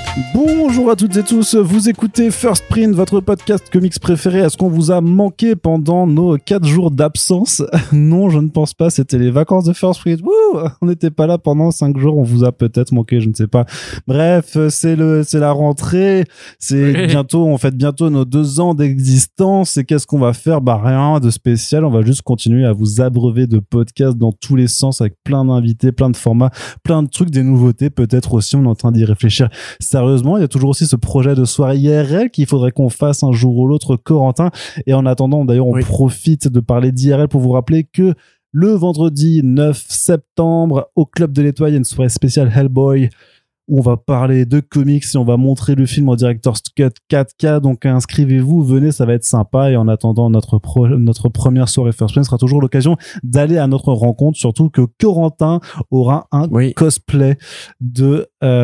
Bonjour à toutes et tous, vous écoutez First Print, votre podcast comics préféré. Est-ce qu'on vous a manqué pendant nos 4 jours d'absence? Non, je ne pense pas, c'était les vacances de First Print. Wouh, on n'était pas là pendant 5 jours, on vous a peut-être manqué, je ne sais pas. Bref, c'est la rentrée, on fête bientôt nos 2 ans d'existence, et qu'est-ce qu'on va faire? Bah rien de spécial, on va juste continuer à vous abreuver de podcasts dans tous les sens, avec plein d'invités, plein de formats, plein de trucs, des nouveautés, peut-être aussi, on est en train d'y réfléchir sérieusement. Il y a toujours aussi ce projet de soirée IRL qu'il faudrait qu'on fasse un jour ou l'autre, Corentin. Et en attendant, d'ailleurs, on profite de parler d'IRL pour vous rappeler que le vendredi 9 septembre, au Club de l'Étoile, il y a une soirée spéciale Hellboy où on va parler de comics et on va montrer le film en Director's Cut 4K. Donc inscrivez-vous, venez, ça va être sympa. Et en attendant, notre première soirée First Print sera toujours l'occasion d'aller à notre rencontre, surtout que Corentin aura un cosplay de...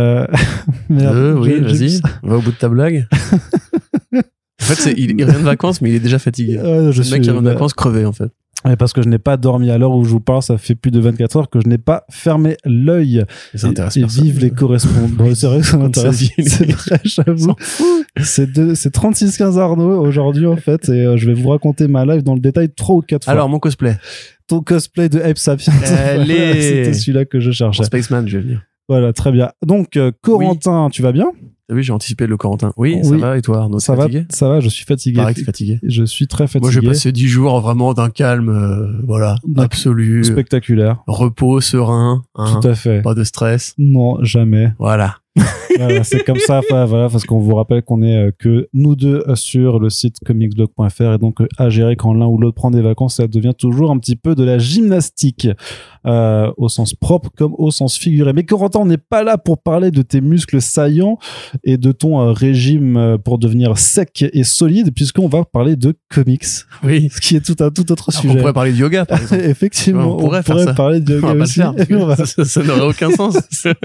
vas-y, va au bout de ta blague. En fait, il revient de vacances, mais il est déjà fatigué. Le mec qui revient de vacances crevé, en fait. Et parce que je n'ai pas dormi à l'heure où je vous parle, ça fait plus de 24 heures que je n'ai pas fermé l'œil. Et ça intéresse personne. Vive les correspondants. C'est vrai que ça m'intéresse. C'est vrai, j'avoue. C'est 36-15 Arnaud aujourd'hui, en fait, et je vais vous raconter ma life dans le détail 3 ou 4 fois. Alors, mon cosplay. Ton cosplay de Ape Sapiens. C'était celui-là que je cherchais. Pour Spaceman, je vais venir. Voilà, très bien. Donc, Corentin, tu vas bien? Oui, j'ai anticipé le Corentin. Oui, ça va, et toi, Arnaud? Ça va, je suis fatigué. Pareil que t'es fatigué. Je suis très fatigué. Moi, j'ai passé 10 jours vraiment d'un calme, absolu. Spectaculaire. Repos, serein. Tout à fait. Pas de stress. Non, jamais. Voilà. Voilà, c'est comme ça, voilà, parce qu'on vous rappelle qu'on est que nous deux sur le site comicsblog.fr, et donc à gérer quand l'un ou l'autre prend des vacances, ça devient toujours un petit peu de la gymnastique, au sens propre comme au sens figuré. Mais Corentin, on n'est pas là pour parler de tes muscles saillants et de ton régime pour devenir sec et solide, puisqu'on va parler de comics. Oui. Ce qui est tout autre sujet. On pourrait parler de yoga, par exemple. Effectivement, on pourrait parler de yoga aussi. Ça n'aurait aucun sens.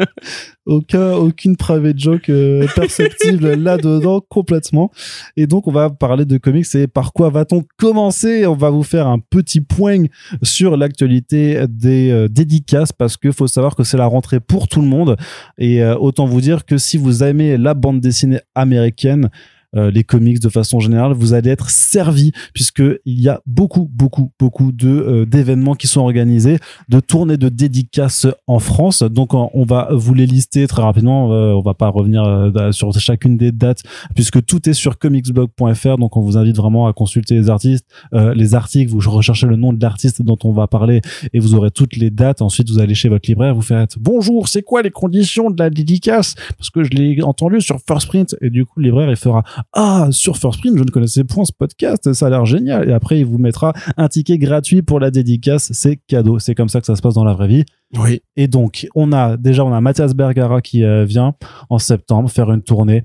Aucune private joke perceptible là-dedans, complètement. Et donc, on va parler de comics. Et par quoi va-t-on commencer? On va vous faire un petit point sur l'actualité des dédicaces, parce que faut savoir que c'est la rentrée pour tout le monde. Et autant vous dire que si vous aimez la bande dessinée américaine, les comics de façon générale, vous allez être servi, puisque il y a beaucoup d'événements qui sont organisés, de tournées de dédicaces en France. Donc on va vous les lister très rapidement, on va pas revenir sur chacune des dates, puisque tout est sur comicsblog.fr. donc on vous invite vraiment à consulter les artistes, les articles, vous recherchez le nom de l'artiste dont on va parler et vous aurez toutes les dates. Ensuite vous allez chez votre libraire, vous faites bonjour, c'est quoi les conditions de la dédicace, parce que je l'ai entendu sur First Print, et du coup le libraire il fera sur First Print, je ne connaissais point ce podcast, ça a l'air génial. Et après, il vous mettra un ticket gratuit pour la dédicace. C'est cadeau. C'est comme ça que ça se passe dans la vraie vie. Oui. Et donc, on a Mathias Bergara qui vient en septembre faire une tournée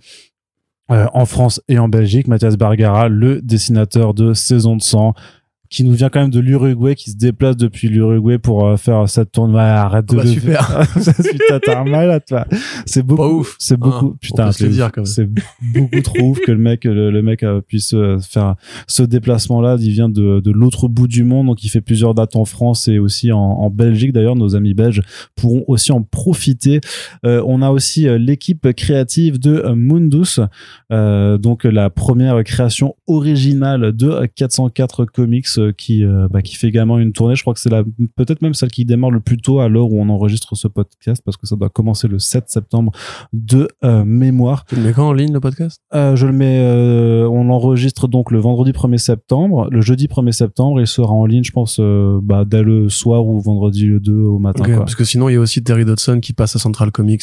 en France et en Belgique. Mathias Bergara, le dessinateur de Saison de sang, qui nous vient quand même de l'Uruguay, qui se déplace depuis l'Uruguay pour faire cette tournée. Ouais, arrête de super. Putain, t'as un malade, toi. C'est beaucoup. Pas ouf. C'est beaucoup. Putain, c'est beaucoup trop ouf que le mec puisse faire ce déplacement-là. Il vient de l'autre bout du monde, donc il fait plusieurs dates en France et aussi en Belgique. D'ailleurs, nos amis belges pourront aussi en profiter. On a aussi l'équipe créative de Mundus, donc la première création originale de 404 Comics, qui fait également une tournée. Je crois que c'est peut-être même celle qui démarre le plus tôt à l'heure où on enregistre ce podcast, parce que ça doit commencer le 7 septembre de mémoire. Tu le mets quand en ligne, le podcast? Je le mets, on l'enregistre donc le vendredi 1er septembre. Le jeudi 1er septembre, il sera en ligne, je pense, dès le soir ou vendredi le 2 au matin. Okay, quoi. Parce que sinon, il y a aussi Terry Dodson qui passe à Central Comics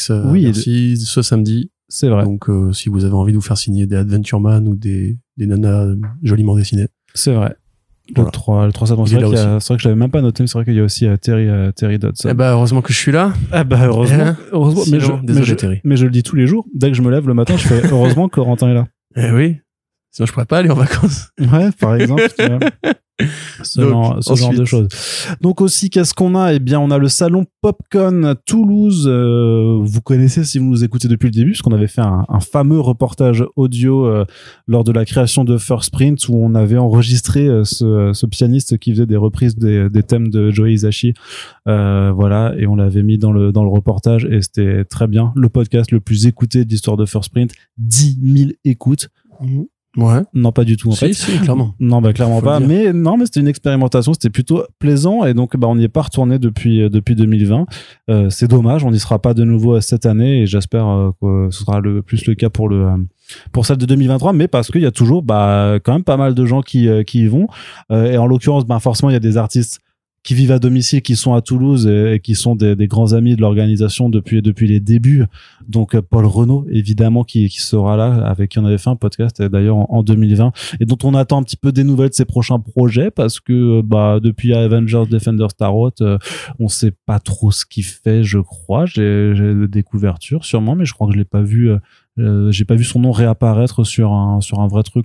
ce samedi. C'est vrai. Donc, si vous avez envie de vous faire signer des Adventure Man ou des nanas joliment dessinées. C'est vrai. Voilà. Le 3 septembre, c'est vrai que je l'avais même pas noté, mais c'est vrai qu'il y a aussi Terry Dodson. Eh ben, heureusement que je suis là. Eh ben, heureusement. Sinon, désolé, Terry. Mais je le dis tous les jours. Dès que je me lève le matin, je fais heureusement que Corentin est là. Eh oui. Sinon, je pourrais pas aller en vacances. Ouais, par exemple, tu vois. Ce genre de choses. Donc aussi, qu'est-ce qu'on a? Eh bien, on a le salon PopCon Toulouse. Vous connaissez si vous nous écoutez depuis le début, parce qu'on avait fait un fameux reportage audio lors de la création de First Print, où on avait enregistré ce pianiste qui faisait des reprises des thèmes de Joe Hisaishi. Voilà, et on l'avait mis dans le reportage, et c'était très bien. Le podcast le plus écouté de l'histoire de First Print, 10 000 écoutes. Ouais. Non, pas du tout, en fait. Si, clairement. Non, clairement pas. Mais c'était une expérimentation, c'était plutôt plaisant, et donc, on n'y est pas retourné depuis 2020. C'est dommage, on n'y sera pas de nouveau cette année, et j'espère que ce sera plus le cas pour celle de 2023, mais parce qu'il y a toujours, quand même pas mal de gens qui y vont. Et en l'occurrence, forcément, il y a des artistes qui vivent à domicile, qui sont à Toulouse et qui sont des grands amis de l'organisation depuis les débuts. Donc Paul Renaud, évidemment, qui sera là, avec qui on avait fait un podcast d'ailleurs en 2020, et dont on attend un petit peu des nouvelles de ses prochains projets, parce que depuis Avengers Defender Starrot, on sait pas trop ce qu'il fait, je crois. J'ai des couvertures sûrement, mais je crois que je l'ai pas vu. J'ai pas vu son nom réapparaître sur un vrai truc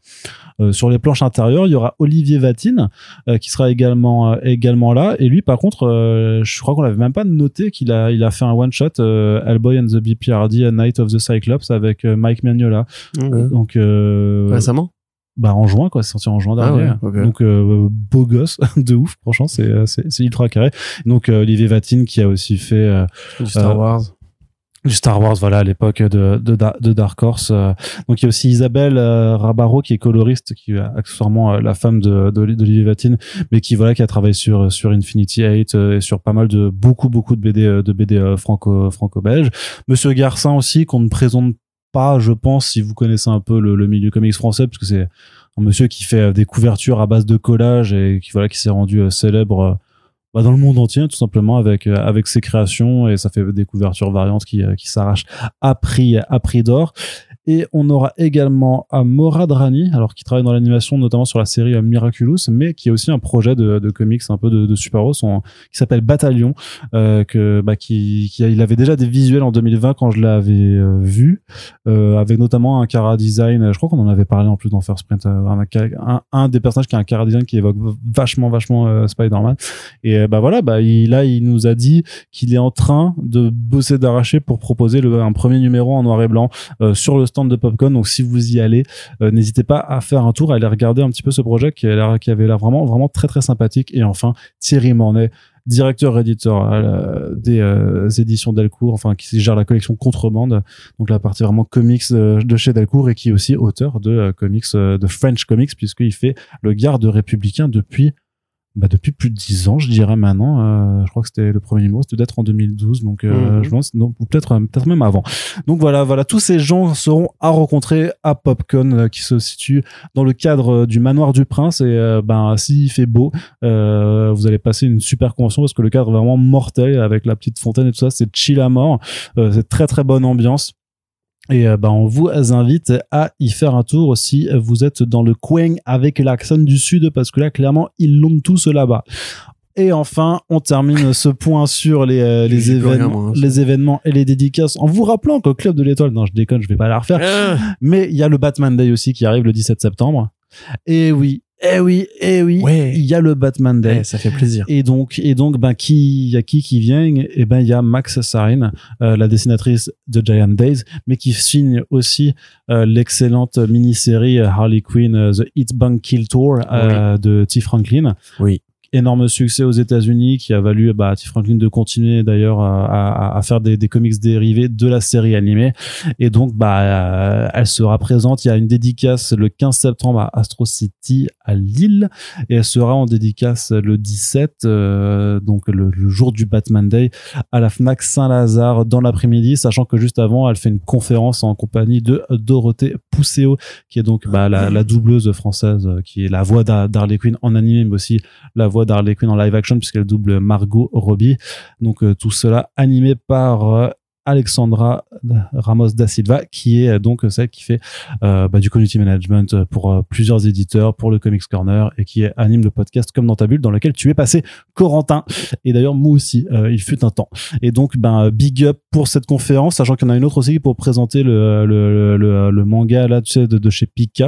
sur les planches intérieures. Il y aura Olivier Vatine qui sera également là, et lui par contre je crois qu'on l'avait même pas noté qu'il a fait un one shot Hellboy and the BPRD, A Night of the Cyclops, avec Mike Mignola. Donc récemment, en juin, quoi, c'est sorti en juin dernier. Ah ouais, okay. Donc beau gosse de ouf, franchement, c'est ultra carré. Donc Olivier Vatine qui a aussi fait du Star Wars. Du Star Wars, voilà, à l'époque de Dark Horse. Donc il y a aussi Isabelle Rabaro, qui est coloriste, qui est accessoirement la femme d'Olivier Vatine, mais qui a travaillé sur Infinity 8 et sur pas mal de beaucoup de BD franco-belge. Monsieur Garcin aussi, qu'on ne présente pas, je pense, si vous connaissez un peu le milieu comics français, parce que c'est un monsieur qui fait des couvertures à base de collage, et qui s'est rendu célèbre dans le monde entier, tout simplement, avec ses créations, et ça fait des couvertures variantes qui s'arrachent à prix d'or. Et on aura également Morad Rani, alors qui travaille dans l'animation, notamment sur la série Miraculous, mais qui a aussi un projet de comics un peu de super-héros qui s'appelle Bataillon, il avait déjà des visuels en 2020 quand je l'avais vu, avec notamment un chara design, je crois qu'on en avait parlé en plus dans First Print, un des personnages qui a un chara design qui évoque vachement Spider-Man. Et il nous a dit qu'il est en train de bosser d'arracher pour proposer un premier numéro en noir et blanc sur le stand de PopCon. Donc si vous y allez, n'hésitez pas à faire un tour, à aller regarder un petit peu ce projet qui avait l'air vraiment vraiment très très sympathique. Et enfin Thierry Mornay, directeur éditeur des éditions Delcourt, qui gère la collection Contrebande, donc la partie vraiment comics de chez Delcourt, et qui est aussi auteur de comics, de French Comics, puisqu'il fait le Garde républicain depuis plus de 10 ans, je dirais maintenant. Je crois que c'était le premier numéro, c'était peut-être en 2012, donc je pense, ou peut-être même avant. Donc voilà, tous ces gens seront à rencontrer à PopCon, qui se situe dans le cadre du Manoir du Prince, et s'il fait beau, vous allez passer une super convention, parce que le cadre est vraiment mortel, avec la petite fontaine et tout ça, c'est chill à mort, c'est très très bonne ambiance. Et on vous invite à y faire un tour si vous êtes dans le coin avec l'accent du sud, parce que là clairement ils l'ont tous là-bas. Et enfin, on termine ce point sur les événements et les dédicaces, en vous rappelant qu'au Club de l'Étoile, non je déconne, je vais pas la refaire, mais il y a le Batman Day aussi qui arrive le 17 septembre. Et oui, ouais. Il y a le Batman Day. Ouais, ça fait plaisir. Et donc, qui vient? Et il y a Max Sarin, la dessinatrice de Giant Days, mais qui signe aussi l'excellente mini-série Harley Quinn, The Hit Bank Kill Tour, de T. Franklin. Oui. Énorme succès aux États-Unis, qui a valu à T. Franklin de continuer d'ailleurs à faire des comics dérivés de la série animée. Et donc elle sera présente. Il y a une dédicace le 15 septembre à Astro City à Lille, et elle sera en dédicace le 17, donc le jour du Batman Day, à la Fnac Saint-Lazare dans l'après-midi, sachant que juste avant elle fait une conférence en compagnie de Dorothée Pousseau, qui est donc la doubleuse française, qui est la voix d'Harley Quinn en animé, mais aussi la voix d'Harley Quinn en live action, puisqu'elle double Margot Robbie. Donc tout cela animé par Alexandra Ramos da Silva, qui est donc celle qui fait du community management pour plusieurs éditeurs, pour le Comics Corner, et qui anime le podcast Comme dans ta bulle, dans lequel tu es passé, Corentin. Et d'ailleurs, moi aussi, il fut un temps. Et donc, big up pour cette conférence, sachant qu'il y en a une autre aussi pour présenter le manga là, tu sais, de chez Pika,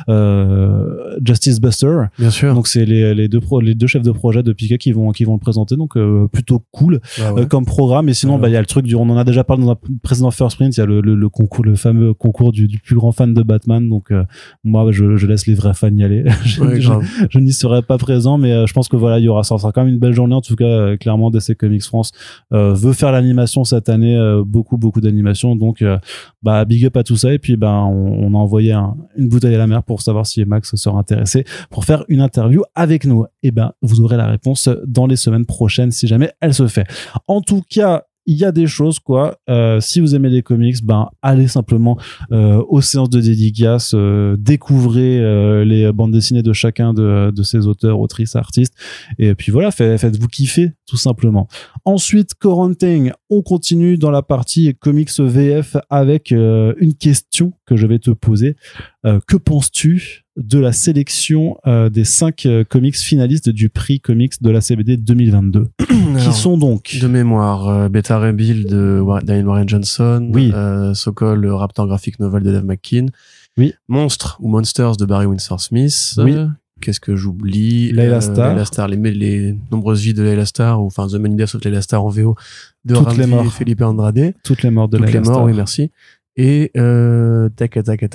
Justice Buster. Bien sûr. Donc c'est les deux chefs de projet de Pika qui vont le présenter, donc plutôt cool comme programme. Et sinon, il y a le truc on en a déjà parlé dans un précédent First Print, il y a le concours, le fameux concours du plus grand fan de Batman. Donc moi, je laisse les vrais fans y aller. Je n'y serai pas présent, mais je pense que voilà, ça sera quand même une belle journée. En tout cas, clairement, DC Comics France veut faire l'animation cette année, beaucoup d'animation. Donc big up à tout ça. Et puis on a envoyé une bouteille à la mer pour savoir si Max sera intéressé pour faire une interview avec nous. Et vous aurez la réponse dans les semaines prochaines si jamais elle se fait. En tout cas, il y a des choses si vous aimez les comics, allez simplement aux séances de dédicaces, découvrez les bandes dessinées de chacun de ces auteurs, autrices, artistes, et puis voilà, faites-vous kiffer tout simplement. Ensuite, Corentin, on continue dans la partie comics VF avec une question que je vais te poser. Que penses-tu de la sélection des 5 comics finalistes du prix comics de la CBD 2022 qui sont donc de mémoire Beta Ray Bill de Daniel Warren Johnson, oui. Sokol, le Raptor graphic novel de Dave McKean, oui. Monstre ou Monsters de Barry Windsor Smith, oui. Qu'est-ce que j'oublie, Layla Starr, les nombreuses vies de Layla Starr, ou enfin The Many Deaths of Layla Starr en VO de Toutes les morts. Felipe Andrade, toutes les morts de Layla Starr, oui merci, et tac.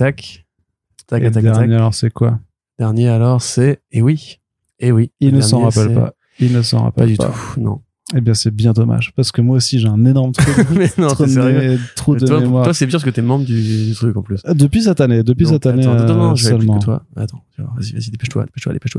Dernier, alors c'est quoi? Dernier alors c'est oui. Il ne s'en rappelle pas. Il ne s'en rappelle pas du tout, non. Eh bien, c'est bien dommage, parce que moi aussi, j'ai un énorme trou de mémoire. Toi, c'est bien parce que t'es membre du truc, en plus. Depuis cette année, attends, seulement. Toi. Attends, vas-y, dépêche-toi.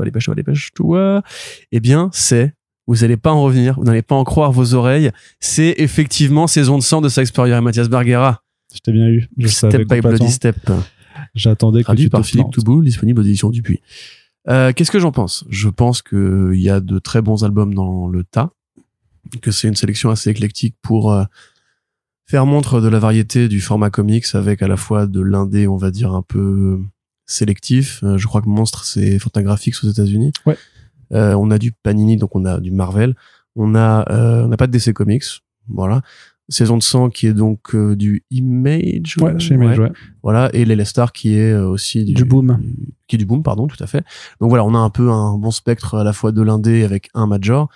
Eh bien, vous allez pas en revenir, vous n'allez pas en croire vos oreilles, c'est effectivement Saison de sang de Sax Spurrier et Mathias Barguera. Je t'ai bien eu. Step by Bloody Step. J'attendais que traduit tu par Philippe Touboul, disponible aux éditions Dupuis. Qu'est-ce que j'en pense? Je pense qu'il y a de très bons albums dans le tas, que c'est une sélection assez éclectique pour faire montre de la variété du format comics avec à la fois de l'indé, on va dire, un peu sélectif. Je crois que Monstre, c'est Fantagraphics aux États-Unis. Ouais. On a du Panini, donc on a du Marvel. On n'a pas de DC Comics. Voilà. Saison de sang qui est donc du Image. Ouais, chez Image, ouais. Voilà. Et Layla Starr qui est aussi du Boom. Qui est du Boom, pardon, tout à fait. Donc voilà, on a un peu un bon spectre à la fois de l'indé avec un major.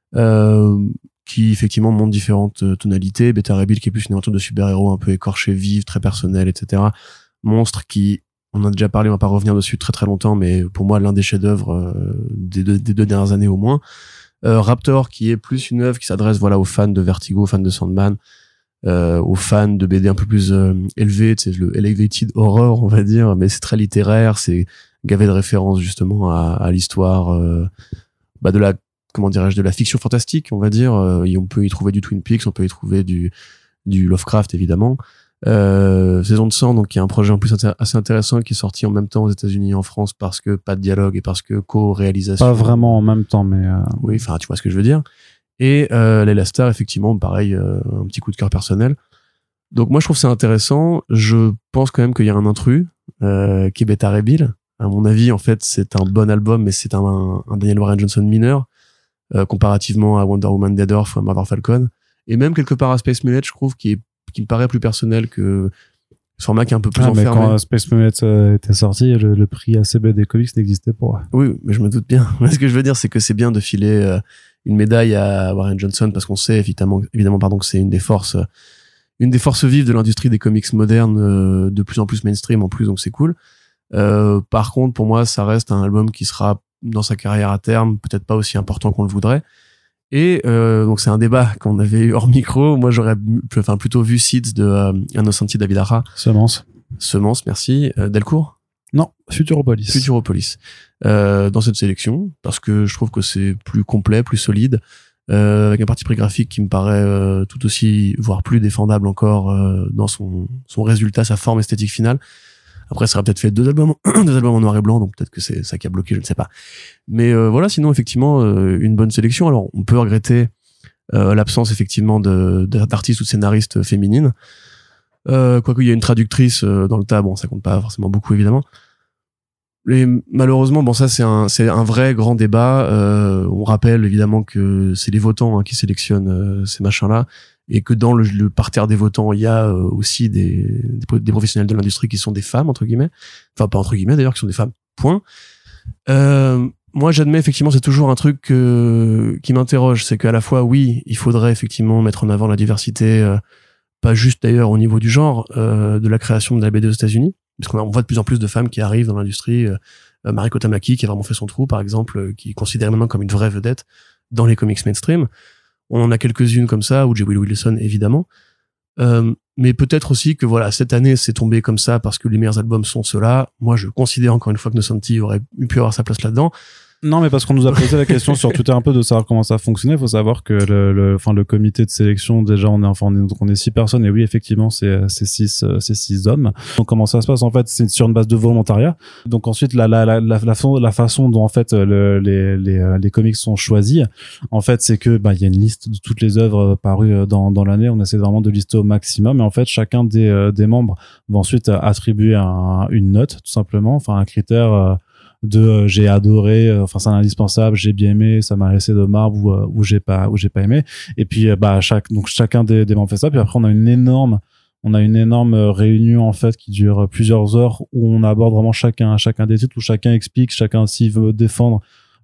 Qui effectivement montre différentes tonalités. Beta Ray Bill qui est plus une aventure de super-héros un peu écorché, vive, très personnelle, etc. Monstre qui, on en a déjà parlé, on va pas revenir dessus très très longtemps, mais pour moi l'un des chefs-d'œuvre des deux dernières années au moins. Raptor qui est plus une œuvre qui s'adresse aux fans de Vertigo, aux fans de Sandman, aux fans de BD un peu plus élevés, c'est le elevated horror on va dire, mais c'est très littéraire, c'est gavé de références justement à l'histoire de la de la fiction fantastique, on va dire. On peut y trouver du Twin Peaks, on peut y trouver du Lovecraft, évidemment. Saison de sang, donc, qui est un projet en plus assez intéressant, qui est sorti en même temps aux États-Unis et en France parce que pas de dialogue et parce que co-réalisation. Pas vraiment en même temps, mais oui, enfin, tu vois ce que je veux dire. Et Layla Starr, effectivement, pareil, un petit coup de cœur personnel. Donc, moi, je trouve ça intéressant. Je pense quand même qu'il y a un intrus, qui est Beta Ray Bill. À mon avis, en fait, c'est un bon album, mais c'est un Daniel Warren Johnson mineur. Comparativement à Wonder Woman Dead Earth ou à Marvel Falcon, et même quelque part à Space Mullet, je trouve, qui me paraît plus personnel que ce format qui est un peu plus enfermé. Mais quand Space Mullet était sorti, le prix ACB des comics n'existait pas. Oui, mais je me doute bien. Mais ce que je veux dire, c'est que c'est bien de filer une médaille à Warren Johnson parce qu'on sait évidemment que c'est une des forces vives de l'industrie des comics modernes, de plus en plus mainstream en plus, donc c'est cool. Par contre, pour moi, ça reste un album qui sera dans sa carrière à terme, peut-être pas aussi important qu'on le voudrait. Et donc c'est un débat qu'on avait eu hors micro. Moi j'aurais plutôt vu Seeds de Innocenti David Aja. Semence, merci. Delcourt? Non, Futuropolis. Dans cette sélection, parce que je trouve que c'est plus complet, plus solide, avec un parti pris graphique qui me paraît tout aussi, voire plus défendable encore dans son résultat, sa forme esthétique finale. Après, ça aurait peut-être fait deux albums en noir et blanc, donc peut-être que c'est ça qui a bloqué, je ne sais pas. Mais voilà, sinon, effectivement, une bonne sélection. Alors, on peut regretter l'absence effectivement d'artistes ou de scénaristes féminines. Quoique il y a une traductrice dans le tas, bon ça compte pas forcément beaucoup évidemment. Et malheureusement, bon ça c'est un vrai grand débat. On rappelle évidemment que c'est les votants qui sélectionnent ces machins-là, et que dans le parterre des votants, il y a aussi des professionnels de l'industrie qui sont des femmes entre guillemets, enfin pas entre guillemets d'ailleurs, qui sont des femmes. Point. Moi, j'admets effectivement, c'est toujours un truc qui m'interroge, c'est qu'à la fois, oui, il faudrait effectivement mettre en avant la diversité, pas juste d'ailleurs au niveau du genre de la création de la BD aux États-Unis, parce qu'on voit de plus en plus de femmes qui arrivent dans l'industrie. Mariko Tamaki, qui a vraiment fait son trou, par exemple, qui est considérée maintenant comme une vraie vedette dans les comics mainstream. On en a quelques-unes comme ça, ou J. Will Wilson, évidemment. Mais peut-être aussi que voilà, cette année, c'est tombé comme ça parce que les meilleurs albums sont ceux-là. Moi, je considère encore une fois que Nocenti aurait pu avoir sa place là-dedans. Non, mais parce qu'on nous a posé la question sur Twitter un peu de savoir comment ça fonctionnait. Il faut savoir que le comité de sélection, déjà, on est 6 personnes, et oui, effectivement, c'est 6 hommes. Donc, comment ça se passe? En fait, c'est sur une base de volontariat. Donc, ensuite, la façon dont, en fait, les comics sont choisis, en fait, c'est que, il y a une liste de toutes les œuvres parues dans l'année. On essaie vraiment de lister au maximum. Et en fait, chacun des membres va ensuite attribuer une note, tout simplement. Enfin, un critère, j'ai adoré, enfin c'est un indispensable, j'ai bien aimé, ça m'a laissé de marbre, ou j'ai pas aimé. Et puis chacun des membres fait ça. Puis après on a une énorme réunion en fait qui dure plusieurs heures, où on aborde vraiment chacun des titres, où chacun explique, chacun s'il veut défendre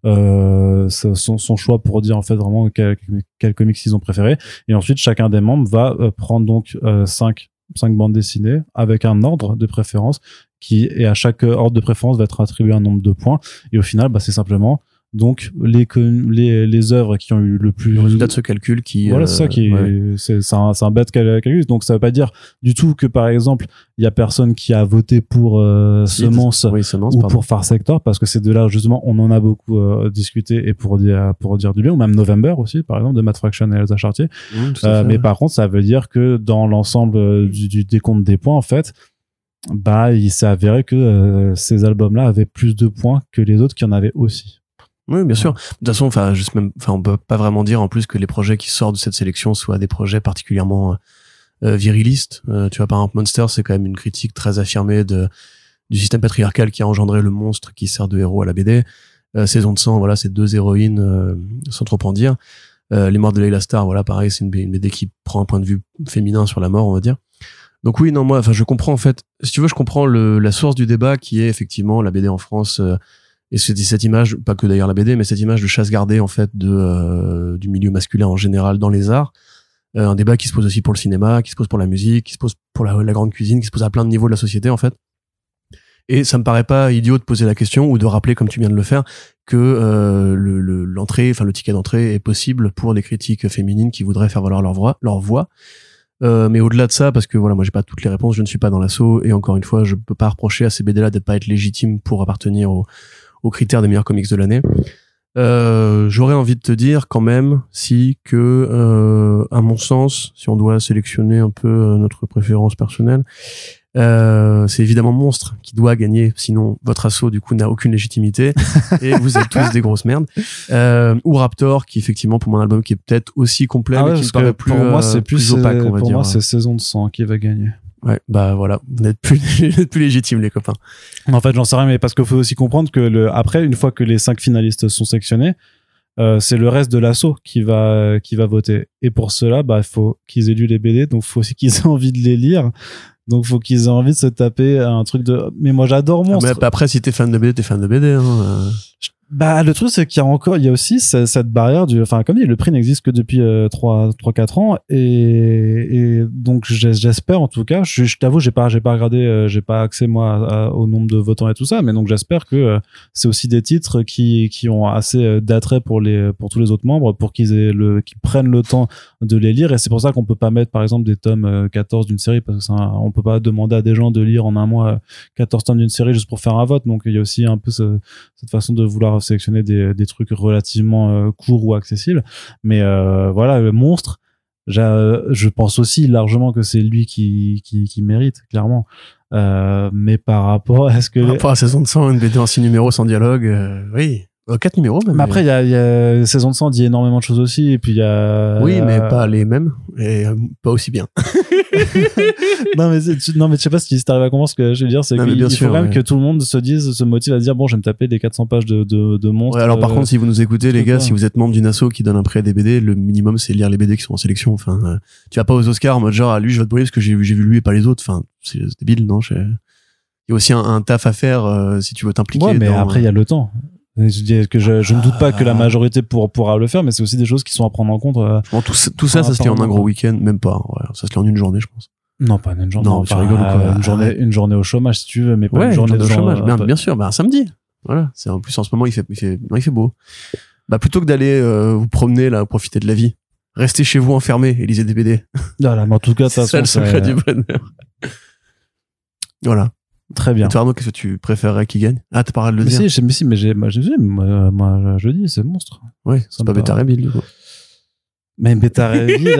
son choix pour dire en fait vraiment quel comics ils ont préféré. Et ensuite chacun des membres va prendre donc 5 bandes dessinées avec un ordre de préférence et à chaque ordre de préférence va être attribué un nombre de points, et au final c'est simplement donc les œuvres qui ont eu le plus, le résultat de ce calcul qui voilà, c'est ça qui c'est un bête calcul. Donc ça veut pas dire du tout que par exemple il y a personne qui a voté pour Semence ou pour Far Sector, parce que c'est de là justement on en a beaucoup discuté, et pour dire du bien, ou même November aussi par exemple de Matt Fraction et Elsa Chartier. Mais par contre ça veut dire que dans l'ensemble du décompte des points en fait, il s'est avéré que ces albums-là avaient plus de points que les autres qui en avaient aussi. Oui, bien sûr. De toute façon, on peut pas vraiment dire en plus que les projets qui sortent de cette sélection soient des projets particulièrement virilistes. Tu vois, par exemple, Monster, c'est quand même une critique très affirmée du système patriarcal qui a engendré le monstre qui sert de héros à la BD. Saison de sang, voilà, c'est 2 héroïnes, sans trop en dire. Les morts de Layla Starr, voilà, pareil, c'est une BD qui prend un point de vue féminin sur la mort, on va dire. Donc oui, non, moi, je comprends en fait. Si tu veux, je comprends la source du débat qui est effectivement la BD en France. Et c'est cette image, pas que d'ailleurs la BD, mais cette image de chasse gardée en fait du milieu masculin en général dans les arts. Un débat qui se pose aussi pour le cinéma, qui se pose pour la musique, qui se pose pour la grande cuisine, qui se pose à plein de niveaux de la société en fait. Et ça me paraît pas idiot de poser la question, ou de rappeler, comme tu viens de le faire, que le ticket d'entrée est possible pour les critiques féminines qui voudraient faire valoir leur voix. Mais au-delà de ça, parce que voilà, moi j'ai pas toutes les réponses, je ne suis pas dans l'assaut, et encore une fois, je peux pas reprocher à ces BD-là d'être pas être légitimes pour appartenir aux critères des meilleurs comics de l'année. J'aurais envie de te dire quand même à mon sens, si on doit sélectionner un peu notre préférence personnelle, c'est évidemment Monstre qui doit gagner, sinon votre assaut du coup n'a aucune légitimité et vous êtes tous des grosses merdes. Ou Raptor, qui effectivement pour mon album qui est peut-être aussi complet, mais qui me paraît plus, pour moi c'est plus opaque, on va dire. Pour moi c'est Saison de sang qui va gagner. Ouais, voilà, vous n'êtes plus légitimes les copains. En fait, j'en sais rien, mais parce qu'il faut aussi comprendre que après, une fois que les 5 finalistes sont sélectionnés, c'est le reste de l'assaut qui va voter. Et pour cela, il faut qu'ils aient lu les BD, donc il faut aussi qu'ils aient envie de les lire. Donc faut qu'ils aient envie de se taper un truc de. Mais moi j'adore Monstre. Mais après, si t'es fan de BD, t'es fan de BD. Hein. Le truc c'est qu'il y a aussi cette barrière comme dit, le prix n'existe que depuis 3-4 ans, et donc j'espère en tout cas, je t'avoue, j'ai pas regardé, j'ai pas accès moi au nombre de votants et tout ça, mais donc j'espère que c'est aussi des titres qui ont assez d'attrait pour tous les autres membres, pour qu'ils prennent le temps de les lire. Et c'est pour ça qu'on peut pas mettre par exemple des tomes 14 d'une série, parce que on peut pas demander à des gens de lire en un mois 14 tomes d'une série juste pour faire un vote. Donc il y a aussi un peu cette façon de vouloir sélectionner des trucs relativement courts ou accessibles. Mais voilà, le Monstre, je pense aussi largement que c'est lui qui mérite, clairement. Mais par rapport à ce que... Par rapport à Saison de sang, une BD en 6 numéros sans dialogue, oui. 4 numéros même. Mais après, il y a Saison de sang dit énormément de choses aussi, et puis il y a... Oui, mais pas les mêmes, et pas aussi bien. non, mais je sais pas si t'arrives à comprendre ce que je veux dire, c'est qu'il faut quand même que tout le monde se motive à se dire, bon, je vais me taper les 400 pages de monstres. Ouais, alors par contre, si vous nous écoutez, les gars, si vous êtes membre d'une asso qui donne un prix à des BD, le minimum, c'est lire les BD qui sont en sélection. Enfin, tu vas pas aux Oscars en mode genre, lui, je vais te brûler parce que j'ai vu lui et pas les autres. Enfin, c'est débile, non? Il y a aussi un taf à faire si tu veux t'impliquer. Ouais, mais après, il y a le temps. Je dis que je ne doute pas que la majorité pourra le faire, mais c'est aussi des choses qui sont à prendre en compte. Bon, tout ça se lit en un gros week-end, même pas. Ouais, ça se lit en une journée, je pense. Non, pas une journée. Non, tu rigoles ou quoi? Une journée au chômage, si tu veux, mais pas une journée au chômage. Bien sûr, un samedi. Voilà. C'est en plus en ce moment, il fait beau. Bah, plutôt que d'aller vous promener là, profiter de la vie, restez chez vous enfermés et lisez des BD. Voilà, mais en tout cas, c'est ça le secret du bonheur. Voilà. Très bien. Et toi, Arnaud, qu'est-ce que tu préférerais qu'il gagne? Ah, t'as pas le dire. Moi, je dis, c'est monstre. Oui, c'est pas Beta Ray Bill, du coup. Mais Beta Ray Bill,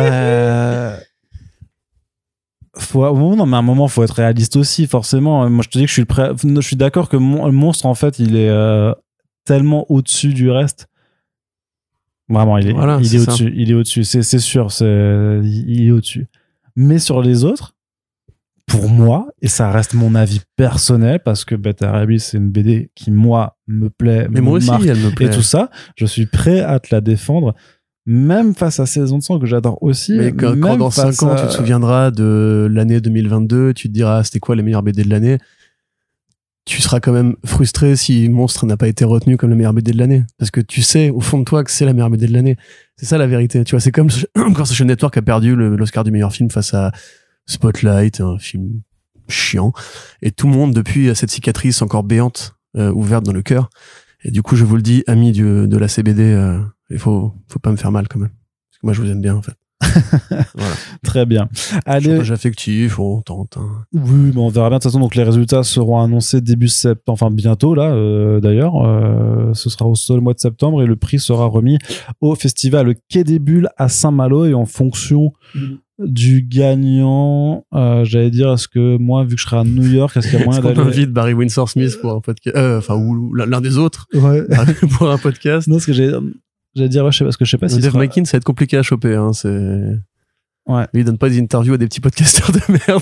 non, mais à un moment, faut être réaliste aussi, forcément. Moi, je te dis que je suis d'accord que le monstre, en fait, il est tellement au-dessus du reste. Vraiment, il est au-dessus. Il est au-dessus. C'est sûr, il est au-dessus. Mais sur les autres, pour moi, et ça reste mon avis personnel, parce que Beta Ray Bill, c'est une BD qui, moi, me plaît. Mais moi aussi, elle me plaît. Et tout ça, je suis prêt à te la défendre. Même face à Saison de sang que j'adore aussi. Mais quand dans 5 ans, tu te souviendras de l'année 2022, tu te diras, c'était quoi les meilleures BD de l'année? Tu seras quand même frustré si Monstre n'a pas été retenu comme la meilleure BD de l'année. Parce que tu sais, au fond de toi, que c'est la meilleure BD de l'année. C'est ça la vérité. Tu vois, c'est comme Conversation Network a perdu l'Oscar du meilleur film face à Spotlight, un film chiant. Et tout le monde, depuis, a cette cicatrice encore béante, ouverte dans le cœur. Et du coup, je vous le dis, amis de la CBD, il faut pas me faire mal quand même. Parce que moi, je vous aime bien, en fait. Voilà. Très bien. Allez. Chauffage affectif, on tente. Hein. Oui, mais on verra bien. De toute façon, donc les résultats seront annoncés début septembre, enfin bientôt là. D'ailleurs, ce sera au seul mois de septembre et le prix sera remis au festival Quai des Bulles à Saint-Malo et en fonction du gagnant, j'allais dire, est-ce que moi, vu que je serai à New York, est-ce qu'il y a moyen d'aller... On invite Barry Windsor Smith pour un podcast, ou l'un des autres, ouais. pour un podcast. Non, ce que j'allais dire, ouais, je sais pas si Dave McKean, ça va être compliqué à choper, hein, c'est... Ouais. Il donne pas des interviews à des petits podcasteurs de merde.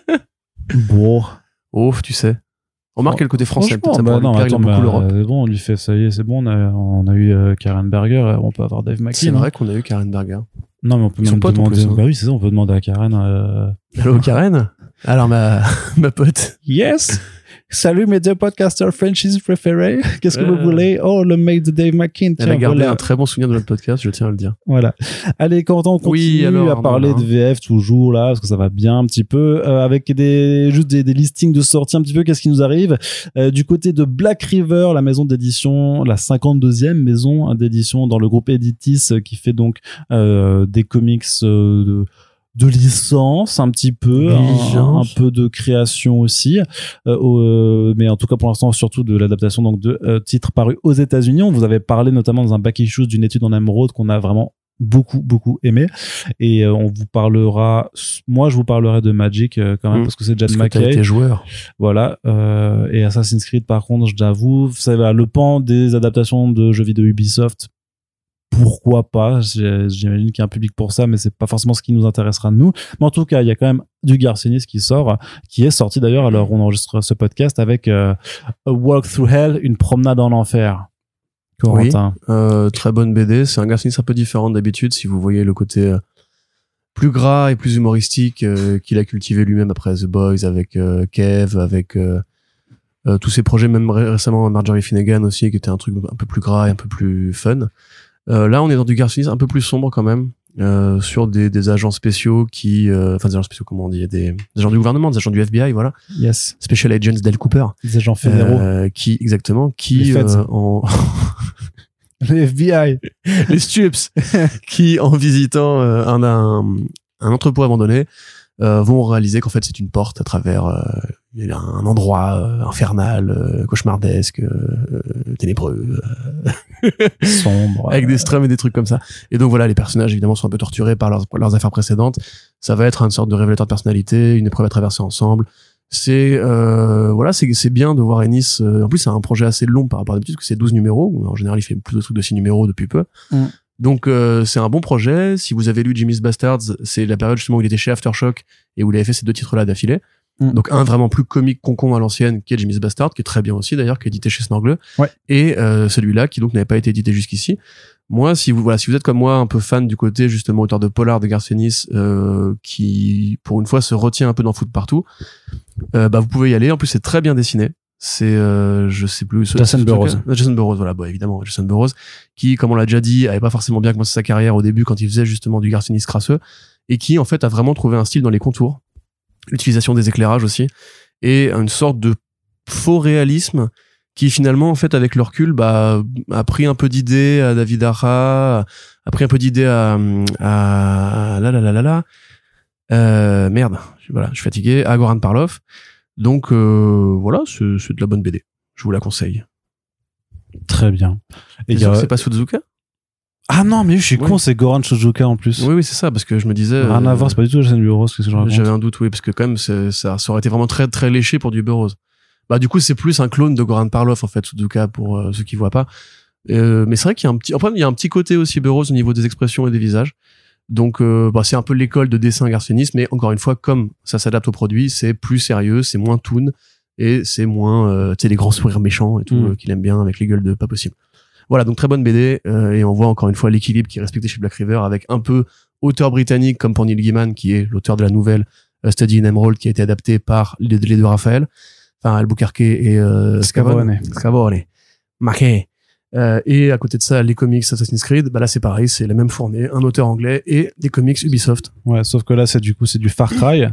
Bon. Oh, tu sais. Remarque le côté français, peut-être ça bah non, plaire, attends, beaucoup l'Europe. Bon, on lui fait, ça y est, c'est bon, on a eu Karen Berger, on peut avoir Dave McKean. C'est vrai qu'on a eu Karen Berger. Non, mais on peut même demander. Bah oui, c'est ça, on peut demander à Karen. Allô, Karen? Alors, ma pote. Yes! Salut mes deux podcasters franchise préférés. Qu'est-ce que vous voulez? Oh, le mec de Dave McKean. Elle a gardé un très bon souvenir de notre podcast, je tiens à le dire. Voilà. Allez, Quentin, on continue à parler de VF toujours là, parce que ça va bien un petit peu, avec juste des listings de sorties un petit peu. Qu'est-ce qui nous arrive? Du côté de Black River, la maison d'édition, la 52e maison d'édition dans le groupe Editis, qui fait donc des comics de licence un petit peu, un peu de création aussi, mais en tout cas pour l'instant surtout de l'adaptation donc de titres parus aux États-Unis. On vous avait parlé notamment dans un back issue d'une étude en émeraude qu'on a vraiment beaucoup aimé, et on vous parlera, moi je vous parlerai de Magic quand même parce que c'est Jed McKay. T'as été joueur. Voilà, et Assassin's Creed par contre, je l'avoue, c'est le pan des adaptations de jeux vidéo Ubisoft. Pourquoi pas, j'imagine qu'il y a un public pour ça, mais c'est pas forcément ce qui nous intéressera de nous. Mais en tout cas, il y a quand même du Garcinis qui est sorti d'ailleurs alors on enregistre ce podcast avec A Walk Through Hell, une promenade en enfer. Corentin. Oui, très bonne BD. C'est un Garcinis un peu différent d'habitude, si vous voyez le côté plus gras et plus humoristique qu'il a cultivé lui-même après The Boys, avec Kev, avec tous ses projets, même récemment Marjorie Finnegan aussi, qui était un truc un peu plus gras et un peu plus fun. Là, on est dans du Garcinis un peu plus sombre quand même, sur des agents spéciaux qui, enfin des agents spéciaux, comment on dit, des agents du gouvernement, des agents du FBI, voilà. Yes. Special Agents Dale Cooper. Des agents fédéraux. Qui le FBI, les Stups, qui en visitant un entrepôt abandonné, vont réaliser qu'en fait c'est une porte à travers un endroit infernal, cauchemardesque, ténébreux, sombre, avec des strums et des trucs comme ça. Et donc voilà, les personnages évidemment sont un peu torturés par leurs affaires précédentes. Ça va être une sorte de révélateur de personnalité, une épreuve à traverser ensemble, C'est bien de voir Ennis. En plus, c'est un projet assez long par rapport à d'habitude, parce que c'est 12 numéros. En général, il fait plus de trucs de 6 numéros depuis peu. Donc c'est un bon projet. Si vous avez lu Jimmy's Bastards, c'est la période justement où il était chez Aftershock et où il avait fait ces 2 titres-là d'affilée. Donc un vraiment plus comique concon à l'ancienne, qui est Jimmy's Bastard, qui est très bien aussi d'ailleurs, qui est édité chez Snorgle. Ouais. Et celui-là qui donc n'avait pas été édité jusqu'ici. Moi, si vous êtes comme moi un peu fan du côté justement auteur de polar de Garth Ennis, qui pour une fois se retient un peu dans Foot partout, vous pouvez y aller. En plus, c'est très bien dessiné. C'est je sais plus Jason Burrows. Jason Burrows, voilà, évidemment Jason Burrows, qui, comme on l'a déjà dit, avait pas forcément bien commencé sa carrière au début quand il faisait justement du Garth Ennis crasseux, et qui en fait a vraiment trouvé un style dans les contours, l'utilisation des éclairages aussi, et une sorte de faux réalisme qui finalement en fait avec le recul a pris un peu d'idées à David Aja, a pris un peu d'idées à merde, je suis fatigué, à Goran Parlov. Donc voilà, c'est de la bonne BD. Je vous la conseille. Très bien. Et c'est pas Suzuka? Ah non, mais je suis con, c'est Goran Shojuka en plus. Oui, c'est ça, parce que je me disais. Rien à voir, c'est pas du tout Jason Burrows, qu'est-ce que je raconte. J'avais un doute, oui, parce que quand même, ça aurait été vraiment très, très léché pour du Burrows. Du coup, c'est plus un clone de Goran Parlov, en fait, Suzuka, pour ceux qui voient pas. Mais c'est vrai qu'il y a il y a un petit côté aussi Burrows au niveau des expressions et des visages. Donc, c'est un peu l'école de dessin Garth Ennis, mais encore une fois, comme ça s'adapte au produit, c'est plus sérieux, c'est moins toon, et c'est moins, les grands sourires méchants et tout, qu'il aime bien avec les gueules de pas possible. Voilà, donc très bonne BD, et on voit encore une fois l'équilibre qui est respecté chez Black River avec un peu auteur britannique comme pour Neil Gaiman, qui est l'auteur de la nouvelle Study in Emerald, qui a été adapté par les deux Raphaël, enfin Albuquerque et Scavone. Marqué. Et à côté de ça, les comics Assassin's Creed, là c'est pareil, c'est la même fournée, un auteur anglais et des comics Ubisoft. Ouais, sauf que là c'est du Far Cry.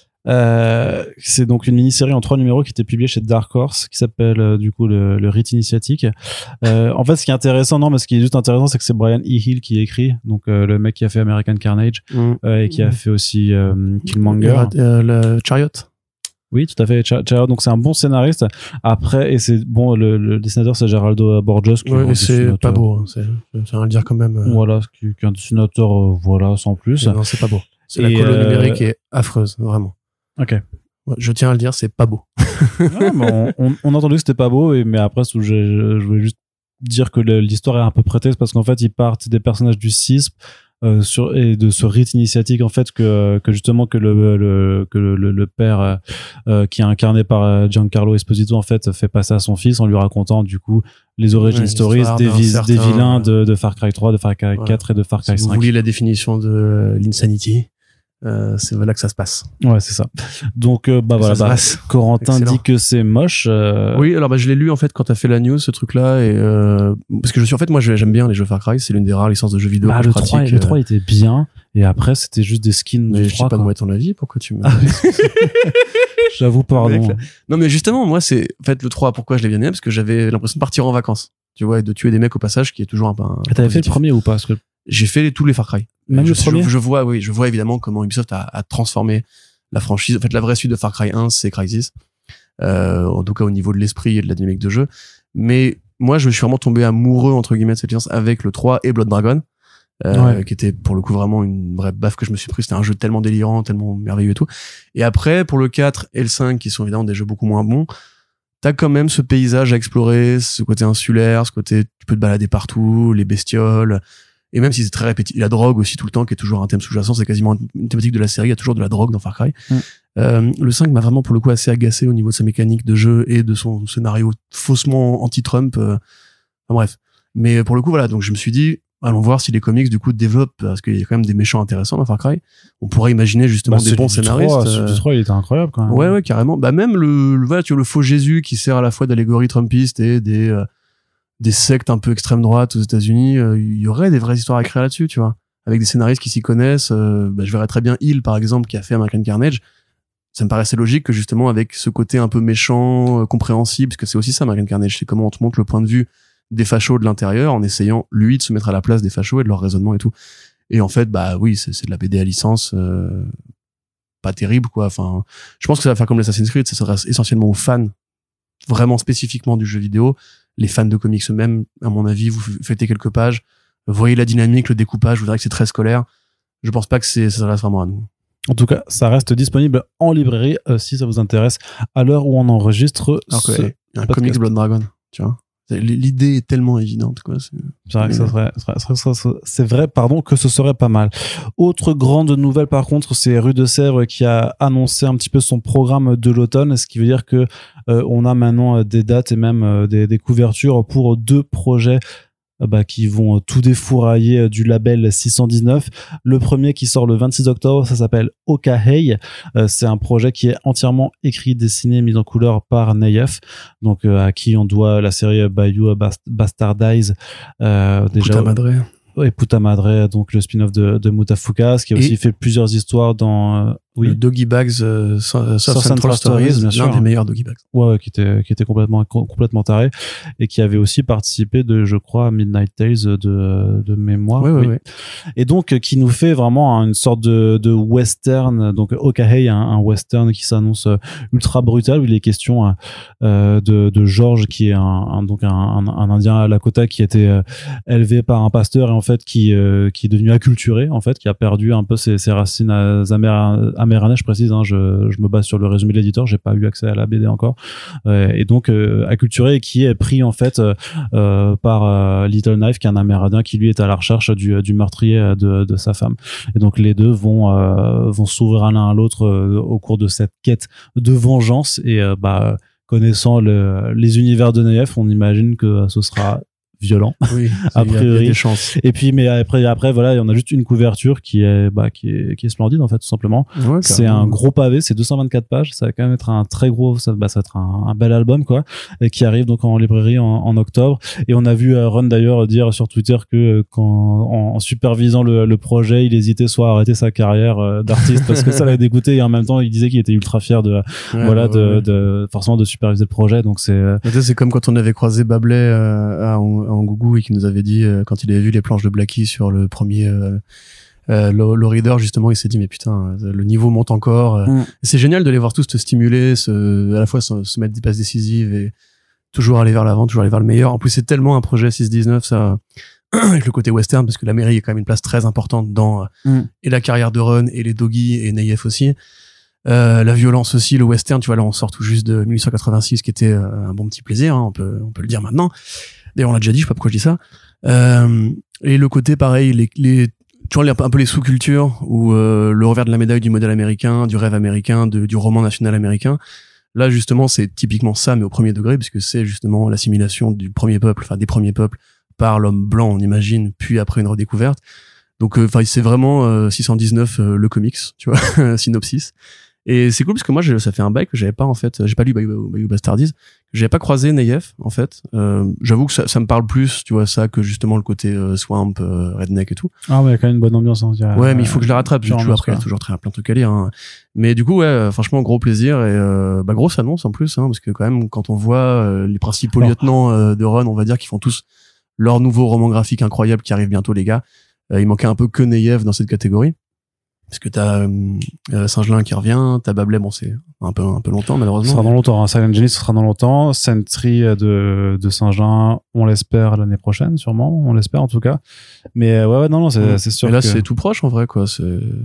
C'est donc une mini-série en 3 numéros qui était publiée chez Dark Horse, qui s'appelle le Rite Initiatique. En fait, ce qui est intéressant, mais ce qui est juste intéressant, c'est que c'est Brian E. Hill qui écrit, donc le mec qui a fait American Carnage et qui a fait aussi Killmonger, le Chariot. Oui, tout à fait. Donc c'est un bon scénariste. Après, et c'est bon, le dessinateur c'est Geraldo Borges. Oui, c'est pas beau. Hein. C'est rien à le dire quand même. Voilà, qui est un dessinateur, sans plus. Non, c'est pas beau. C'est la colo numérique est affreuse, vraiment. Ok. Je tiens à le dire, c'est pas beau. Ouais, mais on a entendu que c'était pas beau, mais après, je voulais juste dire que l'histoire est un peu prétexte parce qu'en fait, ils partent des personnages du CISP. Et de ce rite initiatique en fait que justement que le père qui est incarné par Giancarlo Esposito en fait fait passer à son fils en lui racontant du coup les origin stories des vilains de Far Cry 3, de Far Cry 4 et de Far Cry 5. Si vous voulez la définition de l'insanity, c'est là que ça se passe. Ouais, c'est ça. Donc Corentin dit que c'est moche. Oui, alors je l'ai lu en fait quand t'as fait la news ce truc là et parce que moi j'aime bien les jeux Far Cry, c'est l'une des rares licences de jeux vidéo que je pratique. Le 3 était bien et après c'était juste des skins. Mais je sais pas de moi ton avis, pourquoi tu me J'avoue, pardon. Non mais justement moi c'est en fait le 3 pourquoi je l'ai bien aimé parce que j'avais l'impression de partir en vacances, tu vois, et de tuer des mecs au passage, qui est toujours un peu T'avais fait le premier ou pas? Parce que j'ai fait tous les Far Cry. Même le premier. Je vois évidemment comment Ubisoft a transformé la franchise. En fait, la vraie suite de Far Cry 1, c'est Crysis. En tout cas, au niveau de l'esprit et de la dynamique de jeu. Mais moi, je suis vraiment tombé amoureux, entre guillemets, de cette licence avec le 3 et Blood Dragon. Qui était pour le coup vraiment une vraie baffe que je me suis pris. C'était un jeu tellement délirant, tellement merveilleux et tout. Et après, pour le 4 et le 5, qui sont évidemment des jeux beaucoup moins bons, t'as quand même ce paysage à explorer, ce côté insulaire, ce côté, tu peux te balader partout, les bestioles. Et même si c'est très répétitif, la drogue aussi tout le temps, qui est toujours un thème sous-jacent, c'est quasiment une thématique de la série, il y a toujours de la drogue dans Far Cry. Le 5 m'a vraiment pour le coup assez agacé au niveau de sa mécanique de jeu et de son scénario faussement anti-Trump. Enfin bref. Mais pour le coup, voilà, donc je me suis dit, allons voir si les comics du coup développent, parce qu'il y a quand même des méchants intéressants dans Far Cry. On pourrait imaginer justement des bons scénaristes. Celui du 3, il était incroyable quand même. Ouais, carrément. Même le faux Jésus qui sert à la fois d'allégorie trumpiste et des sectes un peu extrême droite aux États-Unis, il y aurait des vraies histoires à créer là-dessus, tu vois, avec des scénaristes qui s'y connaissent. Je verrais très bien Hill, par exemple, qui a fait American Carnage. Ça me paraissait logique que justement avec ce côté un peu méchant, compréhensible, parce que c'est aussi ça American Carnage, c'est comment on te montre le point de vue des fachos de l'intérieur en essayant lui de se mettre à la place des fachos et de leur raisonnement et tout. Et en fait, oui, c'est de la BD à licence, pas terrible, quoi. Enfin, je pense que ça va faire comme l'Assassin's Creed, ça s'adresse essentiellement aux fans, vraiment spécifiquement du jeu vidéo. Les fans de comics eux-mêmes, à mon avis, vous fêtez quelques pages, voyez la dynamique, le découpage, vous verrez que c'est très scolaire. Je pense pas que ça s'adresse vraiment à nous. En tout cas, ça reste disponible en librairie si ça vous intéresse à l'heure où on enregistre Alors que, un comics Blood Dragon, tu vois. L'idée est tellement évidente, quoi. C'est vrai que c'est vrai, pardon, que ce serait pas mal. Autre grande nouvelle, par contre, c'est Rue de Sèvres qui a annoncé un petit peu son programme de l'automne, ce qui veut dire que on a maintenant des dates et même des couvertures pour 2 projets qui vont tout défourailler du label 619. Le premier qui sort le 26 octobre, ça s'appelle Okahei. C'est un projet qui est entièrement écrit, dessiné, mis en couleur par Nayef, donc à qui on doit la série Bayou Bastardize. Déjà, Puta Madre. Et Puta Madre, donc le spin-off de Mutafuka, qui a aussi fait plusieurs histoires dans le Doggy Bags Central Stories, bien sûr, l'un des meilleurs Doggy Bags. Ouais, qui était complètement taré, et qui avait aussi participé je crois, à Midnight Tales de mémoire. Ouais. Et donc qui nous fait vraiment une sorte de western, donc Okahei, un western qui s'annonce ultra brutal, où il est question de George, qui est un Indien à Lakota qui a été élevé par un pasteur, et en fait qui est devenu acculturé, en fait, qui a perdu un peu ses racines amérindiennes, je précise, hein, je me base sur le résumé de l'éditeur, j'ai pas eu accès à la BD encore, et donc acculturé, et qui est pris en fait par Little Knife, qui est un amérindien qui lui est à la recherche du meurtrier de sa femme, et donc les deux vont s'ouvrir l'un à l'autre au cours de cette quête de vengeance, et connaissant les univers de Nayef, on imagine que ce sera violent, oui, a priori. Il y a des chances. Et puis, mais après, voilà, on a juste une couverture qui est splendide, en fait, tout simplement. Ouais, c'est un gros pavé, c'est 224 pages. Ça va quand même être un très gros, ça va être un bel album, quoi, et qui arrive donc en librairie en octobre. Et on a vu Ron d'ailleurs dire sur Twitter que en supervisant le projet, il hésitait soit à arrêter sa carrière d'artiste parce que ça l'avait dégoûté, et en même temps, il disait qu'il était ultra fier forcément de superviser le projet. Donc c'est comme quand on avait croisé Bablet en Gougou, et qui nous avait dit quand il avait vu les planches de Blackie sur le premier Low Reader, justement, il s'est dit mais putain, le niveau monte encore. C'est génial de les voir tous te stimuler, à la fois se mettre des passes décisives et toujours aller vers l'avant, toujours aller vers le meilleur. En plus, c'est tellement un projet 619, ça, avec le côté western, parce que la mairie est quand même une place très importante dans et la carrière de Ron et les Doggy et Nayef aussi. La violence aussi, le western, tu vois, là on sort tout juste de 1886, qui était un bon petit plaisir, hein, on peut le dire maintenant. D'ailleurs, on l'a déjà dit, je sais pas pourquoi je dis ça. Et le côté pareil, tu vois, un peu les sous-cultures, ou le revers de la médaille du modèle américain, du rêve américain, du roman national américain. Là, justement, c'est typiquement ça, mais au premier degré, puisque c'est justement l'assimilation des premiers peuples par l'homme blanc, on imagine, puis après une redécouverte. Donc, c'est vraiment 619 le comics, tu vois, synopsis. Et c'est cool parce que moi, ça fait un bail que j'avais pas, en fait, j'ai pas lu Bayou Bastardies, j'avais pas croisé Nayef, en fait. J'avoue que ça me parle plus, tu vois, ça, que justement le côté swamp, redneck et tout. Ah ouais, il y a quand même une bonne ambiance, hein, ouais, mais il faut que je la rattrape, tu vois, après, il y a toujours plein de trucs à lire, hein. Mais du coup, ouais, franchement, gros plaisir, et grosse annonce en plus, hein, parce que quand même, quand on voit les principaux lieutenants de Ron, on va dire, qui font tous leur nouveau roman graphique incroyable qui arrive bientôt, les gars, il manquait un peu que Nayef dans cette catégorie. Parce que t'as Singelin qui revient, t'as Bablet, bon c'est un peu longtemps malheureusement. Ce sera dans longtemps, hein. Silent Genesis, ce sera dans longtemps. Sentry de Singelin, on l'espère l'année prochaine, sûrement, on l'espère en tout cas. Mais non, c'est sûr. Et là c'est tout proche en vrai, quoi. C'est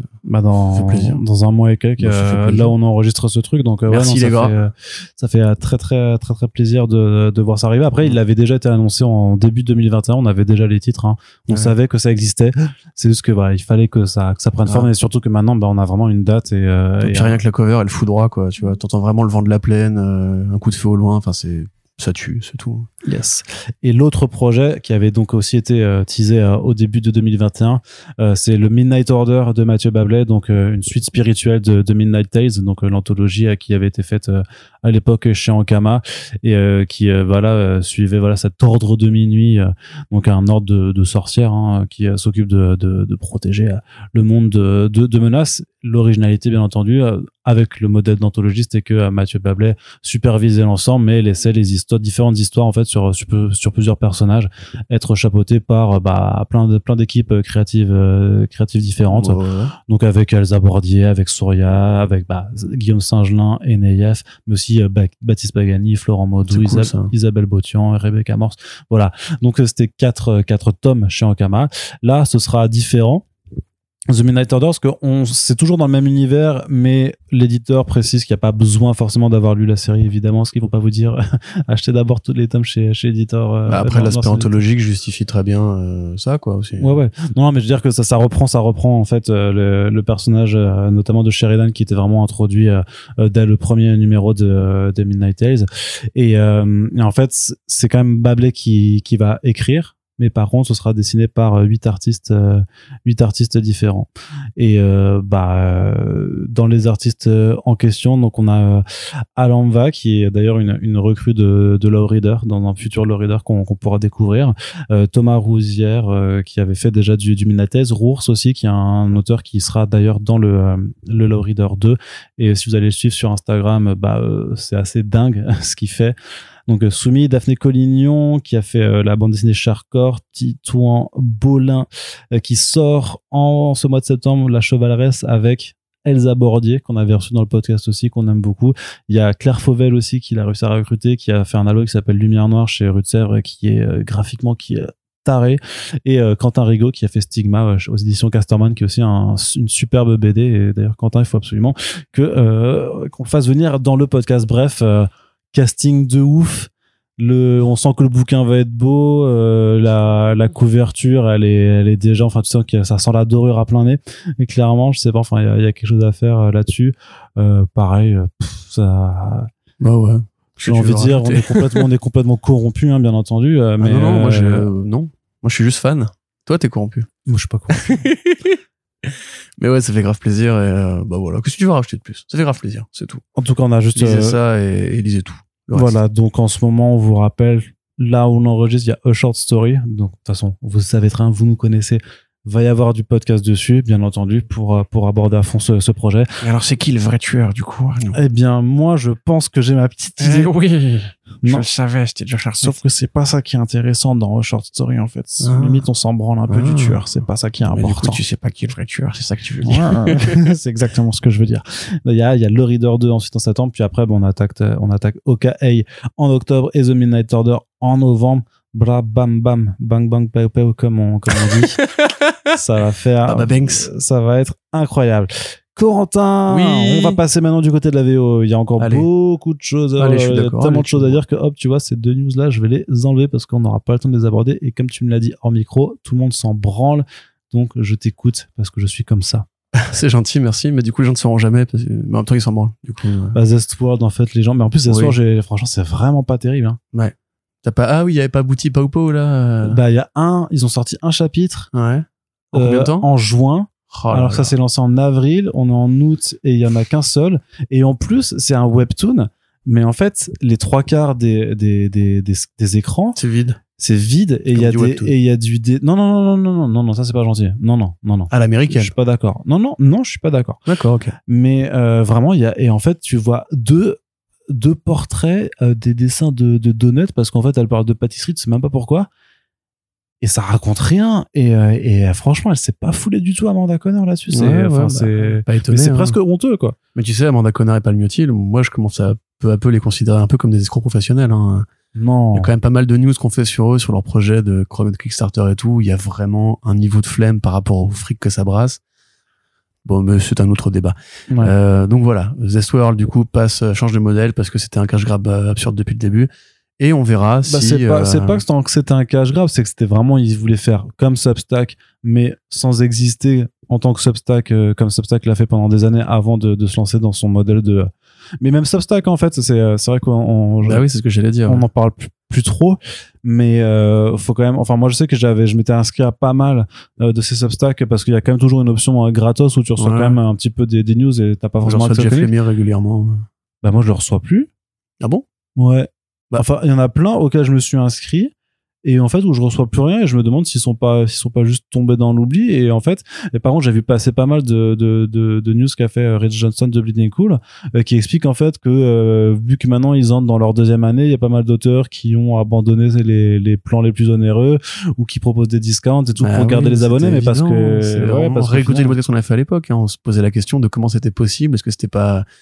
dans un mois et quelques, là on enregistre ce truc, donc merci les gars. Ça fait très très très très plaisir de voir ça arriver. Après, il avait déjà été annoncé en début 2021, on avait déjà les titres, hein. On savait que ça existait. C'est juste que il fallait que ça prenne forme, et surtout que maintenant on a vraiment une date, et puis rien que la cover elle fout droit, quoi, tu vois, t'entends vraiment le vent de la plaine, un coup de feu au loin, enfin ça tue, c'est tout. Yes. Et l'autre projet qui avait donc aussi été teasé au début de 2021, c'est le Midnight Order de Mathieu Bablet, donc une suite spirituelle de Midnight Tales, donc l'anthologie qui avait été faite à l'époque chez Ankama, et qui suivait cet ordre de minuit, donc un ordre de sorcières, hein, qui s'occupe de protéger le monde de menaces. L'originalité, bien entendu, avec le modèle d'anthologie, c'était que Mathieu Bablet supervisait l'ensemble, mais laissait différentes histoires en fait sur plusieurs personnages être chapeautés par plein d'équipes créatives différentes. Ouais. Donc avec Elsa Bordier, avec Souria, avec Guillaume Singelin et Nayef, mais aussi Baptiste Pagani, Florent Maudou, Isabelle Botian et Rebecca Morse. Voilà. Donc c'était quatre tomes chez Ankama. Là, ce sera différent. The Midnight Order, parce que c'est toujours dans le même univers, mais l'éditeur précise qu'il n'y a pas besoin forcément d'avoir lu la série, évidemment, ce qu'ils vont pas vous dire. Achetez d'abord tous les tomes chez l'éditeur. Après, l'aspect anthologique justifie très bien ça, quoi, aussi. Ouais. Non, mais je veux dire que ça reprend en fait le personnage, notamment de Sheridan, qui était vraiment introduit dès le premier numéro de Midnight Tales. Et en fait, c'est quand même Babley qui va écrire. Mais par contre, ce sera dessiné par 8 artistes différents. Et dans les artistes en question, donc on a Alamba, qui est d'ailleurs une recrue de Low Reader, dans un futur Low Reader qu'on pourra découvrir. Thomas Rouzière, qui avait fait déjà du Midnight Tales. Rours aussi, qui est un auteur qui sera d'ailleurs dans le Low Reader 2. Et si vous allez le suivre sur Instagram, c'est assez dingue ce qu'il fait. Donc Soumi, Daphné Collignon qui a fait la bande dessinée Charcor, Titouan Bolin qui sort en ce mois de septembre La Chevaleresse avec Elsa Bordier qu'on avait reçu dans le podcast aussi, qu'on aime beaucoup. Il y a Claire Fauvel aussi qui l'a réussi à recruter, qui a fait un album qui s'appelle Lumière Noire chez Rue de Sèvres, qui est graphiquement qui est taré, et Quentin Rigaud qui a fait Stigma aux éditions Casterman, qui est aussi une superbe BD. Et d'ailleurs Quentin, il faut absolument qu'on le fasse venir dans le podcast. Bref, casting de ouf. On sent que le bouquin va être beau, la couverture elle est déjà, enfin tu sens que ça sent la dorure à plein nez, mais clairement je sais pas, enfin il y a quelque chose à faire là-dessus. Pareil, ça, bah ouais, j'ai envie de dire on est complètement corrompu, hein, bien entendu, mais non, moi je suis juste fan. Toi t'es corrompu. Moi je suis pas corrompu. Mais ouais, ça fait grave plaisir, et voilà, qu'est-ce que tu veux rajouter de plus? Ça fait grave plaisir, c'est tout. En tout cas, on a juste lisez ça et lisez tout. Voilà, donc en ce moment, on vous rappelle, là où on enregistre, il y a A Short Story. Donc, de toute façon, vous savez très bien, vous nous connaissez. Va y avoir du podcast dessus, bien entendu, pour aborder à fond ce projet. Et alors, c'est qui le vrai tueur, du coup? Eh bien, moi, je pense que j'ai ma petite idée. Oui, je le savais, c'était déjà cherché. Sauf que c'est pas ça qui est intéressant dans A Short Story, en fait. Limite, on s'en branle un peu du tueur. C'est pas ça qui est important. Du coup, tu sais pas qui est le vrai tueur, c'est ça que tu veux dire. Ouais, c'est exactement ce que je veux dire. Il y a le Reader 2 ensuite en septembre, puis après, on attaque OKA en octobre et The Midnight Order en novembre. Bra bam bam bang bang pow pow comme on dit. Ça va faire ça va être incroyable. Corentin, on va passer maintenant du côté de la VO. Il y a encore beaucoup de choses, tellement de choses à dire que hop, tu vois, ces deux news là, je vais les enlever parce qu'on n'aura pas le temps de les aborder, et comme tu me l'as dit hors micro, tout le monde s'en branle. Donc je t'écoute parce que je suis comme ça. C'est gentil, merci, mais du coup les gens ne sauront jamais parce que en même temps ils s'en branlent. Du coup Zestworld, en fait, les gens, mais en plus Zestworld, franchement, c'est vraiment pas terrible, hein. Ouais. Il y avait pas Booty Paupo là. Il y a ils ont sorti un chapitre. Ouais. En combien de temps? En juin. Alors ça s'est lancé en avril, on est en août et il y en a qu'un seul. Et en plus, c'est un webtoon, mais en fait, les 3/4 des écrans, c'est vide et il y a du non, ça c'est pas gentil. Non. À l'américaine. Je suis pas d'accord. Non, je suis pas d'accord. D'accord, OK. Mais vraiment et en fait, tu vois deux portraits, des dessins de donuts, parce qu'en fait elle parle de pâtisserie, tu sais même pas pourquoi, et ça raconte rien, et franchement elle s'est pas foulée du tout, Amanda Conner, là-dessus. C'est pas étonné, c'est presque honteux, quoi. Mais tu sais, Amanda Conner et Palmiotti, moi je commence à peu les considérer un peu comme des escrocs professionnels, hein. Non. Il y a quand même pas mal de news qu'on fait sur eux, sur leur projet de Kickstarter et tout. Il y a vraiment un niveau de flemme par rapport au fric que ça brasse. Bon, mais c'est un autre débat. Ouais. Donc voilà, Zestworld du coup change de modèle parce que c'était un cash grab absurde depuis le début, et on verra si. C'est pas que c'était un cash grab, c'est que c'était vraiment, ils voulaient faire comme Substack, mais sans exister en tant que Substack, comme Substack l'a fait pendant des années avant de se lancer dans son modèle de. Mais même Substack, en fait, c'est vrai qu'on. Oui, c'est ce que j'allais dire. On en parle plus trop, mais faut quand même, enfin moi je sais que je m'étais inscrit à pas mal de ces Substacks, parce qu'il y a quand même toujours une option gratos où tu reçois quand même un petit peu des news, et t'as pas forcément accès. Jeff Lemire régulièrement. Moi je le reçois plus. Ah bon? Ouais. Enfin il y en a plein auxquels je me suis inscrit, et en fait où je reçois plus rien, et je me demande s'ils sont pas juste tombés dans l'oubli. Et en fait, par contre, j'ai vu passer pas mal de news qu'a fait Rich Johnson de Bleeding Cool, qui explique en fait que vu que maintenant ils entrent dans leur deuxième année, il y a pas mal d'auteurs qui ont abandonné les plans les plus onéreux, ou qui proposent des discounts et tout pour garder les abonnés, mais parce que réécouter le podcast qu'on a fait à l'époque, hein, on se posait la question de comment c'était possible, est-ce que c'était pas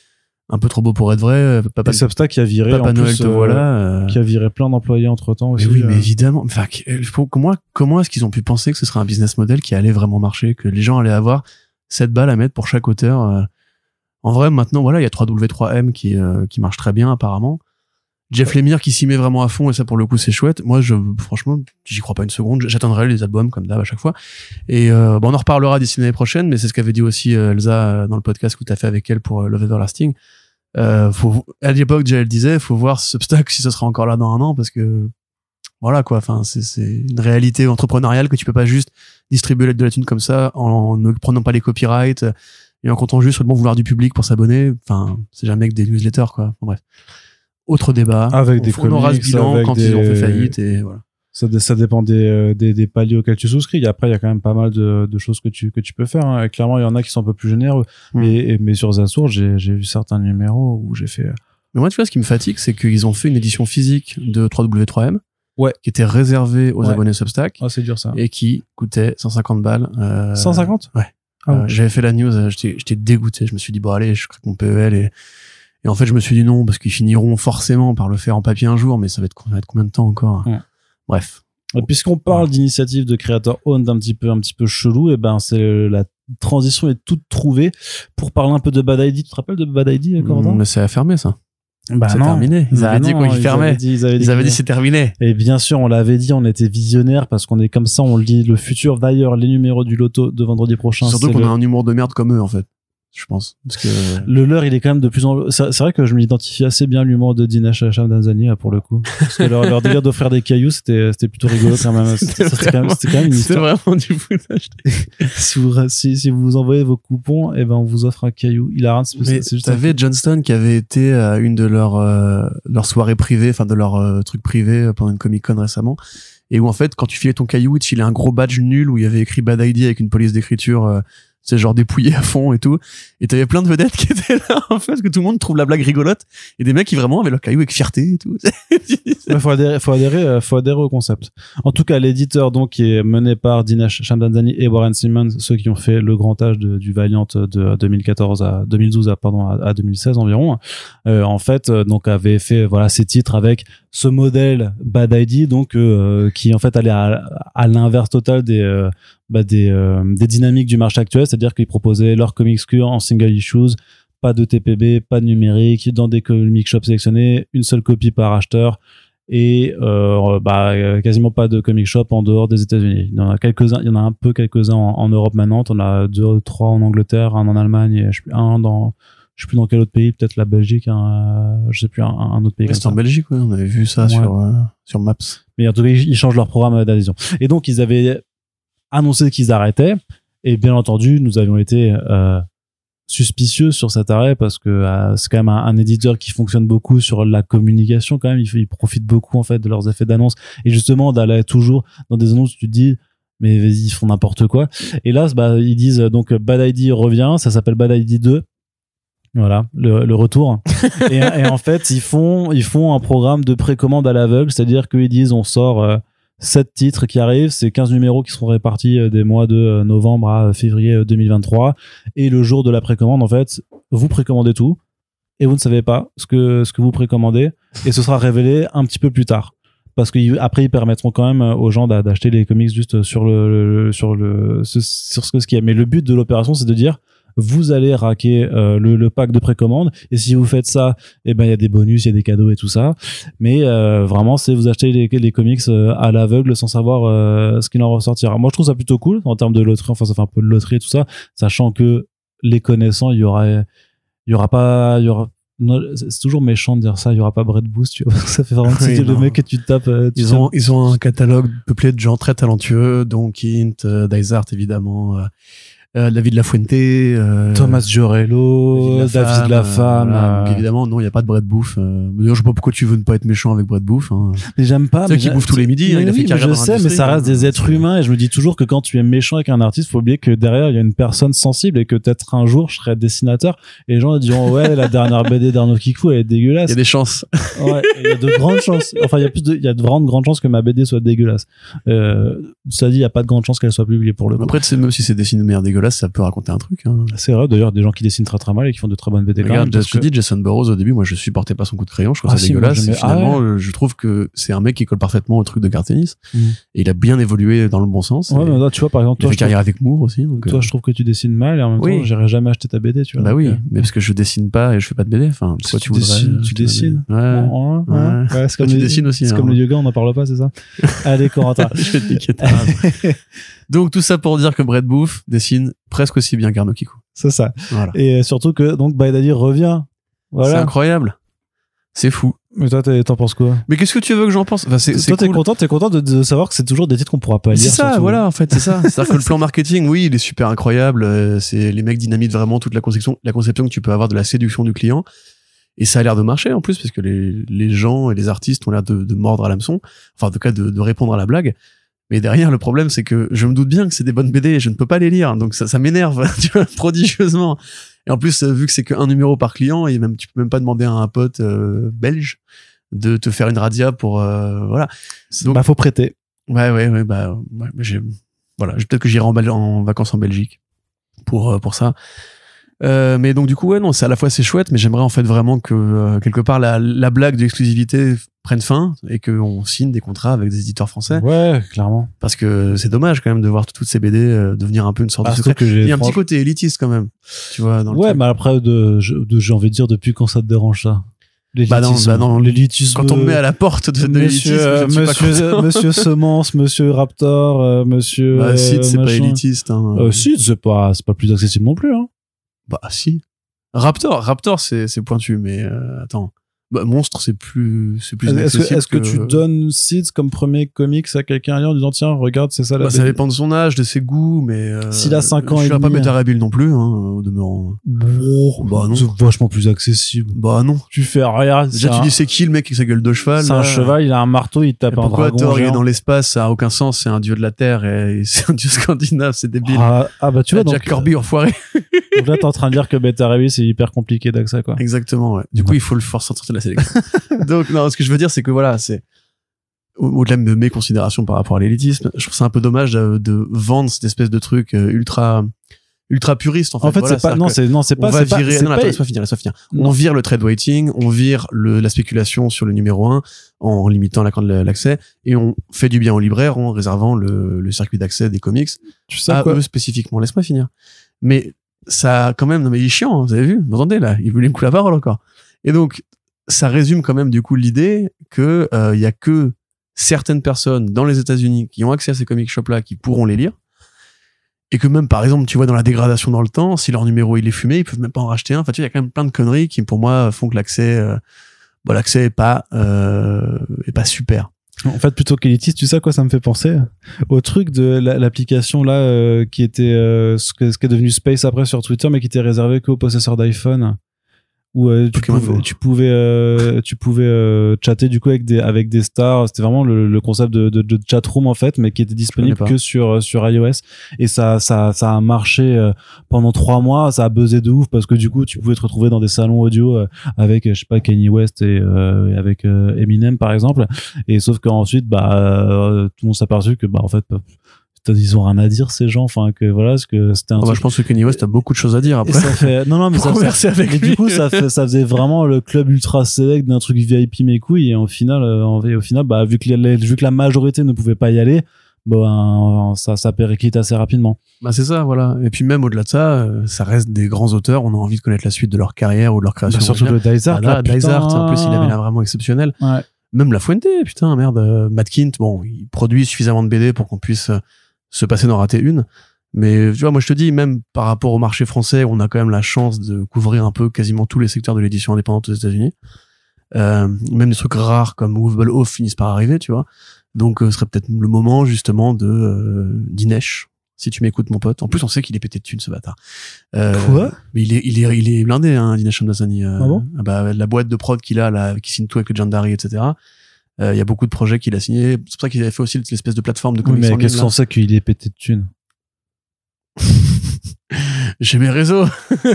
un peu trop beau pour être vrai. Et Substack qui a viré Papa en Noël plus, te voilà. qui a viré plein d'employés entre-temps aussi. Mais oui, mais évidemment. Enfin, comment est-ce qu'ils ont pu penser que ce serait un business model qui allait vraiment marcher, que les gens allaient avoir 7 balles à mettre pour chaque auteur. En vrai, maintenant, voilà, il y a 3W3M qui marche très bien, apparemment. Jeff Lemire qui s'y met vraiment à fond, et ça, pour le coup, c'est chouette. Moi, franchement, j'y crois pas une seconde. J'attendrai les albums, comme d'hab, à chaque fois. Et, on en reparlera d'ici l'année prochaine, mais c'est ce qu'avait dit aussi Elsa dans le podcast que tu as fait avec elle pour Love Everlasting. À l'époque, déjà, elle disait, faut voir Substack si ce sera encore là dans un an, parce que, voilà, quoi. Enfin, c'est une réalité entrepreneuriale que tu peux pas juste distribuer de la thune comme ça en ne prenant pas les copyrights et en comptant juste sur le bon vouloir du public pour s'abonner. Enfin, c'est jamais que des newsletters, quoi. Bon, bref. Autre débat. Avec des on aura ce bilan quand ils ont fait faillite et voilà. Ça dépend des paliers auxquels tu souscris. Après, il y a quand même pas mal de choses que tu peux faire, hein. Et clairement, il y en a qui sont un peu plus généreux. Mais sur Zasour, j'ai vu certains numéros où j'ai fait... Mais moi, tu vois, ce qui me fatigue, c'est qu'ils ont fait une édition physique de 3W3M. Ouais. Qui était réservée aux abonnés Substack. Ah, c'est dur, ça. Et qui coûtait 150 balles. 150? Ouais. J'avais fait la news, j'étais dégoûté. Je me suis dit, bon, allez, je craque mon PEL et en fait, je me suis dit non, parce qu'ils finiront forcément par le faire en papier un jour, mais ça va être combien de temps encore? Bref. Et puisqu'on parle d'initiative de créateurs owned un petit peu chelou, et ben, la transition est toute trouvée pour parler un peu de Bad ID. Tu te rappelles de Bad ID, Corentin? Mais c'est fermé, ça. Bah c'est non, terminé. Ils avaient dit quoi qu'ils fermaient. Ils avaient dit c'est terminé. Et bien sûr, on l'avait dit, on était visionnaires parce qu'on est comme ça, on lit le futur. D'ailleurs, les numéros du loto de vendredi prochain. Surtout qu'on a un humour de merde comme eux, en fait. Je pense. Parce que le leur, il est quand même de plus en plus... C'est vrai que je m'identifie assez bien à l'humour de Dinesh Shamdasani, pour le coup. Parce que leur délire d'offrir des cailloux, c'était plutôt rigolo quand même. C'était quand même une histoire. C'était vraiment du foutage. si vous envoyez vos coupons, et ben, on vous offre un caillou. Il a rien de spécial. Mais t'avais Johnston qui avait été à une de leurs soirées privées, enfin, de leur truc privé pendant une Comic-Con récemment. Et où, en fait, quand tu filais ton caillou, il te filait un gros badge nul où il y avait écrit Bad ID avec une police d'écriture, c'est genre dépouillé à fond et tout. Et t'avais plein de vedettes qui étaient là, en fait, que tout le monde trouve la blague rigolote. Et des mecs qui vraiment avaient leur caillou avec fierté et tout. Ouais, faut adhérer au concept. En tout cas, l'éditeur, donc, qui est mené par Dinesh Shamdasani et Warren Simmons, ceux qui ont fait le grand âge du Valiant de 2012 à 2016 environ, en fait, donc, avait fait, voilà, ces titres avec ce modèle Bad ID, donc, qui, en fait, allait à l'inverse total des dynamiques du marché actuel, c'est-à-dire qu'ils proposaient leurs comics en single issues, pas de TPB, pas de numérique, dans des comic shops sélectionnés, une seule copie par acheteur et quasiment pas de comic shop en dehors des États-Unis. Il y en a quelques-uns, il y en a quelques-uns en Europe maintenant. On a 2, 3 en Angleterre, un en Allemagne, et je sais plus dans quel autre pays, peut-être la Belgique, je sais plus un autre pays. Ouais, c'était en Belgique, ouais, on avait vu ça sur Maps. Mais en tout cas, ils changent leur programme d'adhésion. Et donc, ils avaient annoncé qu'ils arrêtaient. Et bien entendu, nous avions été suspicieux sur cet arrêt parce que c'est quand même un éditeur qui fonctionne beaucoup sur la communication quand même. Il profite beaucoup en fait de leurs effets d'annonce et justement d'aller toujours dans des annonces où tu te dis mais vas-y, ils font n'importe quoi. Et là, ils disent donc Bad ID revient, ça s'appelle Bad ID 2. Voilà, le retour. et en fait, ils font un programme de précommande à l'aveugle, c'est-à-dire qu'ils disent on sort 7 titres qui arrivent, c'est 15 numéros qui seront répartis des mois de novembre à février 2023 et le jour de la précommande, en fait, vous précommandez tout et vous ne savez pas ce que vous précommandez et ce sera révélé un petit peu plus tard parce que après ils permettront quand même aux gens d'acheter les comics juste sur ce qu'il y a. Mais le but de l'opération, c'est de dire vous allez raquer le pack de précommande et si vous faites ça, eh ben il y a des bonus, il y a des cadeaux et tout ça. Mais vraiment, c'est vous achetez les comics à l'aveugle sans savoir ce qu'il en ressortira. Moi, je trouve ça plutôt cool en termes de loterie. Enfin, ça fait un peu de loterie et tout ça, sachant que les connaissants, il y aura pas. Non, c'est toujours méchant de dire ça. Il y aura pas Brett Boost, tu vois. Ça fait vraiment le mec que tu tapes. Ils ont un catalogue peuplé de gens très talentueux, dont Kint, Dysart évidemment. David Lafuente, Thomas Giorello, David Lafemme. Donc évidemment, non, il n'y a pas de Brett Bouffe. D'ailleurs, je sais pas pourquoi tu veux ne pas être méchant avec Brett Bouffe. Hein. Mais j'aime pas. C'est qui bouffe tous les midis. Il a fait carrière je sais, mais ça reste des êtres humains et je me dis toujours que quand tu es méchant avec un artiste, faut oublier que derrière, il y a une personne sensible et que peut-être un jour, je serai dessinateur et les gens diront, ouais, la dernière BD d'Arnaud Kikou, elle est dégueulasse. Il y a des chances. Ouais, il y a de grandes chances. Enfin, il y a vraiment de grandes chances que ma BD soit dégueulasse. Ça dit, il y a pas de grandes chances qu'elle soit publiée pour le coup. Après, même si c'est dessiné de manière dégueulasse, là, ça peut raconter un truc. Hein. C'est vrai, d'ailleurs, des gens qui dessinent très très mal et qui font de très bonnes BD. Regarde, je te dis, Jason Burroughs, au début, moi, je supportais pas son coup de crayon, je trouve ça dégueulasse. Et finalement, je trouve que c'est un mec qui colle parfaitement au truc de carte tennis. Et il a bien évolué dans le bon sens. Ouais, mais là, tu vois, par exemple, toi, il fait carrière avec Moore aussi. Donc, toi, je trouve que tu dessines mal et en même temps, j'irais jamais acheter ta BD, tu vois. Bah oui, mais parce que je dessine pas et je fais pas de BD. Enfin, toi, tu dessines. Ouais. C'est comme tu dessines aussi. C'est comme le yoga, on n'en parle pas, c'est ça? Allez, Corentin. Je vais te piquer ta race. Donc, tout ça pour dire que Brett Booth dessine presque aussi bien qu'Arnaud Kikou. C'est ça. Voilà. Et surtout que, donc, Baidali revient. Voilà. C'est incroyable. C'est fou. Mais toi, t'en penses quoi? Mais qu'est-ce que tu veux que j'en pense? Enfin, toi, t'es content de savoir que c'est toujours des titres qu'on pourra pas lire. C'est ça, surtout. voilà, en fait, c'est ça. C'est-à-dire que le plan marketing, oui, il est super incroyable. C'est les mecs dynamitent vraiment toute la conception que tu peux avoir de la séduction du client. Et ça a l'air de marcher, en plus, parce que les gens et les artistes ont l'air de mordre à l'hameçon. Enfin, en tout cas, de répondre à la blague. Mais derrière, le problème, c'est que je me doute bien que c'est des bonnes BD et je ne peux pas les lire. Donc, ça m'énerve, tu vois, prodigieusement. Et en plus, vu que c'est qu'un numéro par client, et même, tu peux même pas demander à un pote, belge de te faire une radia pour, voilà. Donc, faut prêter. Ouais, peut-être que j'irai en vacances en Belgique pour ça. Mais donc du coup ouais non, c'est à la fois c'est chouette, mais j'aimerais en fait vraiment que quelque part la blague de l'exclusivité prenne fin et qu'on signe des contrats avec des éditeurs français. Ouais, clairement. Parce que c'est dommage quand même de voir toutes ces BD devenir un peu une sorte de secret. Il y a un petit côté élitiste quand même, tu vois. Dans ouais, mais après j'ai envie de dire depuis quand ça te dérange ça. L'élitisme. Quand on me met à la porte de l'élitisme, monsieur Semence, monsieur Raptor, monsieur. Sid, c'est pas élitiste. Hein. Sid, c'est pas plus accessible non plus. Hein. Bah si. Raptor c'est pointu, mais attends. Bah, Monstre c'est plus est-ce que tu donnes Sid comme premier comics à quelqu'un en disant tiens regarde c'est ça la ça dépend de son âge, de ses goûts, mais s'il a 5 ans je suis pas Métarabile non plus au demeurant. Bah non, c'est vachement plus accessible. Bah non, tu fais rien. Déjà tu dis c'est qui le mec avec sa gueule de cheval? C'est un cheval, il a un marteau, il tape un dragon. Pourquoi Thor il est dans l'espace? Ça a aucun sens, c'est un dieu de la terre et c'est un dieu scandinave, c'est débile. Ah bah tu vois, Jack Kirby enfoiré. Donc là t'es en train de dire que Métarabile c'est hyper compliqué d'accès quoi. Exactement, ouais. Du coup il faut le forcer sortir de la sélection. Donc non, ce que je veux dire c'est que voilà, c'est au-delà de mes considérations par rapport à l'élitisme, je trouve ça un peu dommage de vendre cette espèce de truc ultra puriste en fait. En fait voilà, c'est pas laisse-moi finir. On vire le trade waiting, on vire la spéculation sur le numéro 1 en limitant l'accès et on fait du bien aux libraires en réservant le circuit d'accès des comics à eux spécifiquement. Laisse-moi finir. Mais ça quand même, non mais il est chiant, hein, vous avez vu, vous entendez là, il voulait me couper la parole encore. Et donc ça résume quand même du coup l'idée que il y a que certaines personnes dans les États-Unis qui ont accès à ces comic shops là qui pourront les lire, et que même par exemple tu vois dans la dégradation dans le temps, si leur numéro il est fumé, ils peuvent même pas en racheter un. Enfin tu vois, il y a quand même plein de conneries qui pour moi font que l'accès est pas super. En fait, plutôt qu'élitiste, tu sais à quoi ça me fait penser? Au truc de l'application là qui était ce qui est devenu Space après sur Twitter, mais qui était réservé qu'aux possesseurs d'iPhone. Où tu pouvais chatter du coup avec des stars. C'était vraiment le concept de chatroom en fait, mais qui était disponible que sur iOS. Et ça a marché pendant 3 mois. Ça a buzzé de ouf parce que du coup tu pouvais te retrouver dans des salons audio avec je sais pas Kanye West et avec Eminem par exemple. Et sauf qu'ensuite tout le monde s'est aperçu que en fait ils ont rien à dire ces gens, enfin que voilà, parce que c'était un truc... je pense que Kanye West a beaucoup de choses à dire après. Et ça fait mais ça avec lui. Du coup ça faisait vraiment le club ultra select d'un truc VIP mes couilles, et au final vu que la majorité ne pouvait pas y aller, ça périclite assez rapidement. C'est ça, voilà. Et puis même au-delà de ça, ça reste des grands auteurs, on a envie de connaître la suite de leur carrière ou de leur création. Surtout le Dysart, Dysart, en plus il avait l'air vraiment exceptionnel. Ouais. Même La Fuente, putain, merde, Matt Kint, il produit suffisamment de BD pour qu'on puisse se passer d'en rater une. Mais tu vois, moi je te dis, même par rapport au marché français, on a quand même la chance de couvrir un peu quasiment tous les secteurs de l'édition indépendante aux États-Unis. Même des trucs rares comme Movable Off finissent par arriver, tu vois. Donc ce serait peut-être le moment justement d'Inesh, si tu m'écoutes mon pote. En plus on sait qu'il est pété de thunes ce bâtard. Quoi? Mais il est blindé, hein, Dinesh Shamdasani. Ah bon? La boîte de prod qu'il a là, qui signe tout avec le Jandari, etc. Il y a beaucoup de projets qu'il a signés. C'est pour ça qu'il avait fait aussi l'espèce de plateforme de comics en ligne. Mais qu'est-ce qu'on sait qu'il est pété de thunes? J'ai mes réseaux.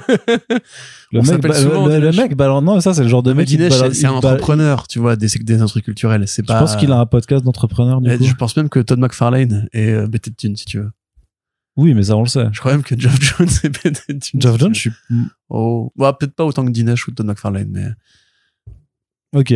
Le mec balance, non, ça c'est le genre de mec c'est un entrepreneur, tu vois, des industries culturelles. Je pense qu'il a un podcast d'entrepreneur du coup. Je pense même que Todd McFarlane est pété de thunes, si tu veux. Oui, mais ça, on le sait. Je crois même que Geoff Jones est peut-être... Geoff Jones, je suis... Oh, bah, peut-être pas autant que Dinesh ou Todd McFarlane, mais... Ok.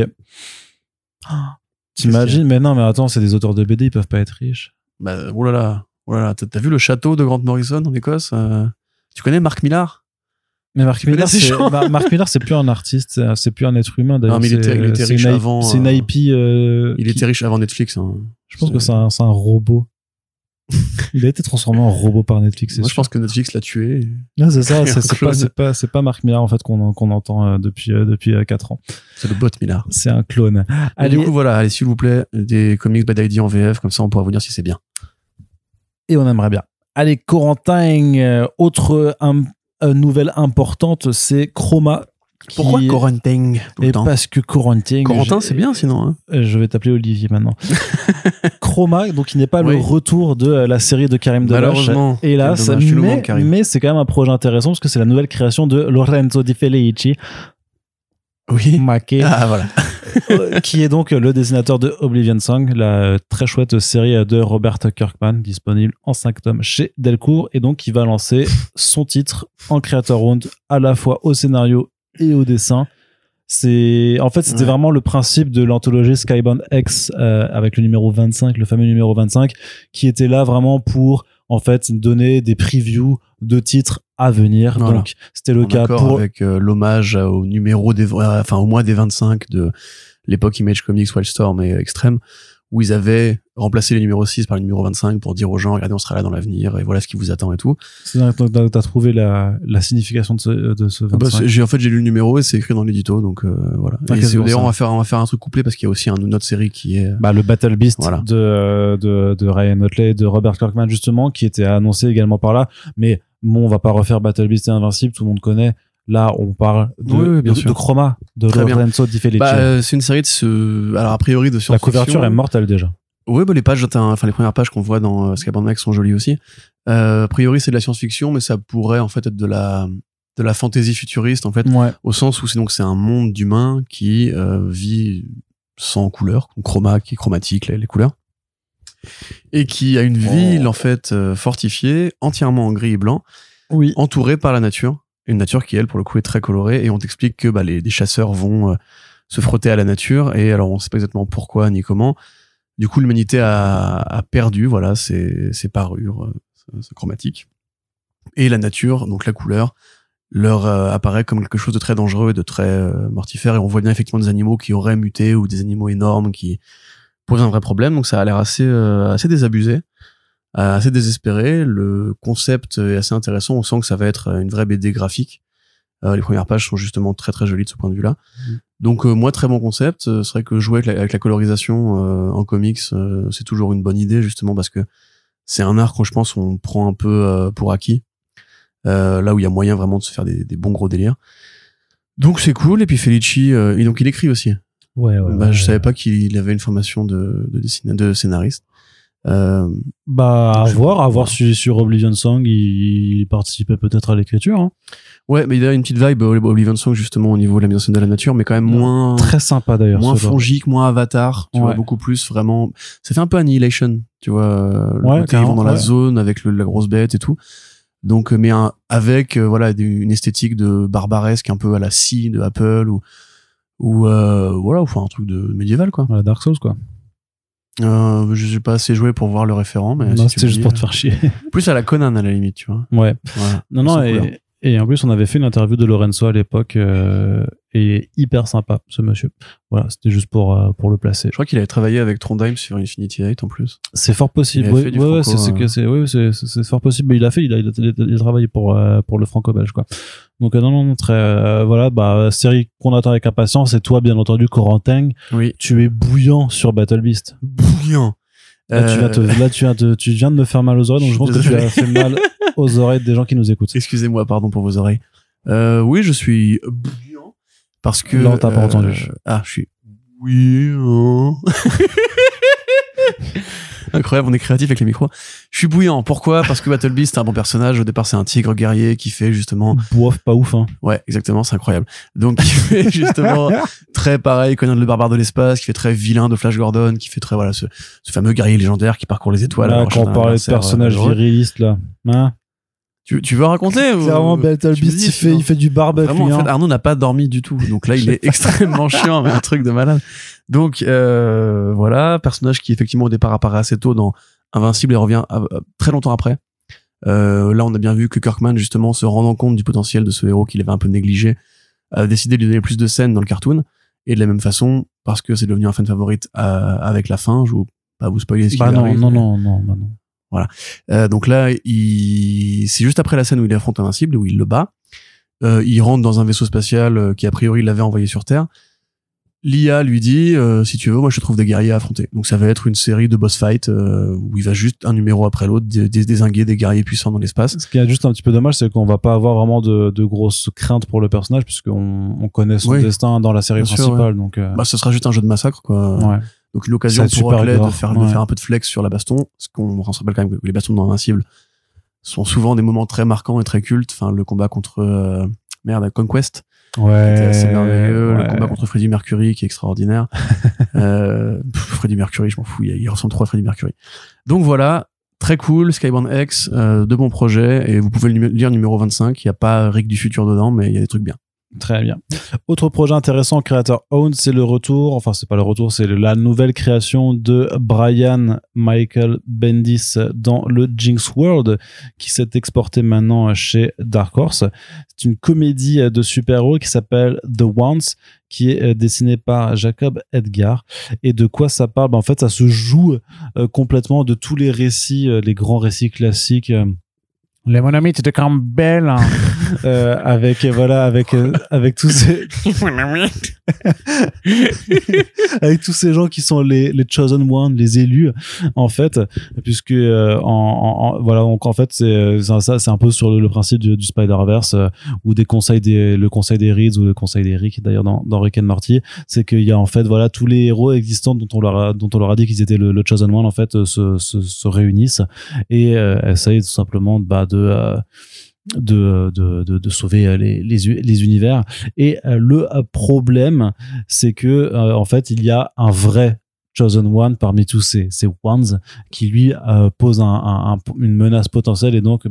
T'imagines, mais non, mais attends, c'est des auteurs de BD, ils peuvent pas être riches. Bah, oh là là, t'as vu le château de Grant Morrison en Écosse? Tu connais Mark Millar? Mais Mark Millar, c'est plus un artiste, c'est plus un être humain d'ailleurs. Non, mais il était riche avant. C'est une IP. Il était riche avant Netflix. Hein. Je pense que c'est un robot. Il a été transformé en robot par Netflix. Moi, je pense que Netflix l'a tué. Non, c'est ça. C'est pas Mark Millar en fait qu'on entend depuis 4 ans. C'est le bot Millar. C'est un clone. Allez. Du coup, voilà. Allez, s'il vous plaît, des comics Bad ID en VF, comme ça, on pourra vous dire si c'est bien. Et on aimerait bien. Allez, Corentin, autre nouvelle importante, c'est Chroma. Pourquoi Corentin tout le temps? Parce que Corentin... Corentin, c'est bien sinon. Hein. Je vais t'appeler Olivier maintenant. Chroma, donc il n'est pas le retour de la série de Karim Deloche. Hélas, mais c'est quand même un projet intéressant parce que c'est la nouvelle création de Lorenzo Di Felici. Oui. Ah, voilà. Qui est donc le dessinateur de Oblivion Song, la très chouette série de Robert Kirkman, disponible en 5 tomes chez Delcourt, et donc qui va lancer son titre en Creator Round à la fois au scénario et au dessin. C'était vraiment le principe de l'anthologie Skybound X avec le numéro 25, le fameux numéro 25, qui était là vraiment pour en fait donner des previews de titres à venir. Voilà. Donc c'était le cas pour avec l'hommage au numéro au mois des 25 de l'époque Image Comics Wildstorm et Extreme, où ils avaient remplacé les numéros 6 par le numéro 25 pour dire aux gens, regardez, on sera là dans l'avenir et voilà ce qui vous attend et tout. T'as trouvé la signification de ce 25. J'ai lu le numéro et c'est écrit dans l'édito, donc voilà. Ah, d'ailleurs, on va faire un truc couplé parce qu'il y a aussi une autre série qui est... le Battle Beast de Ryan Otley et de Robert Kirkman, justement, qui était annoncé également par là. Mais bon, on va pas refaire Battle Beast et Invincible, tout le monde connaît. Là, on parle de Chroma, de Lorenzo Di Felici. C'est une série alors a priori de science-fiction. La couverture est mortelle déjà. Oui, les pages, les premières pages qu'on voit dans Skybound X sont jolies aussi. A priori, c'est de la science-fiction, mais ça pourrait en fait être de la fantasy futuriste en fait, au sens où c'est un monde d'humains qui vit sans couleur, chroma qui est chromatique les couleurs, et qui a une ville en fait fortifiée, entièrement en gris et blanc, entourée par la nature. Une nature qui, elle, pour le coup, est très colorée, et on t'explique que des chasseurs vont se frotter à la nature, et alors on sait pas exactement pourquoi ni comment. Du coup, l'humanité a perdu, voilà, ses parures chromatiques. Et la nature, donc la couleur, leur apparaît comme quelque chose de très dangereux et de très mortifère, et on voit bien effectivement des animaux qui auraient muté, ou des animaux énormes qui posent un vrai problème, donc ça a l'air assez désabusé. Assez désespéré. Le concept est assez intéressant. On sent que ça va être une vraie BD graphique. Les premières pages sont justement très très jolies de ce point de vue-là. Donc moi, très bon concept. C'est vrai que jouer avec la colorisation en comics, c'est toujours une bonne idée, justement parce que c'est un art qu'on, je pense, on prend un peu pour acquis. Là où il y a moyen vraiment de se faire des bons gros délires. Donc c'est cool. Et puis Felici, donc il écrit aussi. Je savais pas qu'il avait une formation de scénariste. À voir si sur Oblivion Song il participait peut-être à l'écriture, hein. Ouais, mais il a une petite vibe Oblivion Song justement au niveau de la mise en scène de la nature, mais quand même moins très sympa d'ailleurs, moins fongique, moins Avatar, tu vois, beaucoup plus vraiment. Ça fait un peu Annihilation, tu vois, le côté ils vont dans la zone avec la grosse bête et tout. Donc mais avec une esthétique de barbaresque un peu à la scie de Apple ou un truc de médiéval quoi. Voilà, Dark Souls quoi. Je suis pas assez joué pour voir le référent, mais non, c'était juste pour te faire chier. Plus à la Conan à la limite, tu vois. Ouais. Non, et en plus on avait fait une interview de Lorenzo à l'époque et hyper sympa ce monsieur. Voilà, c'était juste pour le placer. Je crois qu'il avait travaillé avec Trondheim sur Infinity 8 en plus. C'est fort possible. C'est fort possible. Il a travaillé pour le franco-belge quoi. Donc très série qu'on attend avec impatience. Et toi, bien entendu, Corentin, tu es bouillant sur Battle Beast. Bouillant. Tu viens de me faire mal aux oreilles, donc je pense que tu as fait mal aux oreilles des gens qui nous écoutent. Excusez-moi, pardon pour vos oreilles. Oui, je suis bouillant parce que. Non, t'as pas entendu. Je suis bouillant. Incroyable, on est créatif avec les micros. Je suis bouillant. Pourquoi? Parce que Battle Beast, c'est un bon personnage. Au départ, c'est un tigre guerrier qui fait justement... Bof, pas ouf, hein. Ouais, exactement, c'est incroyable. Donc, qui fait justement très pareil, Conan le barbare de l'espace, qui fait très vilain de Flash Gordon, qui fait très, voilà, ce fameux guerrier légendaire qui parcourt les étoiles. Là, quand on parlait de personnages virilistes, là. Hein? Tu veux raconter? Clairement, Battle Beast, il fait du barbecue. Vraiment, en fait, Arnaud n'a pas dormi du tout. Donc là, il est extrêmement chiant, mais un truc de malade. Donc, voilà, personnage qui, effectivement, au départ apparaît assez tôt dans Invincible et revient très longtemps après. Là, on a bien vu que Kirkman, justement, se rendant compte du potentiel de ce héros qu'il avait un peu négligé, a décidé de lui donner plus de scènes dans le cartoon. Et de la même façon, parce que c'est devenu un fan favorite avec la fin, je vais pas vous spoiler ce qui arrive. Non. Voilà. Donc là, c'est juste après la scène où il affronte Invincible, où il le bat. Il rentre dans un vaisseau spatial qui, a priori, l'avait envoyé sur Terre. L'IA lui dit, si tu veux, moi je te trouve des guerriers à affronter. Donc ça va être une série de boss fights où il va juste un numéro après l'autre dézinguer des guerriers puissants dans l'espace. Ce qui est juste un petit peu dommage, c'est qu'on va pas avoir vraiment de grosses craintes pour le personnage, puisqu'on connaît son destin dans la série principale. Donc, ce sera juste un jeu de massacre, quoi. Ouais. Donc une occasion pour Oakley de faire un peu de flex sur la baston. Ce qu'on se rappelle quand même que les bastons dans Invincible sont souvent des moments très marquants et très cultes. Enfin, le combat contre Conquest. Ouais. C'était assez merveilleux. Ouais. Le combat contre Freddie Mercury qui est extraordinaire. Freddie Mercury, je m'en fous. Il ressemble trop à Freddie Mercury. Donc voilà. Très cool. Skybound X, de bons projets. Et vous pouvez lire numéro 25. Il n'y a pas Rick du futur dedans, mais il y a des trucs bien. Très bien. Autre projet intéressant, créateur owned, c'est le retour, enfin c'est pas le retour, c'est la nouvelle création de Brian Michael Bendis dans le Jinx World, qui s'est exporté maintenant chez Dark Horse. C'est une comédie de super-héros qui s'appelle The Ones, qui est dessinée par Jacob Edgar. Et de quoi ça parle? En fait, ça se joue complètement de tous les récits, les grands récits classiques. Les monomites de Campbell, hein. avec tous ces avec tous ces gens qui sont les chosen ones, les élus, en fait, puisque voilà, donc en fait c'est un peu sur le principe du Spider-Verse, ou le conseil des Reeds ou le conseil des Rick, d'ailleurs dans Rick and Morty, c'est qu'il y a en fait voilà tous les héros existants dont on leur a dit qu'ils étaient le chosen one, en fait, se réunissent et essayent tout simplement de sauver les univers. Et le problème, c'est que en fait il y a un vrai chosen one parmi tous ces ones qui lui pose une menace potentielle, et donc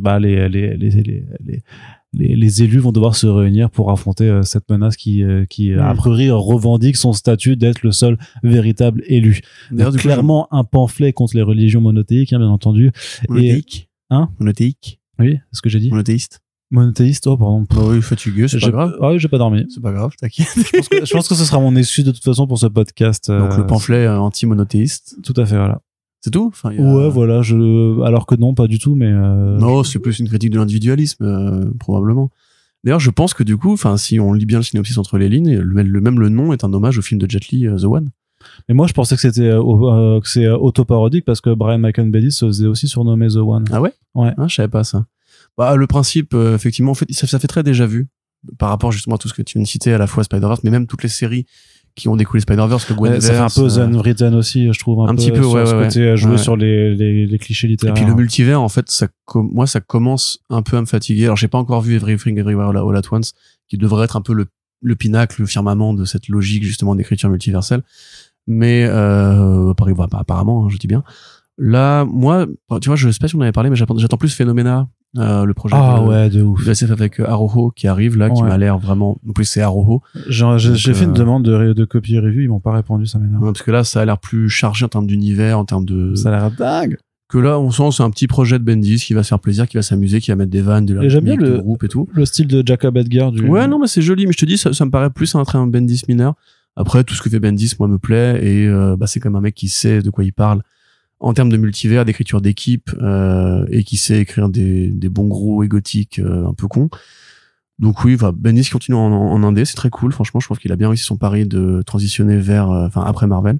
les élus vont devoir se réunir pour affronter cette menace qui a priori revendique son statut d'être le seul véritable élu. Donc, clairement un pamphlet contre les religions monothéiques, hein, bien entendu. Monothéique. Monothéique. Oui, c'est ce que j'ai dit. Monothéiste, oh pardon. Bah oui, fatigué, c'est pas grave. Ah oui, j'ai pas dormi. C'est pas grave, t'inquiète. Je pense que ce sera mon excuse de toute façon pour ce podcast. Donc le pamphlet anti-monothéiste. Tout à fait, voilà. C'est tout? Enfin, ouais, voilà, alors que non, pas du tout, mais non, c'est plus une critique de l'individualisme, probablement. D'ailleurs, je pense que du coup, enfin, si on lit bien le synopsis entre les lignes, même le nom est un hommage au film de Jet Li, The One. Mais moi, je pensais que c'était que c'est autoparodique, parce que Brian Michael Bendis se faisait aussi surnommer The One. Ah ouais? Ouais. Ah, je savais pas ça. Bah, le principe, effectivement, en fait, ça fait très déjà vu par rapport justement à tout ce que tu viens de citer, à la fois Spider-Verse, mais même toutes les séries qui ont découlé Spider-Verse, le Gwenverse. Ça fait un peu The Unwritten aussi, je trouve. Un petit peu, ouais. Ce côté jouer sur les clichés littéraires. Et puis le multivers, en fait, moi, ça commence un peu à me fatiguer. Alors, j'ai pas encore vu Everything Everywhere All at Once, qui devrait être un peu le pinacle, le firmament de cette logique, justement, d'écriture multiverselle. Mais, apparemment, hein, je dis bien. Là, moi, tu vois, je sais pas si on en avait parlé, mais j'attends plus Phenomena, le projet de ouf. De SF avec Arroho qui arrive là, qui m'a l'air vraiment. En plus, c'est Arroho. J'ai fait une demande de copy review, ils m'ont pas répondu, ça m'énerve. Ouais, parce que là, ça a l'air plus chargé en termes d'univers, en termes de. Ça a l'air dingue. Que là, on sent c'est un petit projet de Bendis qui va se faire plaisir, qui va s'amuser, qui va mettre des vannes, de la musique, de groupe et tout. Le style de Jacob Edgar. Ouais, non, mais c'est joli, mais je te dis, ça me paraît plus un trait Bendis mineur. Après, tout ce que fait Bendis, moi, me plaît, et c'est comme un mec qui sait de quoi il parle en termes de multivers, d'écriture d'équipe, et qui sait écrire des bons gros et gothiques un peu cons. Donc oui, Bendis continue en indé, c'est très cool. Franchement, je trouve qu'il a bien réussi son pari de transitionner vers, après Marvel.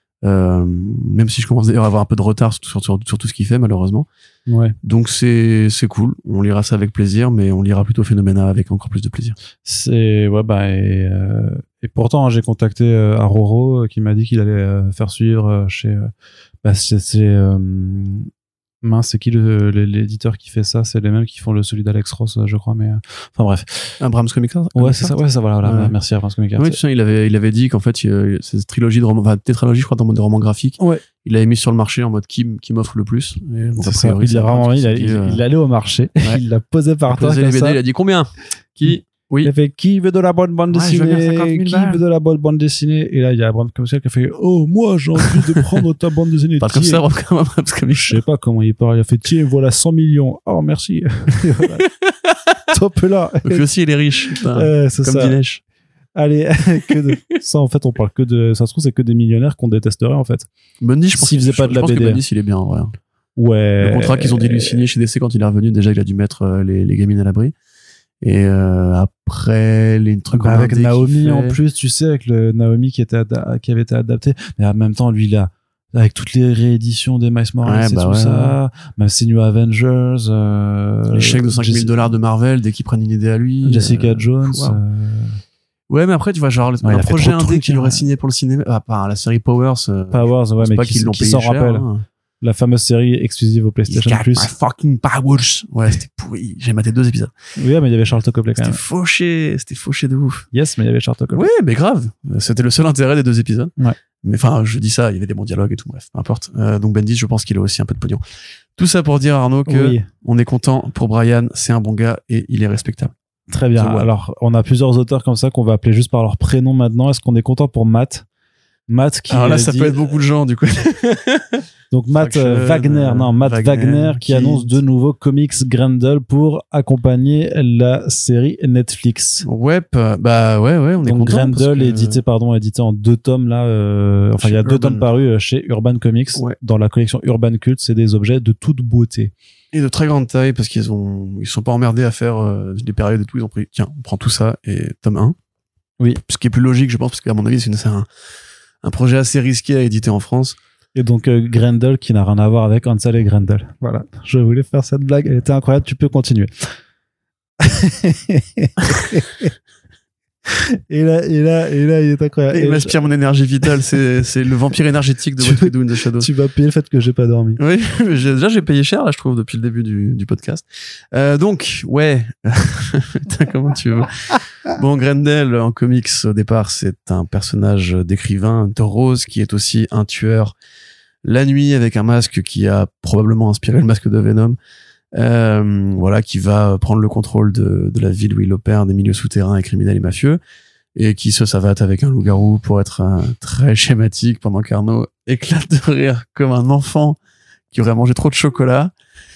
Même si je commence d'ailleurs à avoir un peu de retard sur tout ce qu'il fait, malheureusement. Ouais. Donc c'est cool. On lira ça avec plaisir, mais on lira plutôt Phenomena avec encore plus de plaisir. Et pourtant, j'ai contacté Aroro qui m'a dit qu'il allait faire suivre chez... mince, c'est qui l'éditeur qui fait ça? C'est les mêmes qui font celui d'Alex Ross, je crois, mais enfin bref. Abrams Comics Art. Ouais, c'est ça, voilà. Ouais. Merci Abrams Comics Art. Oui, tu sais, il avait dit qu'en fait, cette trilogie de romans, enfin, tétralogie, je crois, dans des romans graphiques. Ouais. Il l'avait mis sur le marché en mode qui m'offre le plus. Et donc, C'est ça. Il allait au marché, ouais. il l'a posé par terre. Il a dit combien? Qui? Oui. Il a fait qui veut de la bonne bande dessinée? Qui veut de la bonne bande dessinée? Et là, il y a Abrams Comics qui a fait oh, moi, j'ai envie de prendre ta bande dessinée. Pas comme ça, Abrams Comics. Je sais pas comment il parle. Il a fait tiens, voilà 100 millions. Oh, merci. Top là. Et puis aussi, il est riche. Putain, c'est comme ça. Dinesh. Allez, ça, en fait, on parle que de, ça se trouve, c'est que des millionnaires qu'on détesterait, en fait. Bundy, je pense S'il faisait pas de la BD. Je pense que Bundy, il est bien, en vrai. Ouais. Le contrat qu'ils ont dû lui signer chez DC quand il est revenu, déjà, il a dû mettre les gamines à l'abri. Et après les trucs avec Naomi en plus, tu sais, avec le Naomi qui avait été adapté, mais en même temps lui là avec toutes les rééditions des Miles Morales et tout ça, même ces New Avengers, les chèques de $5,000 de Marvel dès qu'ils prennent une idée à lui, Jessica Jones. Wow. Ouais, mais après tu vois genre un projet indé qu'il aurait signé pour le cinéma, la série Powers, ouais, mais pas qu'ils l'ont payé s'en cher, rappelle. hein. La fameuse série exclusive au PlayStation Plus. My fucking powers. Ouais, c'était pourri. J'ai maté 2 épisodes. Oui, mais il y avait Charlton Copley quand même. C'était fauché de ouf. Yes, mais il y avait Charlton Copley. Ouais, mais grave. C'était le seul intérêt des 2 épisodes. Ouais. Mais enfin, je dis ça, il y avait des bons dialogues et tout, bref, peu importe. Donc Bendis, je pense qu'il a aussi un peu de pognon. Tout ça pour dire, Arnaud, que on est content pour Brian, c'est un bon gars et il est respectable. Très bien. Alors, on a plusieurs auteurs comme ça qu'on va appeler juste par leur prénom maintenant. Est-ce qu'on est content pour Matt qui alors là, ça peut être beaucoup de gens, du coup. Donc Matt Wagner qui annonce de nouveaux comics Grendel pour accompagner la série Netflix. Ouais, bah ouais, on est donc content. Grendel édité en 2 tomes là. Enfin, il y a 2 tomes parus chez Urban Comics dans la collection Urban Cult. C'est des objets de toute beauté et de très grande taille parce ils sont pas emmerdés à faire des périodes et tout. Ils ont pris tiens, on prend tout ça et tome 1. Oui. Ce qui est plus logique, je pense, parce qu'à mon avis, c'est un projet assez risqué à éditer en France. Et donc Grendel qui n'a rien à voir avec Hansel et Grendel. Voilà, je voulais faire cette blague, elle était incroyable, tu peux continuer. et là, il est incroyable. Il m'inspire mon énergie vitale, c'est le vampire énergétique de What We Do in the Shadows. Tu vas payer le fait que j'ai pas dormi. Oui, déjà j'ai payé cher là, je trouve, depuis le début du podcast. Donc, ouais, putain, comment tu veux. Bon, Grendel en comics au départ, c'est un personnage d'écrivain, Hunter Rose, qui est aussi un tueur la nuit avec un masque qui a probablement inspiré le masque de Venom. Voilà, qui va prendre le contrôle de la ville où il opère, des milieux souterrains et criminels et mafieux, et qui se savate avec un loup-garou pour être très schématique, pendant qu'Arnaud éclate de rire comme un enfant qui aurait mangé trop de chocolat.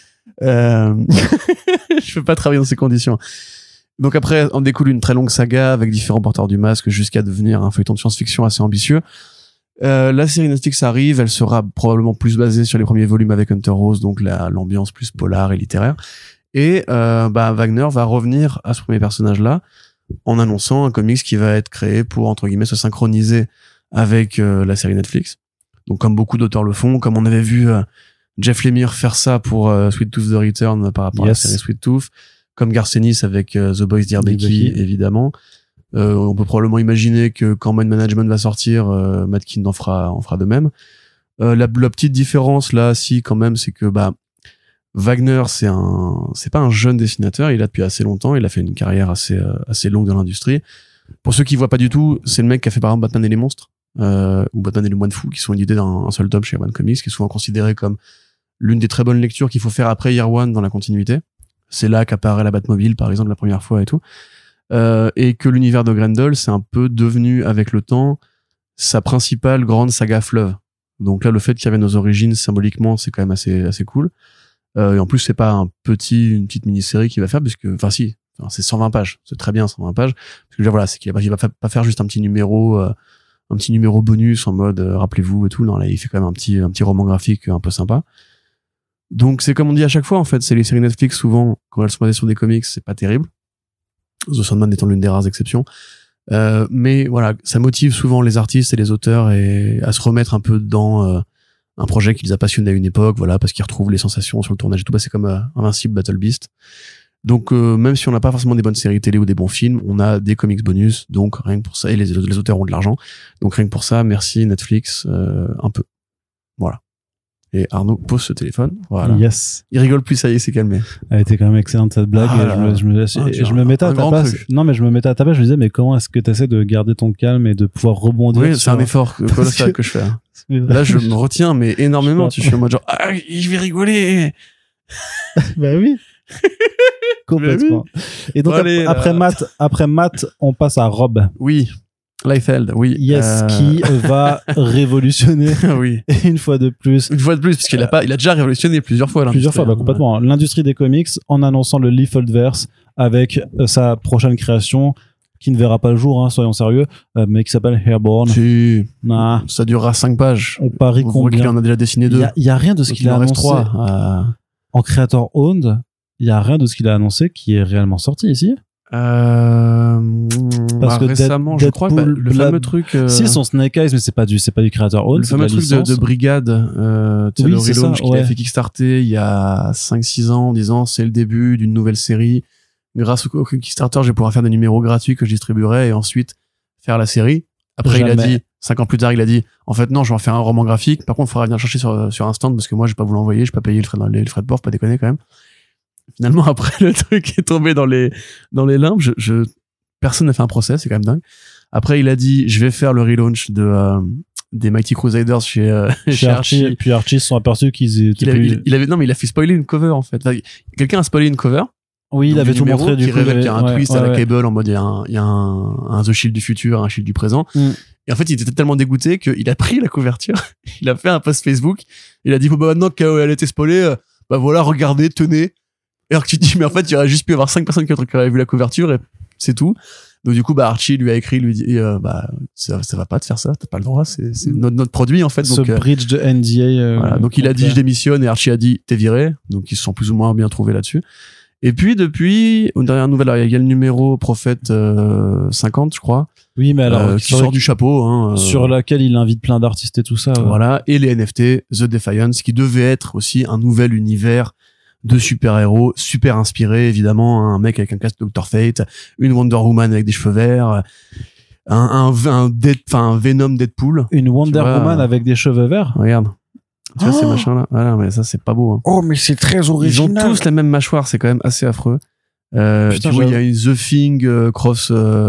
Je peux pas travailler dans ces conditions. Donc après, on découle une très longue saga avec différents porteurs du masque jusqu'à devenir un feuilleton de science-fiction assez ambitieux. La série Netflix arrive, elle sera probablement plus basée sur les premiers volumes avec Hunter Rose, donc l'ambiance plus polar et littéraire. Et Wagner va revenir à ce premier personnage-là en annonçant un comics qui va être créé pour, entre guillemets, se synchroniser avec la série Netflix. Donc comme beaucoup d'auteurs le font, comme on avait vu Jeff Lemire faire ça pour Sweet Tooth The Return par rapport à la série Sweet Tooth, comme Garth Ennis avec The Boys Dear Becky, évidemment. On peut probablement imaginer que quand Man Management va sortir, Matt Kindt en fera de même. La petite différence là, quand même, c'est que Wagner, c'est pas un jeune dessinateur, il est là depuis assez longtemps, il a fait une carrière assez longue dans l'industrie. Pour ceux qui voient pas du tout, c'est le mec qui a fait par exemple Batman et les monstres, ou Batman et le moine fou, qui sont édités dans un seul tome chez Urban Comics, qui est souvent considéré comme l'une des très bonnes lectures qu'il faut faire après Year One dans la continuité. C'est là qu'apparaît la Batmobile, par exemple, la première fois et tout. Et que l'univers de Grendel, c'est un peu devenu, avec le temps, sa principale grande saga fleuve. Donc là, le fait qu'il y avait nos origines symboliquement, c'est quand même assez cool. Et en plus, c'est pas une petite mini-série qu'il va faire, puisque, c'est 120 pages. C'est très bien, 120 pages. Parce que voilà, c'est qu'il va pas faire juste un petit numéro bonus en mode, rappelez-vous et tout. Non, là, il fait quand même un petit roman graphique un peu sympa. Donc, c'est comme on dit à chaque fois, en fait, c'est les séries Netflix, souvent, quand elles sont basées sur des comics, c'est pas terrible. The Sandman étant l'une des rares exceptions. Mais voilà, ça motive souvent les artistes et les auteurs à se remettre un peu dans un projet qui les a passionnés à une époque, voilà, parce qu'ils retrouvent les sensations sur le tournage et tout. C'est comme Invincible, Battle Beast. Donc même si on n'a pas forcément des bonnes séries télé ou des bons films, on a des comics bonus, donc rien que pour ça, et les auteurs ont de l'argent, donc rien que pour ça, merci Netflix, un peu. Voilà. Et Arnaud pose ce téléphone. Voilà. Yes. Il rigole plus, ça y est, c'est calmé. Elle était quand même excellente cette blague. Et je me mettais à ta place. Non, mais je me mettais à ta place. Je me disais, mais comment est-ce que tu essaies de garder ton calme et de pouvoir rebondir? Oui, c'est un effort colossal que je fais. Là, je me retiens, mais énormément. Je suis en mode genre, je vais rigoler. Bah oui. Complètement. Et donc, après Matt, on passe à Rob. Oui. Liefeld, oui. Yes, qui va révolutionner. Oui. Une fois de plus. Parce qu'il il a déjà révolutionné plusieurs fois. Plusieurs fois, complètement. L'industrie des comics en annonçant le Liefeldverse avec sa prochaine création qui ne verra pas le jour, hein, soyons sérieux, mais qui s'appelle Airborne. Si. Ça durera 5 pages. On parie combien? Il en a déjà dessiné 2. Il y a rien de ce qu'il a annoncé. 3. En creator owned, il y a rien de ce qu'il a annoncé qui est réellement sorti ici. Parce que récemment, je crois que le fameux truc. Si, son Snake Eyes, mais c'est pas du creator owned. Le fameux truc de Brigade, oui, le relaunch qu'il a fait Kickstarter il y a 5-6 ans en disant c'est le début d'une nouvelle série. Grâce au Kickstarter, je vais pouvoir faire des numéros gratuits que je distribuerai et ensuite faire la série. Après, il a dit, 5 ans plus tard, il a dit, en fait, non, je vais en faire un roman graphique. Par contre, il faudra venir chercher sur un stand parce que moi, je vais pas vous l'envoyer, je vais pas payer les frais de port, pas déconner quand même. Finalement, après, le truc est tombé dans les limbes. Personne n'a fait un procès, c'est quand même dingue. Après, il a dit, je vais faire le relaunch des Mighty Crusaders chez Archie. Puis Archie se sont aperçus qu'ils étaient non, mais il a fait spoiler une cover, en fait. Enfin, quelqu'un a spoilé une cover. Oui, il avait tout montré du coup. Il y a un twist à la Cable en mode il y a un The Shield du futur, un Shield du présent. Et en fait, il était tellement dégoûté qu'il a pris la couverture, il a fait un post Facebook, il a dit, maintenant qu'elle a été spoilée, bah voilà, regardez, tenez. Et alors que tu te dis, mais en fait, il y aurait juste pu y avoir 5 personnes qui auraient vu la couverture et c'est tout. Donc du coup, Archie lui a écrit, lui dit, ça va pas de faire ça, t'as pas le droit, c'est notre produit en fait. Donc, ce bridge de NDA. Voilà, donc il a dit, je démissionne et Archie a dit, t'es viré. Donc ils se sont plus ou moins bien trouvés là-dessus. Et puis depuis, une dernière nouvelle, il y a le numéro Prophète 50, je crois. Oui, mais alors qui sort du chapeau, hein, sur laquelle il invite plein d'artistes et tout ça. Voilà, et les NFT, The Defiance, qui devait être aussi un nouvel univers de super-héros, super inspiré évidemment, un mec avec un casque de Dr Fate, une Wonder Woman avec des cheveux verts, un Venom Deadpool, une Wonder Woman avec des cheveux verts. Regarde. Tu vois ces machins là, voilà, mais ça c'est pas beau, hein. Oh, mais c'est très original. Ils ont tous la même mâchoire, c'est quand même assez affreux. Putain, tu vois, il y a une The Thing cross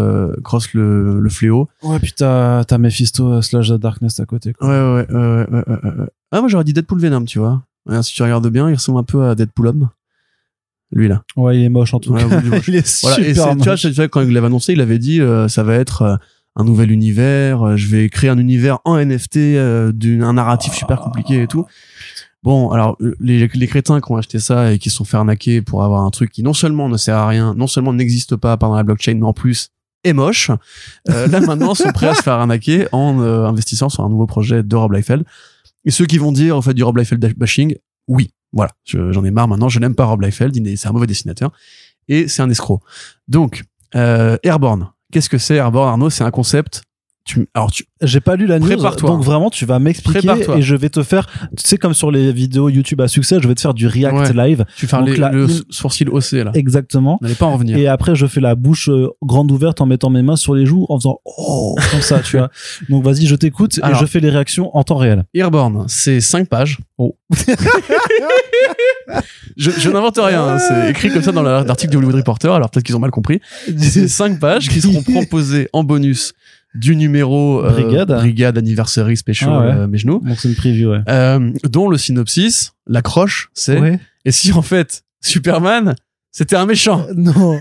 le fléau. Ouais, puis t'as Mephisto / The Darkness à côté, quoi. Ouais. Ah, moi j'aurais dit Deadpool Venom, tu vois. Si tu regardes bien, il ressemble un peu à Deadpool homme. Lui là. Ouais, il est moche en tout cas. Il est super moche. Tu vois, quand il l'avait annoncé, il avait dit ça va être un nouvel univers, je vais créer un univers en NFT un narratif super compliqué et tout. Bon, alors les crétins qui ont acheté ça et qui se sont fait arnaquer pour avoir un truc qui non seulement ne sert à rien, non seulement n'existe pas pendant la blockchain, mais en plus est moche, là maintenant sont prêts à se faire arnaquer en investissant sur un nouveau projet de Rob Liefeld. Et ceux qui vont dire en fait du Rob Liefeld bashing, oui, voilà, j'en ai marre maintenant, je n'aime pas Rob Liefeld, c'est un mauvais dessinateur et c'est un escroc. Donc Airborne. Qu'est-ce que c'est Airborne, Arnaud? C'est un concept. J'ai pas lu la news, donc vraiment tu vas m'expliquer et je vais te faire, tu sais, comme sur les vidéos YouTube à succès, je vais te faire du React live. Tu fais le sourcil haussé là. Exactement. N'allez pas en revenir. Et après je fais la bouche grande ouverte en mettant mes mains sur les joues en faisant oh comme ça, tu vois. Donc vas-y, je t'écoute et je fais les réactions en temps réel. Airborne, c'est 5 pages. Oh. je n'invente rien, hein. C'est écrit comme ça dans l'article de Hollywood Reporter, alors peut-être qu'ils ont mal compris. C'est 5 pages qui seront proposées en bonus du numéro Brigade Anniversary Special mes genoux. Donc c'est une preview, dont le synopsis, l'accroche, c'est et si en fait Superman c'était un méchant. Non.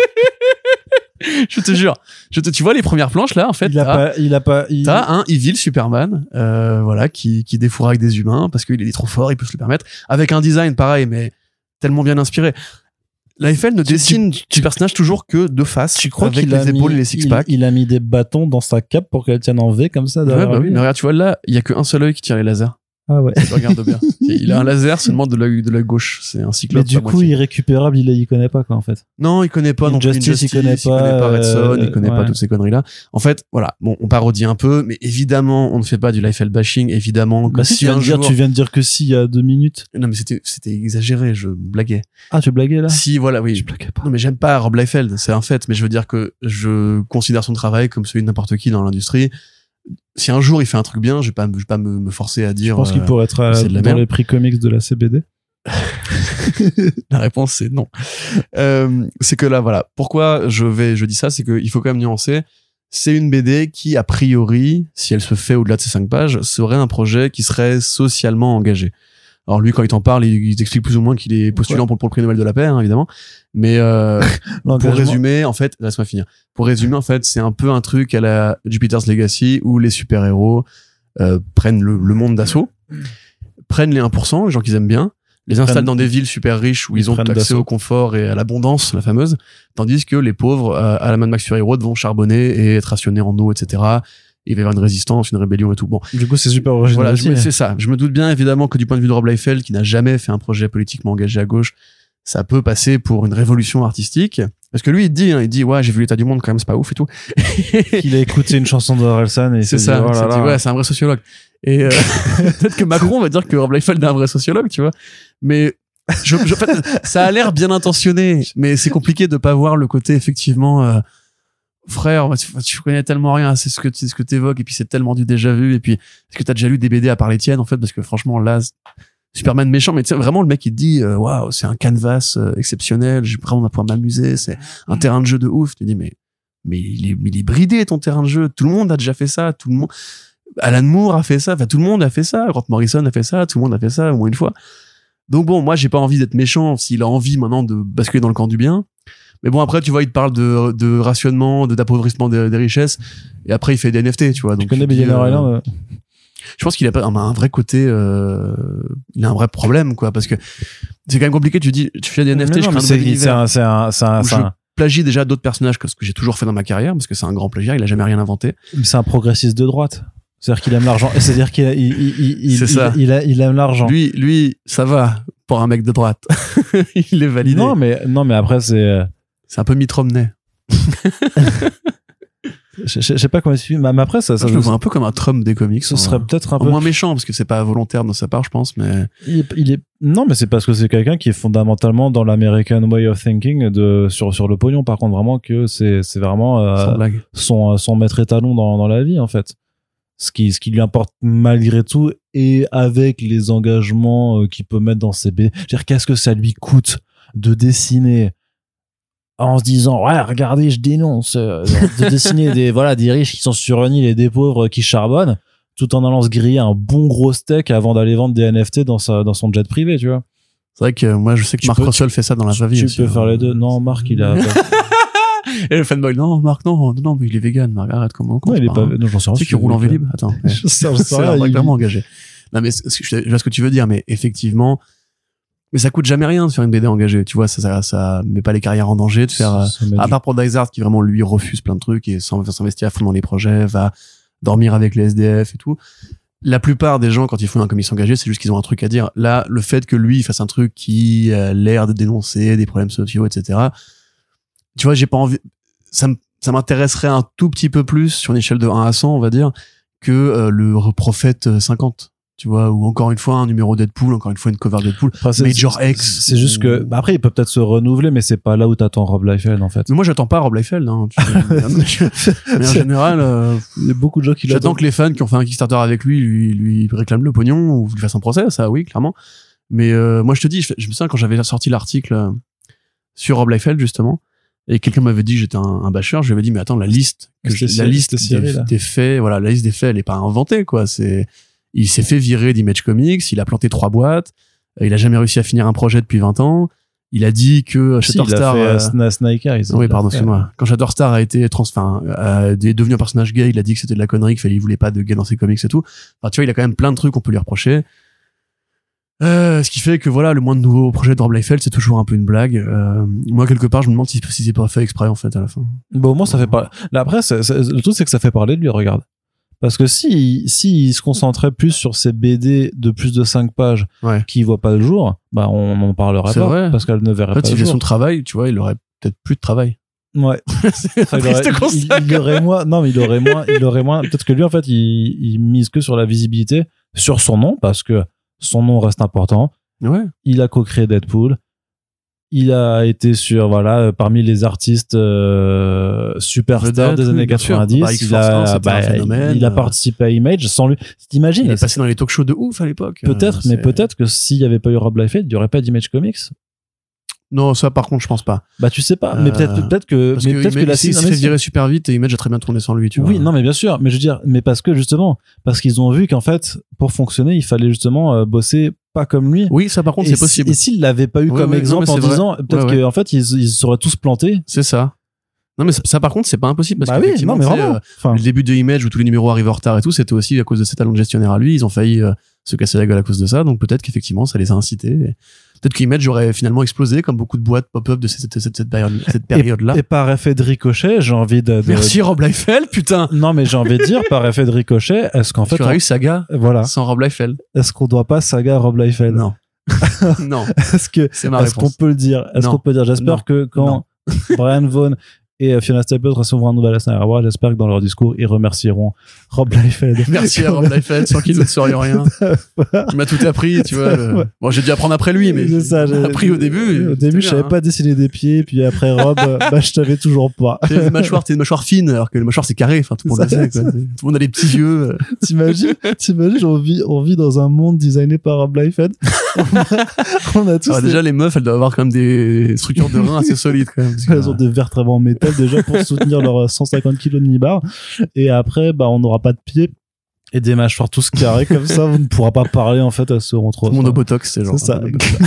Je te jure. Tu vois les premières planches là en fait. T'as un evil Superman, voilà, qui défouraille des humains parce qu'il est trop fort, il peut se le permettre, avec un design pareil mais tellement bien inspiré. Liefeld ne dessine du personnage toujours que de face. Tu crois avec les épaules et les six-packs. Il a mis des bâtons dans sa cape pour qu'elle tienne en V comme ça. Ouais, bah oui, mais regarde, tu vois là, il y a qu'un seul œil qui tire les lasers. Ah ouais. Si tu regardes bien. Il a un laser seulement de la gauche. C'est un cyclope. Mais du coup, irrécupérable, il connaît pas, quoi, en fait. Non, il connaît pas non plus Injustice, il connaît pas Red Son, il connaît pas ouais. toutes ces conneries-là. En fait, voilà. Bon, on parodie un peu, mais évidemment, on ne fait pas du Liefeld bashing, évidemment. Bah si, tu viens de dire que si, il y a 2 minutes. Non, mais c'était exagéré, je blaguais. Ah, tu blaguais, là? Si, voilà, oui. Je blaguais pas. Non, mais j'aime pas Rob Liefeld, c'est un fait, mais je veux dire que je considère son travail comme celui de n'importe qui dans l'industrie. Si un jour il fait un truc bien, je vais pas me forcer à dire. Je pense qu'il pourrait être c'est de la dans merde. les prix comics de la CBD. La réponse c'est non. C'est que là, voilà. Pourquoi je dis ça, c'est qu'il faut quand même nuancer. C'est une BD qui, a priori, si elle se fait au-delà de ces 5 pages, serait un projet qui serait socialement engagé. Alors lui, quand il t'en parle, il t'explique plus ou moins qu'il est postulant pour le prix Nobel de la paix, hein, évidemment. Mais pour résumer, en fait, laisse-moi finir. Pour résumer, en fait, c'est un peu un truc à la Jupiter's Legacy où les super-héros prennent le monde d'assaut, prennent les 1%, les gens qu'ils aiment bien, les installent dans des villes super riches où ils ont accès au confort et à l'abondance, la fameuse, tandis que les pauvres, à la main de Max Fury Road, vont charbonner et être rationnés en eau, etc. Il va y avoir une résistance, une rébellion et tout. Bon. Du coup, c'est super original. Voilà, c'est ça. Je me doute bien, évidemment, que du point de vue de Rob Liefeld, qui n'a jamais fait un projet politiquement engagé à gauche, ça peut passer pour une révolution artistique. Parce que lui, il dit, ouais, j'ai vu l'état du monde, quand même, c'est pas ouf et tout. Il a écouté une chanson de Orelsan et c'est ça. Dit, oh là là. Ouais, c'est un vrai sociologue. Et peut-être que Macron va dire que Rob Liefeld est un vrai sociologue, tu vois. Mais en fait, ça a l'air bien intentionné, mais c'est compliqué de pas voir le côté effectivement. Frère, tu connais tellement rien, c'est ce que t'évoques, et puis c'est tellement du déjà vu, et puis est-ce que t'as déjà lu des BD à part les tiennes, en fait, parce que franchement là, Superman méchant, mais tu sais vraiment le mec il te dit waouh, c'est un canvas exceptionnel, j'ai vraiment pouvoir m'amuser, c'est un terrain de jeu de ouf. Tu te dis mais il est bridé ton terrain de jeu, tout le monde a déjà fait ça, tout le monde, Alan Moore a fait ça, enfin tout le monde a fait ça, Grant Morrison a fait ça, tout le monde a fait ça au moins une fois. Donc bon, moi j'ai pas envie d'être méchant s'il a envie maintenant de basculer dans le camp du bien. Mais bon, après, tu vois, il te parle de rationnement, d'appauvrissement des richesses, et après, il fait des NFT, tu vois. Donc, tu connais Billionaire Island? Je pense qu'il a un vrai côté, il a un vrai problème, quoi, parce que c'est quand même compliqué, tu fais des NFT, je crée un nouvel univers. Je plagie déjà d'autres personnages que ce que j'ai toujours fait dans ma carrière, parce que c'est un grand plagiat, il a jamais rien inventé. C'est un progressiste de droite. C'est-à-dire qu'il aime l'argent. C'est-à-dire qu'il il aime l'argent. Lui, ça va pour un mec de droite. Il est validé. Non, mais après, c'est un peu Mitt Romney. je sais pas comment expliquer, mais après, ça je le vois un peu comme un Trump des comics. Ce serait peut-être un peu moins méchant, parce que c'est pas volontaire de sa part, je pense, mais. Non, mais c'est parce que c'est quelqu'un qui est fondamentalement dans l'American way of thinking sur le pognon. Par contre, vraiment que c'est vraiment, son maître étalon dans la vie, en fait. Ce qui lui importe malgré tout, et avec les engagements qu'il peut mettre dans ses BD. Je veux dire, qu'est-ce que ça lui coûte de dessiner en se disant ouais, regardez, je dénonce, de dessiner des riches qui sont sur une île et des pauvres qui charbonnent, tout en allant se griller un bon gros steak avant d'aller vendre des NFT dans son jet privé, tu vois. C'est vrai que moi je sais que Marc Russell fait ça dans la vraie vie. Tu peux faire les deux. Non, Marc, il a et le fanboy, non, Marc, non, mais il est vegan, Marc, arrête, comment non, il est pas, non, j'en sais rien. Tu sais qu'il roule en Vélib? Attends. C'est clairement engagé. Non, mais je vois ce que tu veux dire, mais effectivement, mais ça coûte jamais rien de faire une BD engagée, tu vois, ça met pas les carrières en danger de faire, à part pour Dysart qui vraiment lui refuse plein de trucs et s'investit à fond dans les projets, va dormir avec les SDF et tout. La plupart des gens, quand ils font un comics engagé, c'est juste qu'ils ont un truc à dire. Là, le fait que lui fasse un truc qui a l'air de dénoncer des problèmes sociaux, etc., tu vois, j'ai pas envie, ça m'intéresserait un tout petit peu plus sur une échelle de 1 à 100, on va dire, que le Prophète 50. Tu vois, ou encore une fois un numéro Deadpool, encore une fois une cover Deadpool, enfin, Major X. C'est juste que après il peut peut-être se renouveler, mais c'est pas là où t'attends Rob Liefeld en fait. Mais moi j'attends pas Rob Liefeld, hein. Mais en général, il y a beaucoup de gens qui j'attends que les fans qui ont fait un Kickstarter avec lui réclament le pognon ou lui fassent un procès, ça oui clairement. Mais moi je te dis, je me souviens quand j'avais sorti l'article sur Rob Liefeld justement, et quelqu'un m'avait dit que j'étais un bâcheur, je lui avais dit mais attends, la liste des faits, voilà, la liste des faits elle est pas inventée quoi, il s'est fait virer d'Image Comics, il a planté 3 boîtes, il a jamais réussi à finir un projet depuis 20 ans. Il a dit que Shatterstar Snake Eyes. Oui, pardon, excuse-moi. Quand Shatterstar a été devenu un personnage gay, il a dit que c'était de la connerie, qu'il voulait pas de gay dans ses comics et tout. Enfin, tu vois, il a quand même plein de trucs qu'on peut lui reprocher. Ce qui fait que voilà, le moins de nouveaux projets de Rob Liefeld, c'est toujours un peu une blague. Moi, quelque part, je me demande si c'est pas fait exprès, en fait, à la fin. Bon, au moins, ça fait parler. Là, après, le truc, c'est que ça fait parler de lui, regarde. Parce que si il se concentrait plus sur ses BD de plus de 5 pages Ouais. qui voient pas le jour, bah on n'en parlerait C'est pas vrai. parce qu'elle ne verrait En fait, pas s'il le faisait jour. son travail, tu vois, il aurait peut-être plus de travail. Ouais. C'est Enfin, il aurait moins. Non, mais il aurait moins. Peut-être que lui, en fait, il mise que sur la visibilité, sur son nom, parce que son nom reste important. Ouais. Il a co-créé Deadpool. Il a été parmi les artistes superstars Vedette, des années bien sûr. 90. Bah, X-Force 1, c'était un phénomène. Il a participé à Image sans lui. T'imagines? Il est passé dans les talk-shows de ouf à l'époque. Peut-être, mais peut-être que s'il y avait pas eu Rob Liefeld, il y aurait pas d'Image Comics. Non, ça, par contre, je pense pas. Bah, tu sais pas. Mais peut-être que, Parce mais peut-être que la il s'est fait virer super vite et Image a très bien tourné sans lui, tu vois. Oui, non, mais bien sûr. Mais je veux dire, mais parce qu'ils ont vu qu'en fait, pour fonctionner, il fallait justement bosser pas comme lui. Oui, ça, par contre, c'est possible. Et s'il l'avait pas eu Ouais, comme ouais, exemple non, en mais c'est disant, peut-être Ouais, qu'en fait, ils seraient tous plantés. C'est ça. Non, mais ça, par contre, c'est pas impossible parce Bah oui, qu'effectivement, non, mais tu sais, vraiment. Enfin, le début de Image où tous les numéros arrivent en retard et tout, c'était aussi à cause de ses talents de gestionnaire à lui. Ils ont failli se casser la gueule à cause de ça. Donc peut-être qu'effectivement, ça les a incités. Et peut-être qu'Image aurait finalement explosé comme beaucoup de boîtes pop-up de cette période-là. et par effet de ricochet, j'ai envie de. Merci Rob Liefeld, putain. Non, mais j'ai envie de dire, par effet de ricochet, est-ce qu'en fait. Tu aurais eu Saga Voilà. sans Rob Liefeld. Est-ce qu'on doit pas saga Rob Liefeld? Non. Non. C'est ma Est-ce qu'on réponse. peut le dire? Est-ce Non. qu'on peut dire? J'espère Non. que quand Brian Vaughn et Fiona Staples recevront un nouvel Snyder Award, j'espère que dans leur discours, ils remercieront Rob Liefeld. Merci à Rob Liefeld, sans qu'il ne saurions rien. Tu m'as tout appris, tu vois. Ouais. Bon, j'ai dû apprendre après lui, mais C'est ça, j'ai appris au début. Au début, je savais pas dessiner des pieds, puis après Rob, je savais toujours pas. T'es une mâchoire fine, alors que le mâchoire c'est carré. Enfin, tout le monde le sait, quoi. Tout le monde a des petits yeux. T'imagines, on vit dans un monde designé par Rob Liefeld. On a tous Alors, déjà, les meufs, elles doivent avoir quand même des structures de reins assez solides, quand même. elles ont des vertèbres en métal déjà pour soutenir leurs 150 kilos de nibar. Et après, on n'aura pas de pieds et des mâchoires tous carrés comme ça. Vous ne pourra pas parler, en fait, elles seront trop. Tout le monde au botox, c'est genre. C'est ça.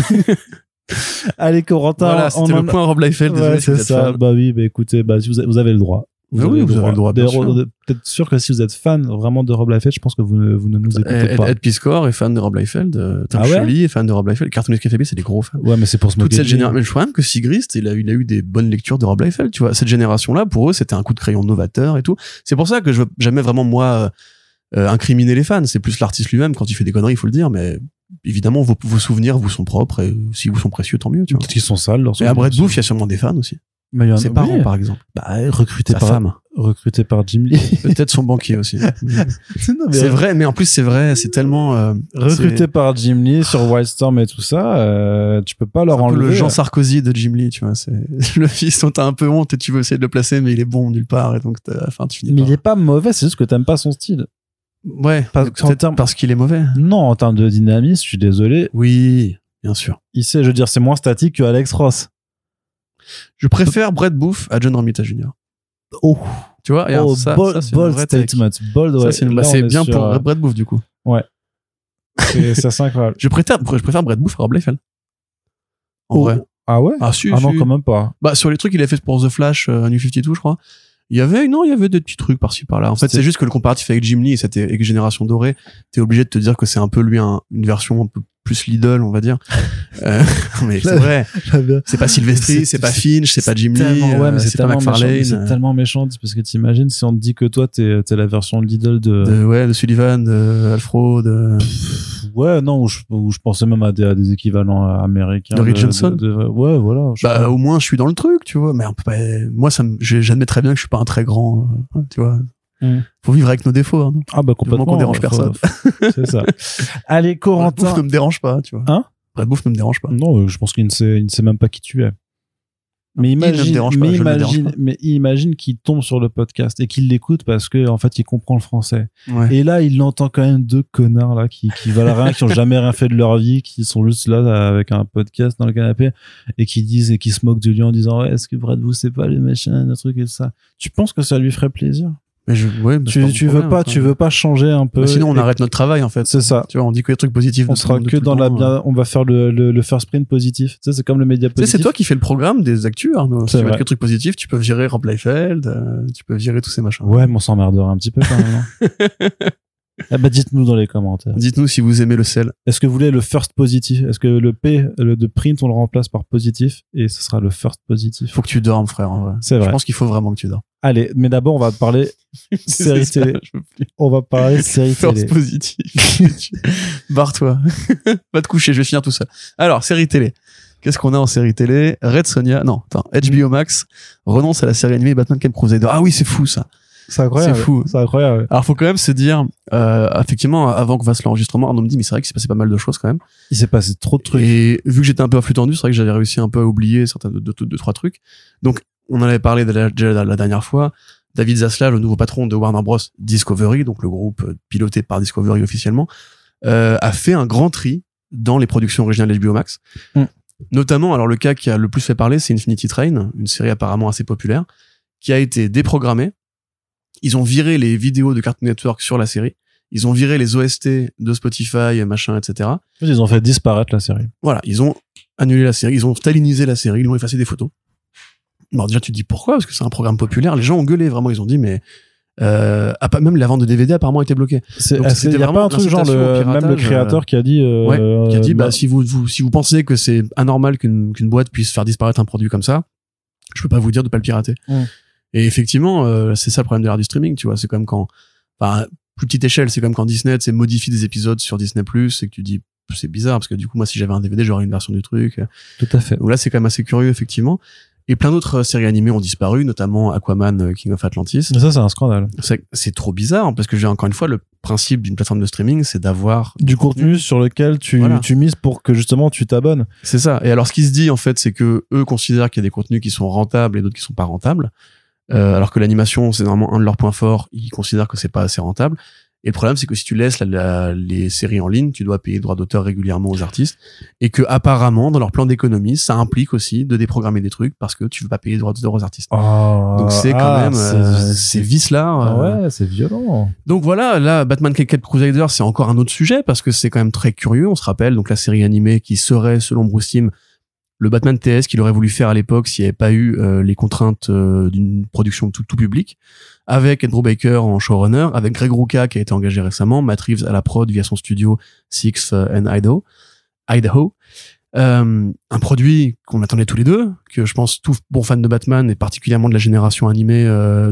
Allez, Corentin. Voilà, c'était le point Rob Liefeld. Ouais, Désolé, c'est ça. fan. Bah oui, écoutez, si vous avez le droit. Vous avez le droit, bien sûr. Peut-être sûr que si vous êtes fan vraiment de Rob Liefeld, je pense que vous ne nous écoutez pas. Ed Piscor est fan de Rob Liefeld. Tom Ah ouais Scioli est fan de Rob Liefeld. Cartoon Café, c'est des gros fans. Ouais, mais c'est pour se Toute moquer. cette génération. Mais je crois même que Sigrist, il a eu des bonnes lectures de Rob Liefeld, tu vois. Cette génération-là, pour eux, c'était un coup de crayon novateur et tout. C'est pour ça que je veux jamais vraiment, moi, incriminer les fans. C'est plus l'artiste lui-même. Quand il fait des conneries, il faut le dire, mais évidemment, vos souvenirs vous sont propres et s'ils vous sont précieux, tant mieux, tu vois. Peut-être qu'ils sont sales. Et à Brett Booth, il y a sûrement des fans aussi. Mais il y en a- Ses parents, oui. par exemple. Recruté Sa par femme. Jim Lee. Peut-être son banquier aussi. Non, mais C'est vrai, mais en plus, c'est vrai, c'est tellement, recruté par Jim Lee sur Wildstorm et tout ça, tu peux pas leur c'est un peu enlever. le Jean Sarkozy de Jim Lee, tu vois. C'est le fils dont t'as un peu honte et tu veux essayer de le placer, mais il est bon nulle part et donc, enfin, tu finis Mais par... il est pas mauvais, c'est juste que t'aimes pas son style. Ouais. Parce qu'en Peut-être termes- parce qu'il est mauvais. Non, en termes de dynamisme, je suis désolé. Oui, bien sûr. Je veux dire, c'est moins statique que Alex Ross. Je préfère Brett Booth à John Romita Jr. Oh, Tu vois, regarde, ça, c'est une bold vraie take. statement. Bold, Ça, ouais. c'est Là, c'est on est bien sur, pour Brett Booth, du coup. c'est incroyable. Je préfère Brett Booth à Rob Liefeld. En Oh. vrai. Ah ouais? Ah, si, Ah non, si. quand même pas. Bah, sur les trucs qu'il a fait pour The Flash, New 52, je crois. Il y avait des petits trucs par-ci par-là. En fait, C'était- c'est juste que le comparatif avec Jim Lee et cette Génération Dorée, t'es obligé de te dire que c'est un peu lui une version un peu plus Lidl, on va dire. Mais c'est vrai. C'est pas Sylvester, c'est pas Finch, c'est pas Jim Lee, Ouais, mais c'est pas tellement méchant. McFarlane. C'est tellement méchant parce que t'imagines si on te dit que toi t'es la version Lidl de Sullivan, de Alfro, de ouais, non, où je pensais même à des équivalents américains. De Rick Johnson. Ouais, voilà. bah, au moins, je suis dans le truc, tu vois. Mais on peut pas, moi, j'admets très bien que je suis pas un très grand, tu vois. Faut vivre avec nos défauts, hein. Ah bah complètement. qu'on dérange personne. C'est ça. Allez, Brett Corentin. Booth ne me dérange pas, tu vois. Hein? Brett Booth ne me dérange pas. Non, je pense qu'il ne sait même pas qui tu es. Mais Il ne me imagine, dérange pas, je ne le dérange pas. mais imagine qu'il tombe sur le podcast et qu'il l'écoute parce que en fait il comprend le français. Ouais. Et là il entend quand même deux connards là qui valent rien, qui ont jamais rien fait de leur vie, qui sont juste là avec un podcast dans le canapé et qui se moquent de lui en disant ouais, est-ce que Brett vous c'est pas les machins, le truc et ça. Tu penses que ça lui ferait plaisir? Mais ouais, bah, Tu veux pas changer un peu? Bah, sinon, on et- arrête notre travail, en fait. C'est ça. Tu vois, on dit que les trucs positifs. On sera que dans la bien, on va faire le first print positif. Tu sais, c'est comme le média Tu sais, positif. c'est toi qui fais le programme des actus, Arnaud. Si C'est tu veux vrai. que les trucs positifs, tu peux virer Rob Liefeld, tu peux virer tous ces machins. Ouais, mais on s'emmerderait un petit peu quand même. hein. Ah bah dites-nous dans les commentaires. Dites-nous si vous aimez le sel. Est-ce que vous voulez le first positif? Est-ce que le P de print on le remplace par positif et ce sera le first positif? Faut que tu dormes, frère. En vrai. C'est vrai. Je pense qu'il faut vraiment que tu dormes. Allez, mais d'abord on va parler série télé. On va parler série télé. First positif. Barre-toi. Va te coucher, je vais finir tout ça. Alors, série télé. Qu'est-ce qu'on a en série télé? Red Sonja, non, attends, HBO Max renonce à la série animée Batman Cape Crusader. Ah oui, c'est fou ça. C'est incroyable. C'est fou. C'est incroyable. Alors, faut quand même se dire, effectivement, avant que fasse l'enregistrement, Arnaud me dit, mais c'est vrai qu'il s'est passé pas mal de choses quand même. Il s'est passé trop de trucs. Et vu que j'étais un peu à flux tendu, c'est vrai que j'avais réussi un peu à oublier certains deux, trois trucs. Donc, on en avait parlé déjà la dernière fois. David Zaslav, le nouveau patron de Warner Bros. Discovery, donc le groupe piloté par Discovery officiellement, a fait un grand tri dans les productions originales d'HBO Max. Notamment, alors le cas qui a le plus fait parler, c'est Infinity Train, une série apparemment assez populaire, qui a été déprogrammée. Ils ont viré les vidéos de Cartoon Network sur la série. Ils ont viré les OST de Spotify, machin, etc. Ils ont fait disparaître la série. Voilà, ils ont annulé la série, ils ont stalinisé la série, ils ont effacé des photos. Alors déjà, tu te dis pourquoi? Parce que c'est un programme populaire. Les gens ont gueulé, vraiment. Ils ont dit, mais même la vente de DVD apparemment était bloquée. Il y a pas un truc genre même le créateur qui a dit qui a dit si vous pensez que c'est anormal qu'une boîte puisse faire disparaître un produit comme ça, je peux pas vous dire de pas le pirater. Et effectivement, c'est ça le problème de l'ère du streaming, tu vois. C'est comme quand, enfin, plus petite échelle, c'est comme quand Disney modifie des épisodes sur Disney+, et que tu dis c'est bizarre parce que du coup moi si j'avais un DVD j'aurais une version du truc. Tout à fait. Donc là c'est quand même assez curieux effectivement. Et plein d'autres séries animées ont disparu, notamment Aquaman, King of Atlantis. Mais ça, c'est un scandale. C'est trop bizarre, parce que encore une fois, le principe d'une plateforme de streaming, c'est d'avoir du contenu sur lequel tu mises pour que justement tu t'abonnes. C'est ça. Et alors, ce qui se dit, en fait, c'est que eux considèrent qu'il y a des contenus qui sont rentables et d'autres qui sont pas rentables. Alors que l'animation, c'est normalement un de leurs points forts. Ils considèrent que c'est pas assez rentable. Et le problème, c'est que si tu laisses les séries en ligne, tu dois payer le droit d'auteur régulièrement aux artistes. Et que, apparemment, dans leur plan d'économie, ça implique aussi de déprogrammer des trucs parce que tu veux pas payer le droit d'auteur aux artistes. Donc c'est quand même, ces vices-là. Ouais, c'est violent. Donc voilà, là, Batman Cape Crusader, c'est encore un autre sujet parce que c'est quand même très curieux. On se rappelle, donc la série animée qui serait, selon Bruce Timm, le Batman TS qu'il aurait voulu faire à l'époque s'il n'y avait pas eu les contraintes d'une production tout public, avec Andrew Baker en showrunner, avec Greg Rucka qui a été engagé récemment, Matt Reeves à la prod via son studio Sixth and Idaho. Un produit qu'on attendait tous les deux, que je pense tout bon fan de Batman et particulièrement de la génération animée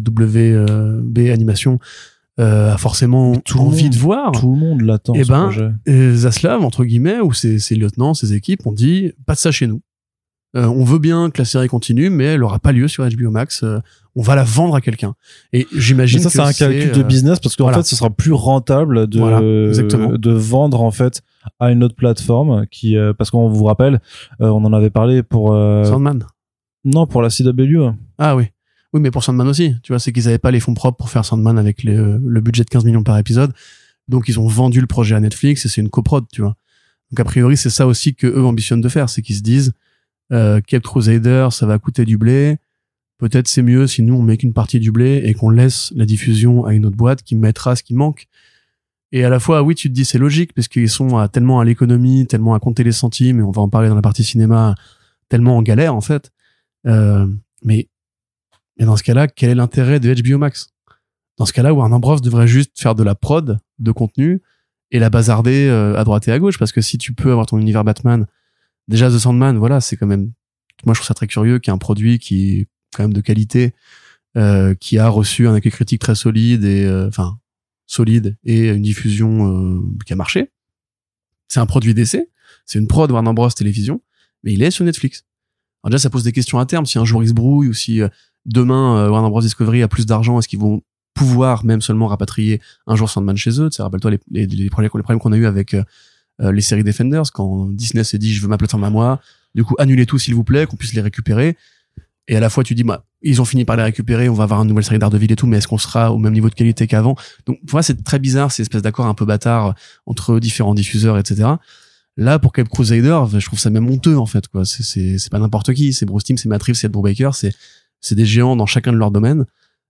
WB Animation a forcément envie de voir. Tout le monde l'attend. Et Zaslav, entre guillemets, ou ses lieutenants, ses équipes ont dit pas de ça chez nous. On veut bien que la série continue, mais elle aura pas lieu sur HBO Max. On va la vendre à quelqu'un. Et j'imagine que c'est un calcul de business parce qu'en fait, ce sera plus rentable de vendre en fait à une autre plateforme qui, parce qu'on vous rappelle, on en avait parlé pour Sandman. Non, pour la CW. Ah oui. Oui, mais pour Sandman aussi. Tu vois, c'est qu'ils avaient pas les fonds propres pour faire Sandman avec le budget de 15 millions par épisode. Donc, ils ont vendu le projet à Netflix et c'est une coprod, tu vois. Donc, a priori, c'est ça aussi que eux ambitionnent de faire. C'est qu'ils se disent, Cape Crusader, ça va coûter du blé. Peut-être c'est mieux si nous, on met qu'une partie du blé et qu'on laisse la diffusion à une autre boîte qui mettra ce qui manque. Et à la fois, oui, tu te dis, c'est logique parce qu'ils sont tellement à l'économie, tellement à compter les centimes, et on va en parler dans la partie cinéma, tellement en galère, en fait. Mais dans ce cas-là, quel est l'intérêt de HBO Max? Dans ce cas-là, Warner Bros devrait juste faire de la prod de contenu et la bazarder à droite et à gauche, parce que si tu peux avoir ton univers Batman, déjà The Sandman, voilà, c'est quand même, moi je trouve ça très curieux qu'il y ait un produit qui est quand même de qualité, qui a reçu un accueil critique très solide et solide et une diffusion qui a marché. C'est un produit d'essai, c'est une prod Warner Bros Télévision, mais il est sur Netflix. Alors déjà, ça pose des questions à terme. Si un jour il se brouille ou si demain Warner Bros Discovery a plus d'argent, est-ce qu'ils vont pouvoir même seulement rapatrier un jour Sandman chez eux? Tu sais, rappelle-toi les problèmes qu'on a eu avec les séries Defenders, quand Disney s'est dit je veux ma plateforme à moi, du coup annulez tout s'il vous plaît, qu'on puisse les récupérer. Et à la fois tu dis ils ont fini par les récupérer, on va avoir une nouvelle série d'Daredevil et tout, mais est-ce qu'on sera au même niveau de qualité qu'avant? Donc tu vois, c'est très bizarre, ces espèces d'accords un peu bâtards entre différents diffuseurs, etc. Là, pour Cape Crusader, je trouve ça même honteux, en fait, quoi. C'est pas n'importe qui. C'est Bruce Timm, c'est Matt Reeves, c'est Drew Baker, c'est des géants dans chacun de leurs domaines.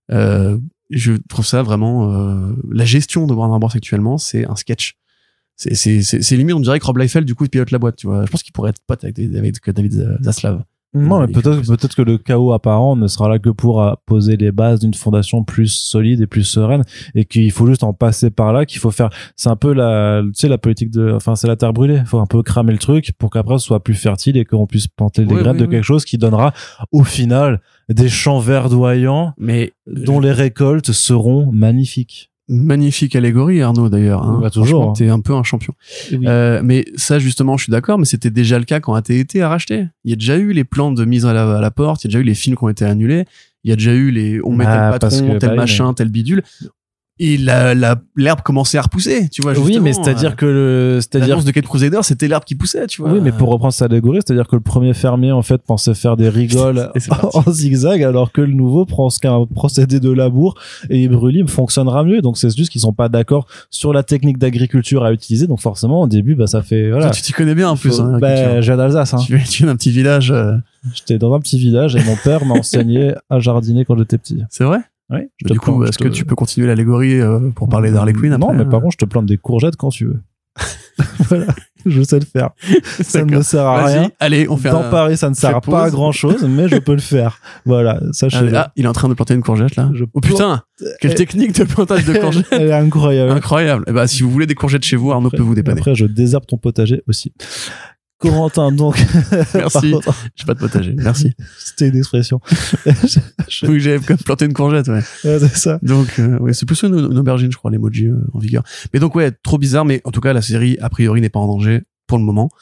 Je trouve ça vraiment, la gestion de Warner Bros actuellement, c'est un sketch. C'est limite, on dirait que Rob Liefeld, du coup, il pilote la boîte, tu vois. Je pense qu'il pourrait être pote avec David Zaslav. Non, mais Il fait plus. peut-être que le chaos apparent ne sera là que pour poser les bases d'une fondation plus solide et plus sereine, et qu'il faut juste en passer par là, qu'il faut faire, c'est un peu la politique c'est la terre brûlée. Il faut un peu cramer le truc pour qu'après ce soit plus fertile et qu'on puisse planter des graines de quelque chose qui donnera, au final, des champs verdoyants, Mais dont les récoltes seront magnifiques. magnifique allégorie, Arnaud, d'ailleurs. Hein. Bah, toujours. Franchement, t'es un peu un champion. Oui. Mais ça, justement, je suis d'accord, mais c'était déjà le cas quand AT&T a racheté. Il y a déjà eu les plans de mise à la porte, il y a déjà eu les films qui ont été annulés, il y a déjà eu on met tel patron, tel machin, tel bidule. Et l'herbe commençait à repousser, tu vois. Oui, mais c'est-à-dire que l'annonce de Kate Crusader, c'était l'herbe qui poussait, tu vois. Oui, mais pour reprendre cette allégorie, c'est-à-dire que le premier fermier, en fait, pensait faire des rigoles en zigzag, alors que le nouveau prend un procédé de labour et brûlis fonctionnera mieux. Donc, c'est juste qu'ils sont pas d'accord sur la technique d'agriculture à utiliser. Donc, forcément, au début, ça fait, voilà. Toi, tu t'y connais bien, en plus, hein, je viens d'Alsace, hein. Tu viens d'un petit village. J'étais dans un petit village et mon père m'a enseigné à jardiner quand j'étais petit. C'est vrai? Oui. Du coup, est-ce que tu peux continuer l'allégorie pour parler d'Harley Quinn après? Non, mais par contre, je te plante des courgettes quand tu veux. Voilà, je sais le faire. Ça ne me sert à rien. Allez, on fait dans Paris, ça ne sert pas à grand chose, mais je peux le faire. Voilà, sachez-le. Ah, il est en train de planter une courgette là. Oh putain, quelle technique de plantage de courgettes. Elle est incroyable. Incroyable. Et bah, si vous voulez des courgettes chez vous, Arnaud peut vous dépanner. Après, je désherbe ton potager aussi. Corentin, donc. Merci. J'ai pas de potager. Merci. C'était une expression. Oui, j'avais planté une courgette, ouais. Ouais, c'est ça. Donc, ouais, c'est plus une aubergine, je crois, l'emoji en vigueur. Mais donc, ouais, trop bizarre, mais en tout cas, la série, a priori, n'est pas en danger pour le moment.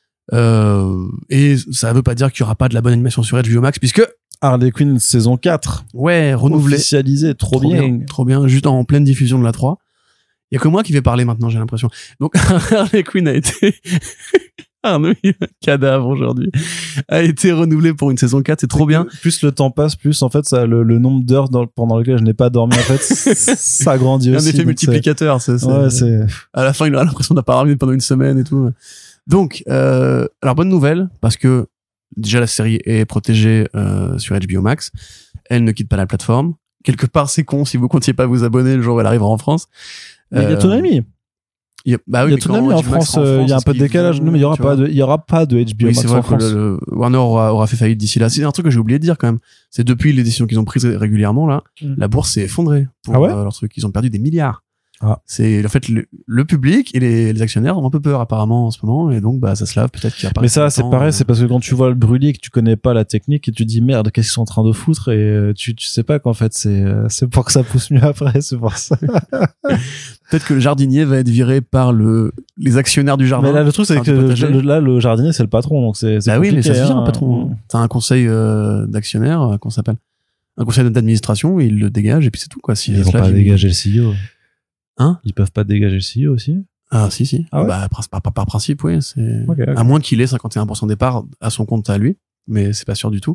Et ça veut pas dire qu'il y aura pas de la bonne animation sur HBO Max, puisque Harley Quinn saison 4. Ouais, renouvelé. Officialisé, trop bien. Trop bien, juste en pleine diffusion de la 3. Il y a que moi qui vais parler maintenant, j'ai l'impression. Donc, Harley Quinn a été... Arnaud, il a un cadavre aujourd'hui, a été renouvelé pour une saison 4, c'est trop bien. Plus le temps passe, plus en fait ça, le nombre d'heures pendant lesquelles je n'ai pas dormi, en fait, ça grandit aussi. Un effet multiplicateur, ouais, c'est... À la fin, il aura l'impression d'avoir pas dormi pendant une semaine et tout. Donc, alors bonne nouvelle, parce que déjà la série est protégée sur HBO Max, elle ne quitte pas la plateforme. Quelque part, c'est con si vous comptiez pas vous abonner le jour où elle arrivera en France. Mais il y a Toonami. Bah oui, il y a Toonami en France, il y a un peu de décalage. Non, mais il y aura pas de HBO Max en France. Le Warner aura fait faillite d'ici là. C'est un truc que j'ai oublié de dire quand même. C'est depuis les décisions qu'ils ont prises régulièrement là, la bourse s'est effondrée pour leur truc. Ils ont perdu des milliards. Ah. C'est en fait le public et les actionnaires ont un peu peur apparemment en ce moment, et donc ça se lave, peut-être qu'il y a pas. Mais ça c'est pareil, c'est parce que quand tu vois le brûlis, que tu connais pas la technique et tu dis merde, qu'est-ce qu'ils sont en train de foutre, et tu sais pas qu'en fait c'est pour que ça pousse mieux après, c'est pour ça. Peut-être que le jardinier va être viré par les actionnaires du jardin. Mais là le truc c'est que le jardinier c'est le patron, donc c'est bah oui, mais ça suffit un patron. Mmh. T'as un conseil d'actionnaires, qu'on s'appelle un conseil d'administration, et il le dégage et puis c'est tout quoi. Ils vont pas dégager le CEO. Hein? Ils peuvent pas dégager le CEO aussi? Ah, si. Ah ouais? Bah, par principe, oui. Okay. À moins qu'il ait 51% des parts à son compte à lui. Mais c'est pas sûr du tout.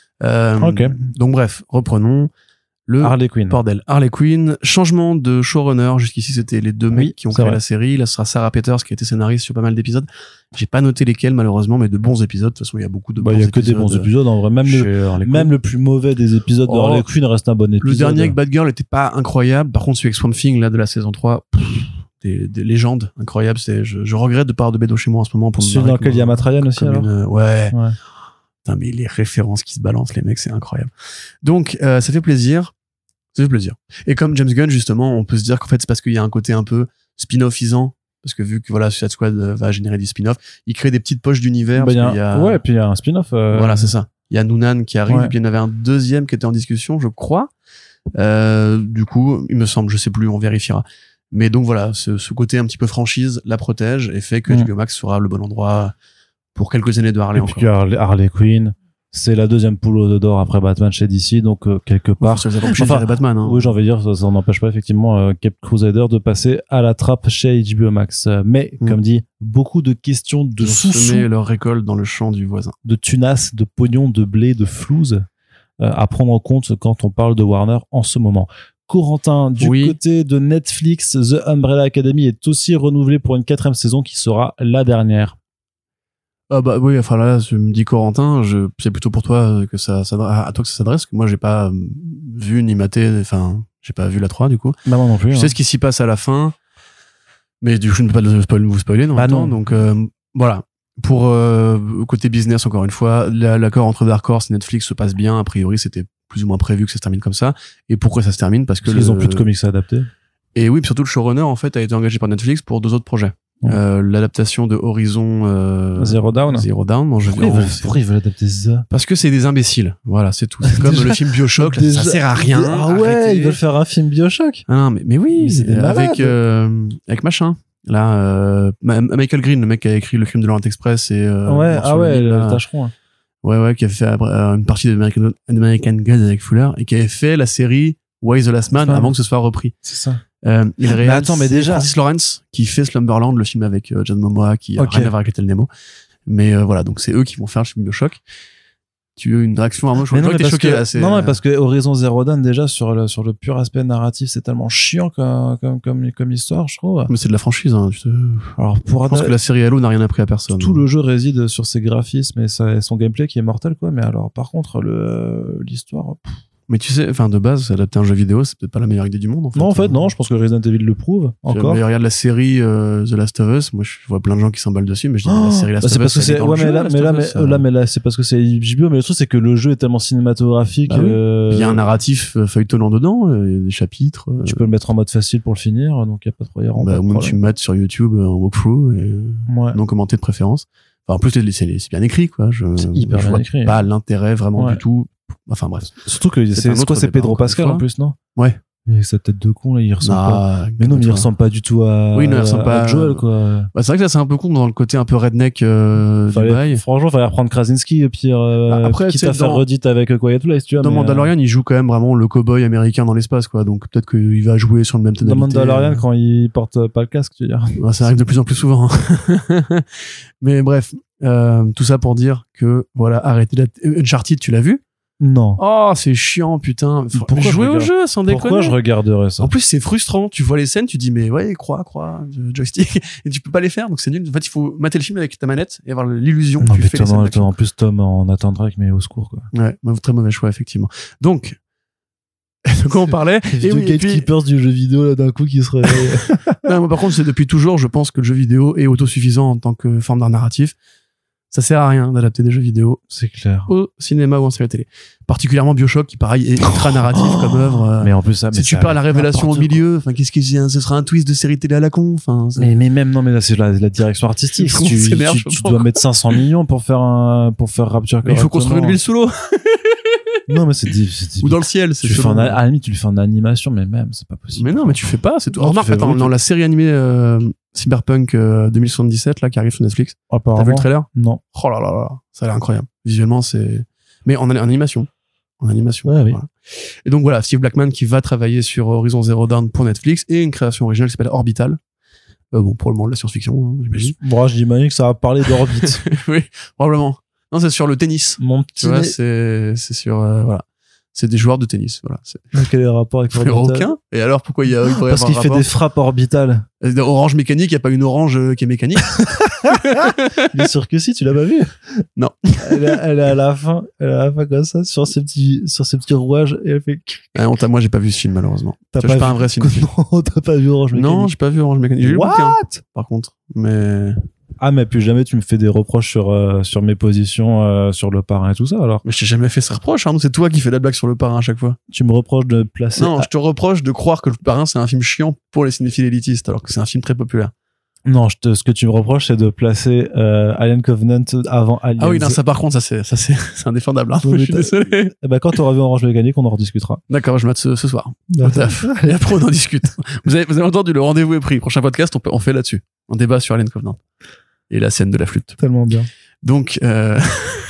Donc, bref, reprenons le Harley Quinn. Bordel. Harley Quinn. Changement de showrunner. Jusqu'ici, c'était les deux mecs qui ont créé la série. Là, ce sera Sarah Peters qui a été scénariste sur pas mal d'épisodes. J'ai pas noté lesquels, malheureusement, mais de bons épisodes. De toute façon, il y a beaucoup de bons épisodes. Il y a que des bons épisodes, en vrai. Même le plus mauvais des épisodes de Harley Quinn reste un bon épisode. Le dernier avec Batgirl était pas incroyable. Par contre, celui avec Swamp Thing, là, de la saison 3, des légendes incroyables. Je regrette de pas avoir de Bédo chez moi en ce moment pour celui dans lequel il y a Matt Ryan aussi, alors? Ouais. Putain, mais les références qui se balancent, les mecs, c'est incroyable. Donc, ça fait plaisir. Et comme James Gunn, justement, on peut se dire qu'en fait, c'est parce qu'il y a un côté un peu spin-offisant. Parce que vu que voilà, Suicide Squad va générer des spin-offs, il crée des petites poches d'univers. Ouais, et puis il y a un spin-off. Voilà, c'est ça. Il y a Noonan qui arrive, et puis il y en avait un deuxième qui était en discussion, je crois. Du coup, il me semble, je sais plus, on vérifiera. Mais donc voilà, ce côté un petit peu franchise la protège et fait que HBO Max sera le bon endroit pour quelques années de Harley encore. Et puis Harley Quinn, c'est la deuxième poule d'or après Batman chez DC, donc quelque part. Ça empêche de virer Batman. Hein. Oui, j'ai envie de dire, ça n'empêche pas effectivement Cape Crusader de passer à la trappe chez HBO Max. Mais comme dit, beaucoup de questions de semer leur récolte dans le champ du voisin, de tunas, de pognon, de blé, de flouze à prendre en compte quand on parle de Warner en ce moment. Corentin, du côté de Netflix, The Umbrella Academy est aussi renouvelé pour une 4e saison qui sera la dernière. Ah bah oui, enfin là, je me dis Corentin, c'est plutôt pour toi que à toi que ça s'adresse, que moi j'ai pas vu ni maté, enfin j'ai pas vu la 3 du coup. Bah moi non plus. Je sais ce qui s'y passe à la fin, mais du coup je ne peux pas vous spoiler non. Donc voilà. Pour côté business, encore une fois, l'accord entre Dark Horse et Netflix se passe bien. A priori, c'était plus ou moins prévu que ça se termine comme ça. Et pourquoi ça se termine? Parce que ils ont plus de comics à adapter. Et oui, puis surtout le showrunner en fait a été engagé par Netflix pour 2 autres projets. L'adaptation de Horizon Zero Dawn. Pourquoi ils veulent adapter ça? Parce que c'est des imbéciles. Voilà, c'est tout. C'est comme le film BioShock, là, ça sert à rien. Ah ouais, arrêtez. Ils veulent faire un film BioShock. Ah non, mais oui, mais avec machin. Là, Michael Green, le mec qui a écrit le film de Laurent Express et le tâcheron. Hein. Ouais, qui a fait une partie d'American God avec Fuller et qui avait fait la série Why the Last Man avant que ce soit repris. C'est ça. Il réalise déjà Francis Lawrence qui fait Slumberland, le film avec John Momoa qui a rien à voir avec Little Nemo. Mais voilà, donc c'est eux qui vont faire le film BioShock. Tu veux une réaction à moi? Je crois que t'es choqué là. Non, mais parce que Horizon Zero Dawn, déjà, sur le pur aspect narratif, c'est tellement chiant comme histoire, je trouve. Mais c'est de la franchise, hein. Alors, je pense que la série Halo n'a rien appris à personne. Tout le jeu réside sur ses graphismes et son gameplay qui est mortel, quoi. Mais alors, par contre, l'histoire, Mais tu sais, enfin, de base, adapter un jeu vidéo, c'est peut-être pas la meilleure idée du monde, en fait. Non, en fait, non, je pense que Resident Evil le prouve, encore. Mais regarde la série, The Last of Us. Moi, je vois plein de gens qui s'emballent dessus, mais je dis, la série Last of Us. C'est parce que c'est parce que c'est HBO, mais le truc, c'est que le jeu est tellement cinématographique. Bah oui. Il y a un narratif feuilletonnant dedans, il y a des chapitres. Tu peux le mettre en mode facile pour le finir, donc il y a pas trop y au moins, tu mates sur YouTube en walkthrough, non commenté de préférence. Enfin, en plus, c'est bien écrit, quoi. C'est hyper bien écrit. Pas l'intérêt vraiment du tout. Enfin bref. Surtout que c'est Pedro Pascal en plus, non? Ouais. Et sa tête de con là, il ressemble pas. Mais non, mais il ressemble pas du tout à. Oui, non, il ressemble pas à Joel, quoi. Bah, c'est vrai que ça c'est un peu con dans le côté un peu redneck du bail. Franchement, fallait reprendre Krasinski et puis après quitte à faire redite avec Quiet Place, tu vois. Dans Mandalorian, il joue quand même vraiment le cowboy américain dans l'espace, quoi. Donc peut-être qu'il va jouer sur le même tonalité. Dans Mandalorian, quand il porte pas le casque, tu veux dire. Bah, ça arrive de plus en plus souvent. Hein. Mais bref, tout ça pour dire que voilà, arrêtez Uncharted, tu l'as vu? Non. Oh, c'est chiant, putain. Pourquoi jouer au jeu, sans déconner? Pourquoi je regarderais ça? En plus, c'est frustrant. Tu vois les scènes, tu dis, mais ouais, croix, joystick, et tu peux pas les faire, donc c'est nul. En fait, il faut mater le film avec ta manette et avoir l'illusion que tu fais les scènes. En plus, Tom en attendra mais au secours, quoi. Ouais, très mauvais choix, effectivement. Donc, de quoi on parlait? Et oui, gatekeepers du jeu vidéo, là, d'un coup, qui se réveille. Non, moi, par contre, c'est depuis toujours, je pense que le jeu vidéo est autosuffisant en tant que forme d'art narratif. Ça sert à rien d'adapter des jeux vidéo. C'est clair. Au cinéma ou en série télé. Particulièrement BioShock, qui pareil est ultra narratif comme œuvre. Mais en plus, ça, si tu perds la révélation au milieu, enfin, qu'est-ce que ce sera un twist de série télé à la con, enfin. Mais même, non, mais là, c'est la direction artistique. Tu dois mettre 500 millions pour faire Rapture. Mais il faut construire une ville sous l'eau. Non, mais c'est difficile. Ou dans le ciel, c'est à la limite, tu le fais en animation, mais même, c'est pas possible. Mais non, mais tu fais pas, c'est tout. Remarque, attends, dans la série animée, Cyberpunk 2077, là, qui arrive sur Netflix. T'as vu le trailer? Non. Oh là là là, ça a l'air incroyable. Visuellement, c'est, mais en animation. En animation. Ouais, oui. Voilà. Et donc voilà, Steve Blackman qui va travailler sur Horizon Zero Dawn pour Netflix et une création originale qui s'appelle Orbital. Bon, pour le moment de la science-fiction, hein, j'imagine. Bon, je dis que ça va parler d'orbite. Oui, probablement. Non, c'est sur le tennis. Mon petit. Tu vois, c'est sur, voilà. C'est des joueurs de tennis, voilà. Quel est le rapport avec Orbital? Aucun. Et alors, pourquoi il pourrait y avoir Parce qu'il fait des frappes orbitales. Orange mécanique, il n'y a pas une orange qui est mécanique. Bien sûr que si, tu l'as pas vu? Non. Elle est à la fin comme ça, sur ses petits rouages, et elle fait... Moi, j'ai pas vu ce film, malheureusement. Je suis pas un vrai cinéphile. Non, t'as pas vu Orange mécanique? Non, j'ai pas vu Orange mécanique. J'ai lu le bouquin, par contre. Mais... Ah, mais plus jamais tu me fais des reproches sur mes positions sur Le Parrain et tout ça, alors. Mais je t'ai jamais fait ce reproche, hein. C'est toi qui fais la blague sur Le Parrain à chaque fois. Tu me reproches de placer... Non, je te reproche de croire que Le Parrain, c'est un film chiant pour les cinéphiles élitistes, alors que c'est un film très populaire. Non, ce que tu me reproches, c'est de placer Alien Covenant avant Aliens. Ah oui, non, ça par contre, c'est indéfendable. Hein. Je suis désolé. Eh ben, quand t'auras vu Orange Mécanique, on en rediscutera. D'accord, je mate ce soir. Et après, on en discute. Vous avez entendu, le rendez-vous est pris. Prochain podcast, on fait là-dessus. On débat sur Alien Covenant. Et la scène de la flûte. Tellement bien. Donc, le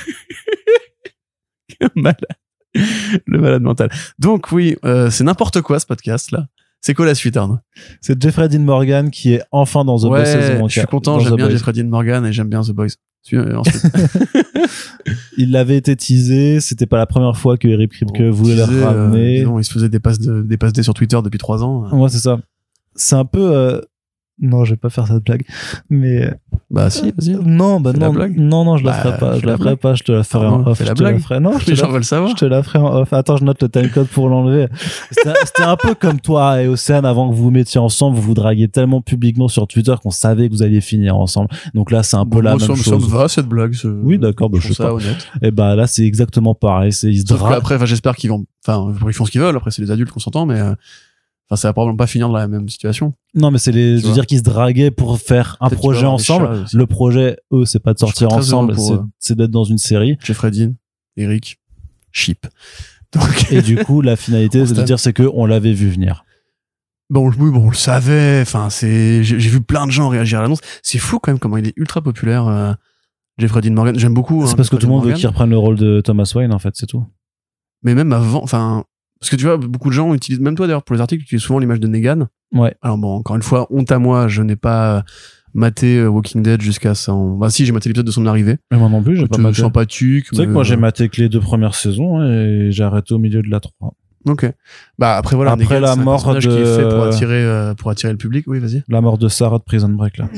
malade mental. Donc oui, c'est n'importe quoi ce podcast-là. C'est quoi la suite, Arnaud? C'est Jeffrey Dean Morgan qui est enfin dans The Boys saison 4. Je suis content, j'aime bien Jeffrey Dean Morgan et j'aime bien The Boys. Ensuite. Il avait été teasé, c'était pas la première fois que Eric Kripke voulait le ramener. Il se faisait des passes D sur Twitter depuis 3 ans. Ouais, c'est ça. C'est un peu Non, je vais pas faire cette blague. Mais Bah si, vas-y. non, bah Fais la non, blague. non, je la Bah, ferai pas. fais Je la la ferai blague. pas. Je te la ferai Ah en non, off. fais la Je te la blague. ferai. Non, je te Les la gens veulent savoir. Je te la ferai en off. Attends, je note le timecode pour l'enlever. C'était un peu comme toi et Océane, avant que vous vous mettiez ensemble, vous vous draguiez tellement publiquement sur Twitter qu'on savait que vous alliez finir ensemble. Donc là, c'est un peu Bon, la moi, même ça me chose. va cette blague. Oui, d'accord, bah, je sais ça pas. honnête. Et bah là, c'est exactement pareil. Ils se Sauf draguent. qu'après, j'espère qu'ils vont, ils font ce qu'ils veulent. Après, c'est les adultes qu'on s'entend, mais ça va probablement pas finir dans la même situation. Non, mais je veux dire qu'ils se draguaient pour faire un Peut-être projet qu'il va y avoir des ensemble. chats aussi. Le projet, eux, c'est pas de sortir serais très ensemble, heureux pour eux. c'est d'être dans une série. Jeffrey Dean, Eric, Chip. Donc, Et du coup, la finalité, c'est de dire, c'est que on l'avait vu venir. oui, on le savait. Enfin, j'ai vu plein de gens réagir à l'annonce. C'est fou quand même comment il est ultra populaire, Jeffrey Dean Morgan. J'aime beaucoup. C'est parce que tout le monde veut qu'il reprenne le rôle de Thomas Wayne, en fait, c'est tout. Mais même avant, parce que tu vois, beaucoup de gens utilisent, même toi d'ailleurs, pour les articles, tu utilises souvent l'image de Negan. Ouais. Alors bon, encore une fois, honte à moi, je n'ai pas maté Walking Dead jusqu'à son... Bah si, j'ai maté l'épisode de son arrivée. Mais moi non plus, j'ai pas maté. Sympathique. C'est vrai que moi, j'ai maté que les 2 premières saisons et j'ai arrêté au milieu de la 3. Ok. Bah après voilà, Après Negan, la c'est un mort personnage de... qui est fait pour attirer le public. Oui, vas-y. La mort de Sarah de Prison Break, là.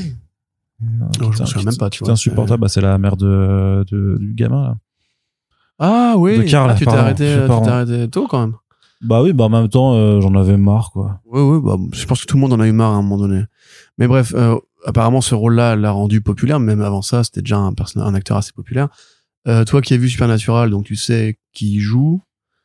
Non, je m'en souviens même pas, tu vois. C'est insupportable. Bah, c'est la mère du gamin, là. Ah oui. De Carl, tu t'es pardon, arrêté tôt quand même. Bah oui, bah en même temps, j'en avais marre, quoi. Oui, bah, je pense que tout le monde en a eu marre à un moment donné. Mais bref, apparemment ce rôle-là l'a rendu populaire. Même avant ça, c'était déjà un acteur assez populaire. Toi qui as vu Supernatural, donc tu sais qui y joue.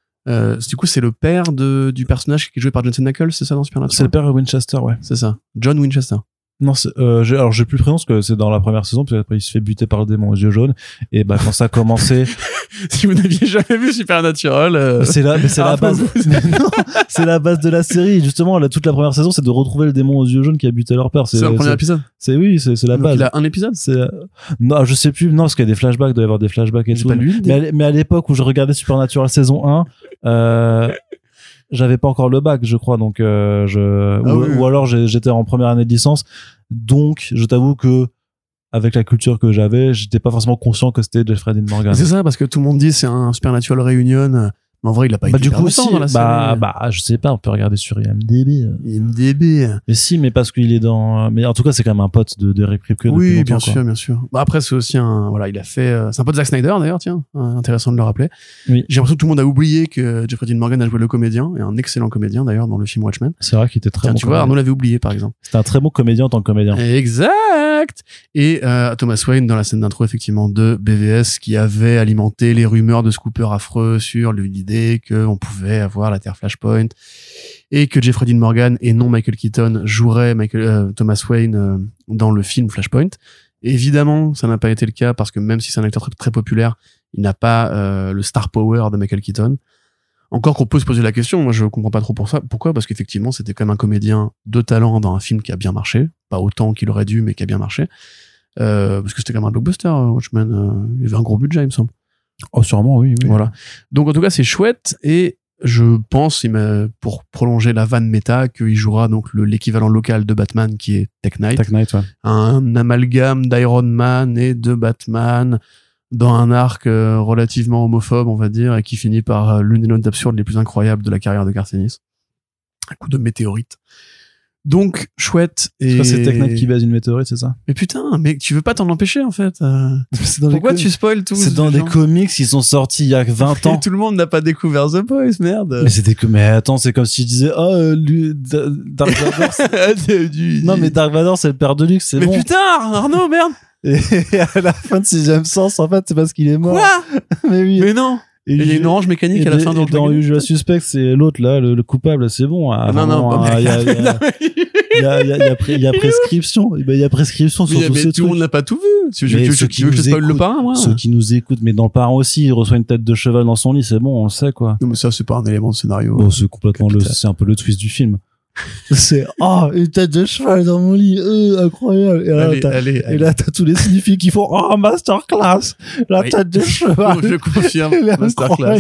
Du coup, c'est le père du personnage qui est joué par Jensen Ackles, c'est ça dans Supernatural? C'est le père de Winchester, ouais. C'est ça. John Winchester. Non, alors j'ai plus le prénom parce que c'est dans la première saison, puis après il se fait buter par le démon aux yeux jaunes. Et bah quand ça a commencé, si vous n'aviez jamais vu Supernatural, c'est la base. Non, c'est la base de la série. Justement, toute la première saison, c'est de retrouver le démon aux yeux jaunes qui a buté leur père. C'est le premier épisode. C'est la donc base. Il a un épisode. Non, je sais plus. Non, parce qu'il y a des flashbacks, il doit y avoir des flashbacks et C'est tout. pas lui. Mais à l'époque où je regardais Supernatural saison 1, j'avais pas encore le bac, je crois, donc ou alors j'étais en première année de licence, donc je t'avoue que avec la culture que j'avais, j'étais pas forcément conscient que c'était Jeffrey Dean Morgan. C'est ça, parce que tout le monde dit c'est un Supernatural Reunion. Mais en vrai, il a pas été du coup, si, dans la série. je sais pas, on peut regarder sur IMDb. IMDb. Mais si, mais parce qu'il est dans, mais en tout cas, c'est quand même un pote de Rick Kripke. Oui, depuis longtemps, bien sûr. Bah après, c'est aussi il a fait, c'est un pote de Zack Snyder d'ailleurs, tiens. Intéressant de le rappeler. Oui. J'ai l'impression que tout le monde a oublié que Jeffrey Dean Morgan a joué le comédien, et un excellent comédien d'ailleurs dans le film Watchmen. C'est vrai qu'il était très Tiens, bon. tu vois, Arnaud l'avait oublié par exemple. C'était un très bon comédien en tant que comédien. Exact. Et Thomas Wayne dans la scène d'intro effectivement de BVS qui avait alimenté les rumeurs de scoopers affreux sur l'idée qu'on pouvait avoir la Terre Flashpoint et que Jeffrey Dean Morgan et non Michael Keaton jouerait Thomas Wayne dans le film Flashpoint. Et évidemment, ça n'a pas été le cas parce que même si c'est un acteur très, très populaire, il n'a pas le star power de Michael Keaton. Encore qu'on peut se poser la question, moi je comprends pas trop pour ça. Pourquoi? Parce qu'effectivement, c'était quand même un comédien de talent dans un film qui a bien marché, pas autant qu'il aurait dû, mais qui a bien marché. Parce que c'était quand même un blockbuster, Watchmen. Il y avait un gros budget, il me semble. Oh, sûrement, oui. Voilà. Donc en tout cas, c'est chouette et je pense, pour prolonger la vanne méta, qu'il jouera donc l'équivalent local de Batman qui est Tech Knight. Tech Knight, ouais. Un amalgame d'Iron Man et de Batman dans un arc relativement homophobe, on va dire, et qui finit par l'une des notes absurdes les plus incroyables de la carrière de Garth Ennis. Un coup de météorite. Donc, chouette. Et... C'est Tech Knight qui baise une météorite, c'est ça? Mais putain, mais tu veux pas t'en empêcher, en fait. Pourquoi tu spoil tout? C'est dans des comics qui sont sortis il y a 20 ans. Tout le monde n'a pas découvert The Boys, merde. Mais attends, c'est comme si je disais, Dark Vador. Non, mais Dark Vador, c'est le père de Luke, c'est bon. Mais putain, Arnaud, merde. Et à la fin de Sixième Sens, en fait, c'est parce qu'il est mort. Quoi? Mais oui. Mais non. Et il y a une orange mécanique à la fin de dans Usual Suspect, c'est l'autre là, le coupable, c'est bon. Non, il y a prescription. Il y a prescription sur tous ces trucs. Tout le monde n'a pas tout vu. Tu veux que je spoil le parrain, moi? Ceux qui nous écoutent, mais dans le parrain aussi, il reçoit une tête de cheval dans son lit, c'est bon, on le sait, quoi. Non, mais ça, c'est pas un élément de scénario. Bon, c'est complètement c'est un peu le twist du film. C'est une tête de cheval dans mon lit, incroyable. Et là, t'as tous les cinéphile qui font masterclass, tête de cheval. Je confirme, masterclass.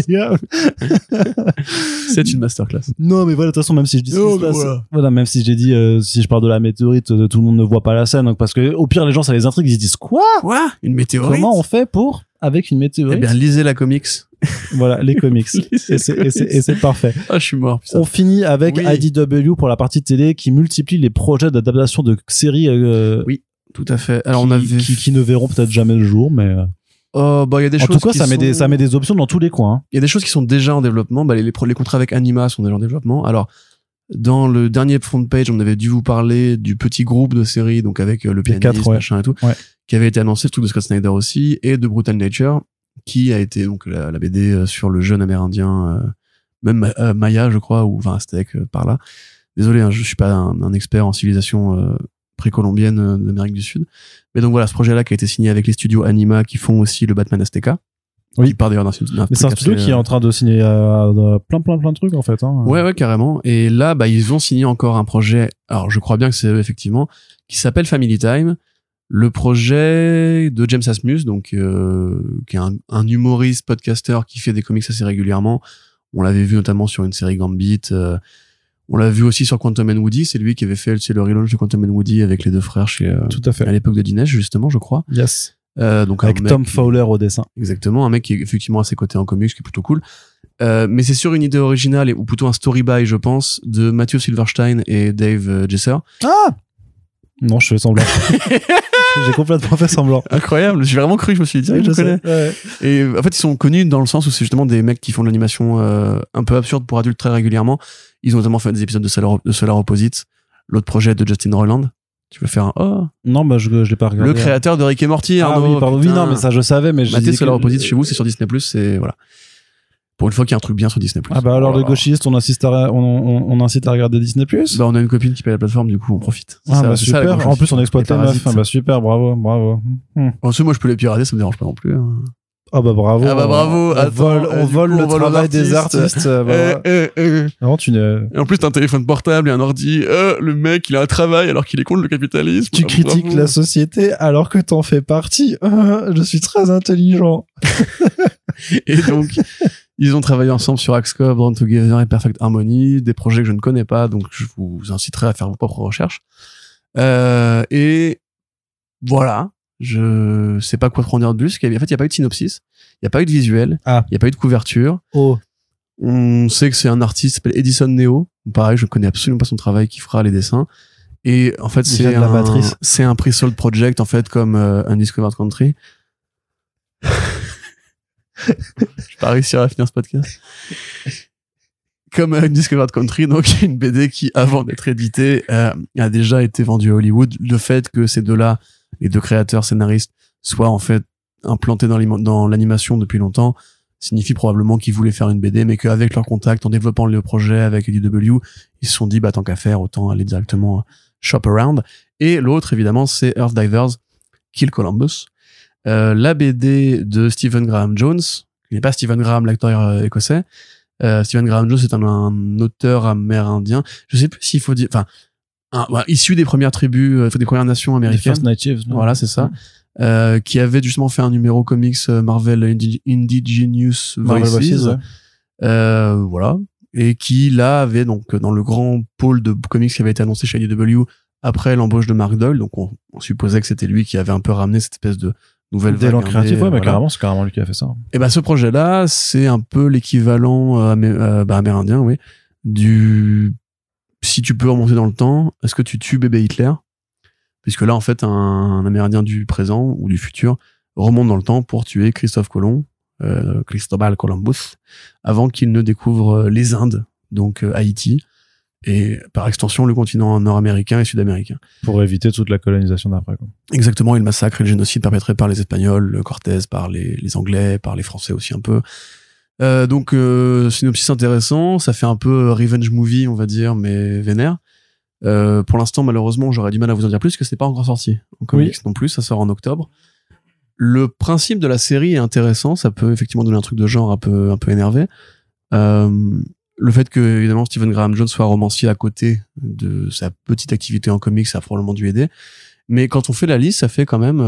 C'est une masterclass. Non, mais voilà, de toute façon, même si je dis voilà, même si j'ai dit si je parle de la météorite, tout le monde ne voit pas la scène, donc parce que au pire les gens ça les intrigue, ils se disent quoi, une météorite. Comment on fait avec une météorite? Eh bien, lisez la comics Voilà, les comics. et c'est parfait. Ah, je suis mort. Putain. On finit avec IDW pour la partie télé qui multiplie les projets d'adaptation de séries. Oui, tout à fait. Alors, qui ne verront peut-être jamais le jour, mais. Y a des en choses tout cas, ça met des options dans tous les coins. Il y a des choses qui sont déjà en développement. Les contrats avec Anima sont déjà en développement. Alors, dans le dernier front page, on avait dû vous parler du petit groupe de séries, donc avec le pianiste, machin et tout, qui avait été annoncé, le truc de Scott Snyder aussi, et de Brutal Nature, qui a été donc la BD sur le jeune amérindien, même Maya, je crois, ou enfin Aztèque par là. Désolé, hein, je suis pas un expert en civilisation précolombienne d'Amérique du Sud. Mais donc voilà, ce projet-là qui a été signé avec les studios Anima qui font aussi le Batman Azteca. Oui. Qui part d'ailleurs d'un mais c'est un studio qui est en train de signer plein de trucs en fait. Hein. Ouais, carrément. Et là, ils ont signé encore un projet. Alors, je crois bien que c'est eux, effectivement, qui s'appelle Family Time. Le projet de James Asmus, donc qui est un humoriste, podcaster qui fait des comics assez régulièrement. On l'avait vu notamment sur une série Gambit. On l'a vu aussi sur Quantum and Woody. C'est lui qui avait fait le relaunch de Quantum and Woody avec les deux frères Tout à fait. À l'époque de Dinesh, justement, je crois. Yes. Donc avec Tom Fowler au dessin. Exactement, un mec qui est effectivement à ses côtés en comics, qui est plutôt cool. Mais c'est sur une idée originale, ou plutôt un story by, je pense, de Matthew Silverstein et Dave Jesser. Ah! Non, je fais semblant. J'ai complètement fait semblant. Incroyable, j'ai vraiment cru, je me suis dit, je connais. Ouais. Et en fait, ils sont connus dans le sens où c'est justement des mecs qui font de l'animation un peu absurde pour adultes très régulièrement. Ils ont notamment fait des épisodes de Solar Opposites, l'autre projet de Justin Roiland. Tu veux faire un Non, je l'ai pas regardé. Le créateur de Rick et Morty, Arnaud. Oui, pardon. Oui, non, mais ça je savais, mais Maté Solar Opposites chez vous, c'est sur Disney+, c'est voilà. Pour une fois qu'il y a un truc bien sur Disney+. Ah bah alors les gauchistes, on incite à regarder Disney+. On a une copine qui paye la plateforme, du coup on profite. Super. En plus on exploite les meufs. Super, bravo. Moi je peux les pirater, ça me dérange pas non plus. Hein. Ah bah bravo. On vole le travail des artistes. Non, et en plus t'as un téléphone portable et un ordi. Le mec il a un travail alors qu'il est contre le capitalisme. Tu critiques la société alors que t'en fais partie. Je suis très intelligent. Et donc ils ont travaillé ensemble sur Axcom, Born Together et Perfect Harmony, des projets que je ne connais pas, donc je vous inciterai à faire vos propres recherches. Et voilà, je sais pas quoi trop en dire de plus. En fait, il y a pas eu de synopsis, il y a pas eu de visuel, il y a pas eu de couverture. On sait que c'est un artiste qui s'appelle Edison Neo. Pareil, je connais absolument pas son travail, qui fera les dessins. Et en fait, c'est un pre-sold project, en fait, comme Undiscovered Country. Je vais pas réussir à finir ce podcast. Comme Undiscovered Country, donc une BD qui, avant d'être éditée, a déjà été vendue à Hollywood. Le fait que ces deux-là, les deux créateurs scénaristes, soient en fait implantés dans l'animation depuis longtemps, signifie probablement qu'ils voulaient faire une BD, mais qu'avec leur contact, en développant le projet avec IDW, ils se sont dit, tant qu'à faire, autant aller directement shop around. Et l'autre, évidemment, c'est Earth Divers, Kill Columbus. La BD de Stephen Graham Jones, qui n'est pas Stephen Graham, l'acteur écossais. Stephen Graham Jones est un auteur amérindien. Je sais plus s'il faut dire, issu des premières tribus, des premières nations américaines. Les First Natives. Voilà, c'est ça. Qui avait justement fait un numéro comics Marvel Indigenous Voices. Voilà. Et qui, là, avait donc, dans le grand pôle de comics qui avait été annoncé chez IDW après l'embauche de Mark Doyle. Donc, on supposait que c'était lui qui avait un peu ramené cette espèce de nouvelle vague. D'élan créatif, ouais, carrément, c'est carrément lui qui a fait ça. Et ce projet-là, c'est un peu l'équivalent amérindien, oui, si tu peux remonter dans le temps, est-ce que tu tues bébé Hitler? Puisque là, en fait, un Amérindien du présent ou du futur remonte dans le temps pour tuer Christophe Colomb, Cristobal Columbus, avant qu'il ne découvre les Indes, donc Haïti, et par extension le continent nord-américain et sud-américain. Pour éviter toute la colonisation d'après, quoi. Exactement, et le massacre et le génocide perpétrés par les Espagnols, le Cortés, par les Anglais, par les Français aussi un peu. Donc, synopsis intéressant, ça fait un peu revenge movie, on va dire, mais vénère. Pour l'instant, malheureusement, j'aurais du mal à vous en dire plus, parce que c'est pas encore sorti en comics non plus, ça sort en octobre. Le principe de la série est intéressant, ça peut effectivement donner un truc de genre un peu énervé. Le fait que, évidemment, Stephen Graham Jones soit romancier à côté de sa petite activité en comics, ça a probablement dû aider. Mais quand on fait la liste, ça fait quand même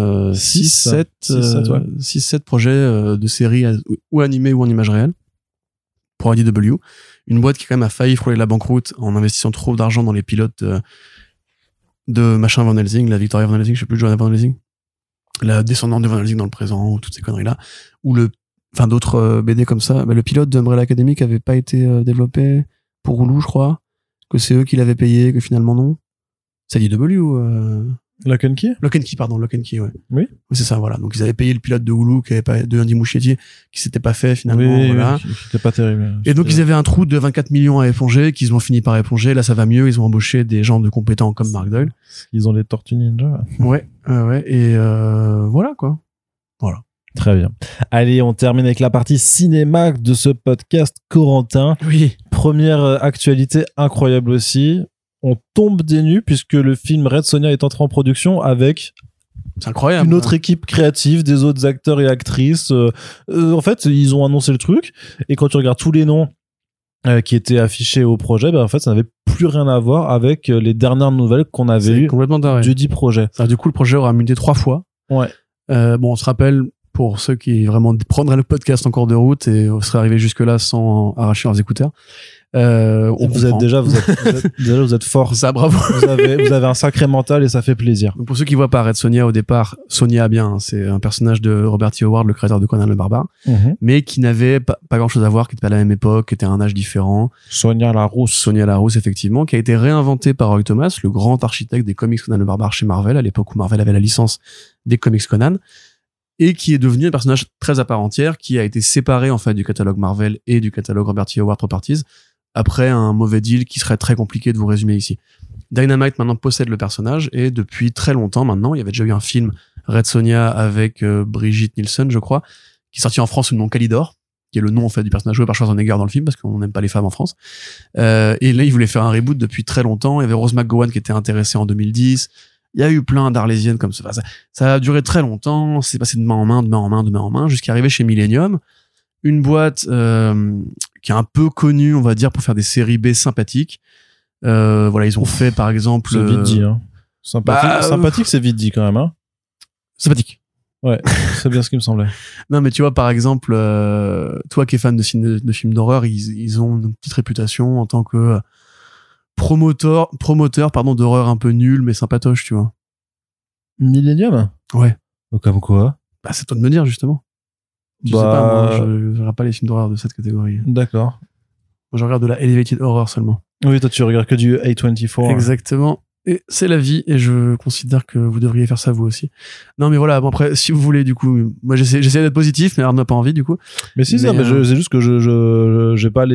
6-7 projets de séries ou animées ou en images réelles pour IDW. Une boîte qui quand même a failli frôler la banqueroute en investissant trop d'argent dans les pilotes de machin Van Helsing, la Victoria Van Helsing, je sais plus, Joanna Van Helsing, la descendante de Van Helsing dans le présent, ou toutes ces conneries-là, où le enfin d'autres BD comme ça. Le pilote d'Umbrella Academy qui avait pas été développé pour Hulu, je crois, que c'est eux qui l'avaient payé, que finalement non. C'est DW ou Lock and Key, ouais. Oui, c'est ça, voilà. Donc ils avaient payé le pilote de Hulu qui avait pas de Andy Muschietti, qui s'était pas fait finalement, voilà. Oui, c'était pas terrible. Et donc ils avaient un trou de 24 millions à éponger, qu'ils ont fini par éponger. Là ça va mieux, ils ont embauché des gens de compétents comme Mark Doyle. Ils ont les Tortues Ninja. Ouais. Et voilà quoi. Voilà. Très bien. Allez, on termine avec la partie cinéma de ce podcast Corentin. Oui. Première actualité incroyable aussi. On tombe des nues puisque le film Red Sonja est entré en production avec c'est incroyable. Une autre équipe créative, des autres acteurs et actrices. En fait, ils ont annoncé le truc et quand tu regardes tous les noms qui étaient affichés au projet, en fait, ça n'avait plus rien à voir avec les dernières nouvelles qu'on avait eues du dit projet. Alors, du coup, le projet aura muté 3 fois. Ouais. On se rappelle, pour ceux qui vraiment prendraient le podcast en cours de route et seraient arrivés jusque-là sans arracher leurs écouteurs. Vous êtes fort. Ça, bravo. Vous avez un sacré mental et ça fait plaisir. Donc pour ceux qui voient pas Red Sonja au départ, Sonja c'est un personnage de Robert T. Howard, le créateur de Conan le Barbare, mais qui n'avait pas grand chose à voir, qui était pas à la même époque, qui était à un âge différent. Sonja la Rousse, effectivement, qui a été réinventé par Roy Thomas, le grand architecte des comics Conan le Barbare chez Marvel, à l'époque où Marvel avait la licence des comics Conan, et qui est devenu un personnage très à part entière, qui a été séparé en fait du catalogue Marvel et du catalogue Robert T. Howard Properties, après un mauvais deal qui serait très compliqué de vous résumer ici. Dynamite maintenant possède le personnage et depuis très longtemps maintenant, il y avait déjà eu un film Red Sonja avec Brigitte Nielsen, je crois, qui est sorti en France sous le nom Calidor, qui est le nom en fait du personnage joué par Schwarzenegger dans le film parce qu'on n'aime pas les femmes en France. Et là, il voulait faire un reboot depuis très longtemps. Il y avait Rose McGowan qui était intéressée en 2010. Il y a eu plein d'arlésiennes comme ça. Enfin, ça a duré très longtemps. C'est passé de main en main, jusqu'à arriver chez Millennium, une boîte qui est un peu connue, on va dire, pour faire des séries B sympathiques. Voilà, ils ont fait par exemple. C'est vite dit, hein. Sympathique, c'est vite dit quand même, hein. Sympathique. Ouais, c'est bien ce qui me semblait. Non, mais tu vois, par exemple, toi qui es fan de films d'horreur, ils ont une petite réputation en tant que promoteur, d'horreur un peu nul mais sympatoche, tu vois. Millennium ? Ouais. Donc, comme quoi ? C'est toi de me dire, justement. Je sais pas, moi, je regarde pas les films d'horreur de cette catégorie. D'accord. Moi, je regarde de la elevated horror seulement. Oui, toi, tu regardes que du A24. Exactement. Et c'est la vie, et je considère que vous devriez faire ça vous aussi. Non, mais voilà, bon, après, si vous voulez, du coup, moi, j'essaie d'être positif, mais Arnaud n'a pas envie, du coup. Mais si, c'est juste que j'ai pas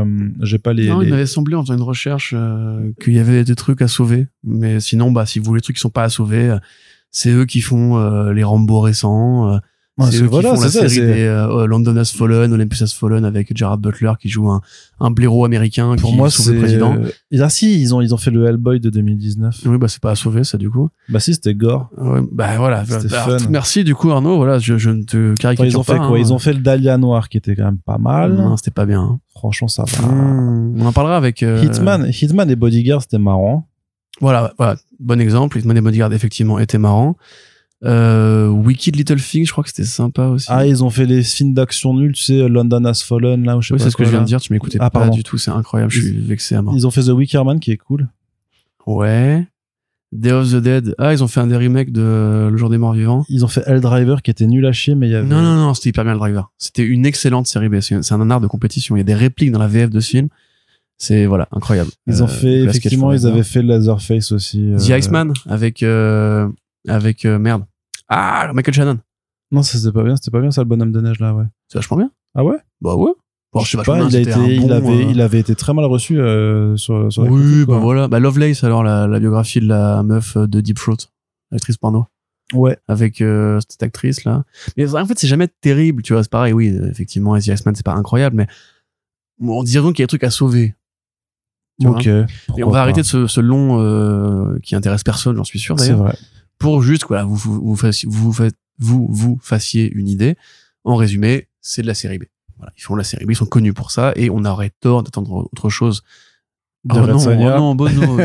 les, Non, il m'avait semblé, en faisant une recherche, qu'il y avait des trucs à sauver. Mais sinon, si vous voulez des trucs qui sont pas à sauver, c'est eux qui font, les Rambo récents, c'est eux qui font la série des London Has Fallen, Olympus Has Fallen avec Gerard Butler qui joue un blaireau américain pour qui moi, sauve le président. Si, ils ont fait le Hellboy de 2019. Oui, c'est pas à sauver, ça, du coup. Si, c'était gore. Ouais, voilà. C'était fun. Merci, du coup, Arnaud. Voilà, je ne te caricature pas. Ils ont fait le Dahlia Noir qui était quand même pas mal. Non, c'était pas bien. Hein. Franchement, ça va. On en parlera avec Hitman et Bodyguard, c'était marrant. Voilà. Bon exemple. Hitman et Bodyguard, effectivement, étaient marrants. Wicked Little Thing, je crois que c'était sympa aussi. Ils ont fait les films d'action nuls, tu sais, London Has Fallen, là, où je sais pas. C'est ce que je viens de dire, tu m'écoutais pas du tout, c'est incroyable, je suis vexé à mort. Ils ont fait The Wicker Man qui est cool. Ouais. Day of the Dead. Ils ont fait un des remakes de Le Jour des Morts Vivants. Ils ont fait Helldriver qui était nul à chier, mais il y avait... Non, c'était hyper bien Helldriver. C'était une excellente série B, c'est un art de compétition. Il y a des répliques dans la VF de ce film. C'est, voilà, incroyable. Ils ont fait, effectivement, ils avaient fait Leatherface aussi. The Iceman avec merde. Michael Shannon. Non, c'était pas bien ça, le bonhomme de neige là, ouais. C'est vachement bien. Ah ouais? Bah ouais. Bon, je sais pas, il avait été très mal reçu sur oui, côtés, voilà. Lovelace, alors la biographie de la meuf de Deep Throat, l'actrice porno. Ouais. Avec cette actrice là. Mais en fait, c'est jamais terrible, tu vois, c'est pareil, oui, effectivement, The Iceman, c'est pas incroyable, mais on dirait donc qu'il y a des trucs à sauver. Ok. Et on va arrêter de ce long qui intéresse personne, j'en suis sûr d'ailleurs. C'est vrai. Pour juste que voilà, vous fassiez une idée. En résumé, c'est de la série B. Voilà, ils font la série B, ils sont connus pour ça, et on aurait tort d'attendre autre chose. Non, Bono.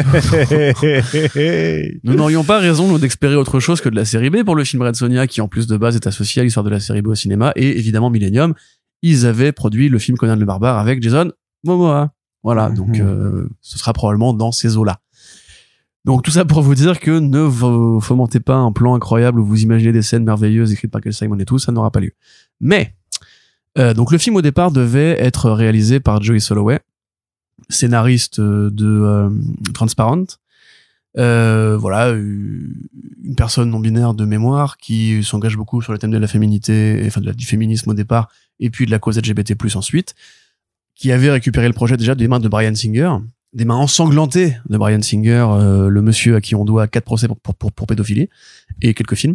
Nous n'aurions pas raison d'espérer autre chose que de la série B pour le film Red Sonja, qui en plus de base est associé à l'histoire de la série B au cinéma, et évidemment Millennium. Ils avaient produit le film Conan le Barbare avec Jason Momoa. Voilà, donc ce sera probablement dans ces eaux-là. Donc tout ça pour vous dire que ne vous fomentez pas un plan incroyable où vous imaginez des scènes merveilleuses écrites par Kel Simon et tout, ça n'aura pas lieu. Mais Donc le film au départ devait être réalisé par Joey Soloway, scénariste de Transparent. Voilà, une personne non binaire de mémoire qui s'engage beaucoup sur le thème de la féminité, enfin du féminisme au départ, et puis de la cause LGBT+ ensuite, qui avait récupéré le projet déjà des mains de Bryan Singer, des mains ensanglantées de Bryan Singer, le monsieur à qui on doit 4 procès pour pédophilie et quelques films,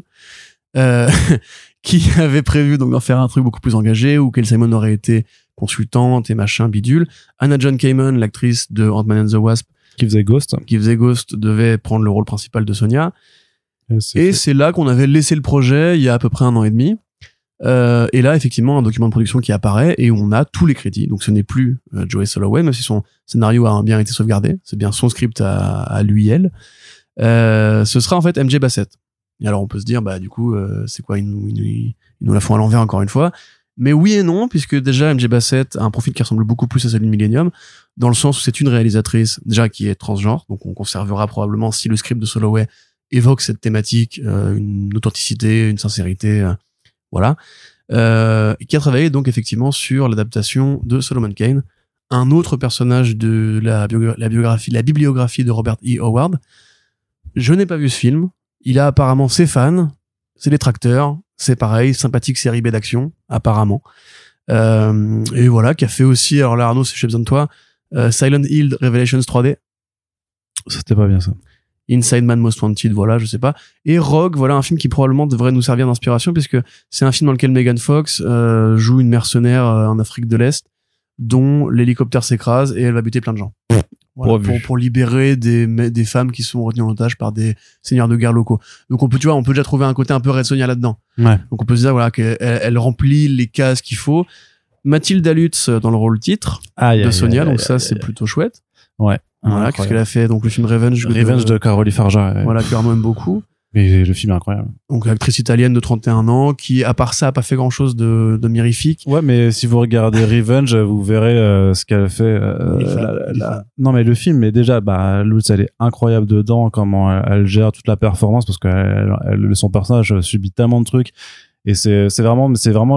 qui avait prévu donc d'en faire un truc beaucoup plus engagé, où Gail Simon aurait été consultante et machin bidule. Anna John Kamen, l'actrice de Ant-Man and the Wasp, qui faisait Ghost, devait prendre le rôle principal de Sonia. Et c'est là qu'on avait laissé le projet il y a à peu près 1 an et demi. Et là, effectivement, un document de production qui apparaît et on a tous les crédits. Donc ce n'est plus Joey Soloway, même si son scénario a bien été sauvegardé. C'est bien son script à lui, elle. Ce sera en fait MJ Bassett. Et alors on peut se dire, bah du coup, c'est quoi, ils nous la font à l'envers encore une fois. Mais oui et non, puisque déjà MJ Bassett a un profil qui ressemble beaucoup plus à celui de Millennium, dans le sens où c'est une réalisatrice déjà qui est transgenre, donc on conservera probablement, si le script de Soloway évoque cette thématique, une authenticité, une sincérité, voilà, qui a travaillé donc effectivement sur l'adaptation de Solomon Kane, un autre personnage de la bibliographie de Robert E. Howard. Je n'ai pas vu ce film. Il a apparemment ses fans, ses détracteurs. C'est pareil, sympathique série B d'action, apparemment. Et voilà, qui a fait aussi, alors là Arnaud, si j'ai besoin de toi, Silent Hill Revelations 3D. C'était pas bien ça. Inside Man Most Wanted, voilà, je sais pas. Et Rogue, voilà un film qui probablement devrait nous servir d'inspiration, puisque c'est un film dans lequel Megan Fox joue une mercenaire en Afrique de l'Est, dont l'hélicoptère s'écrase et elle va buter plein de gens. Voilà, pour libérer des femmes qui sont retenues en otage par des seigneurs de guerre locaux. Donc on peut déjà trouver un côté un peu Red Sonja là-dedans. Ouais. Donc on peut se dire voilà qu'elle remplit les cases qu'il faut. Mathilde Lutz dans le rôle titre de Sonia, donc ça c'est plutôt chouette. Ouais. Voilà, qu'est-ce qu'elle a fait, donc le film Revenge de Caroline Farja. Voilà, que Arnaud aime beaucoup. Mais le film est incroyable. Donc actrice italienne de 31 ans qui, à part ça, a pas fait grand-chose de mirifique. Ouais, mais si vous regardez Revenge, vous verrez ce qu'elle fait. Non, mais le film, mais déjà, Lutz, elle est incroyable dedans, comment elle gère toute la performance, parce que son personnage subit tellement de trucs. Et c'est vraiment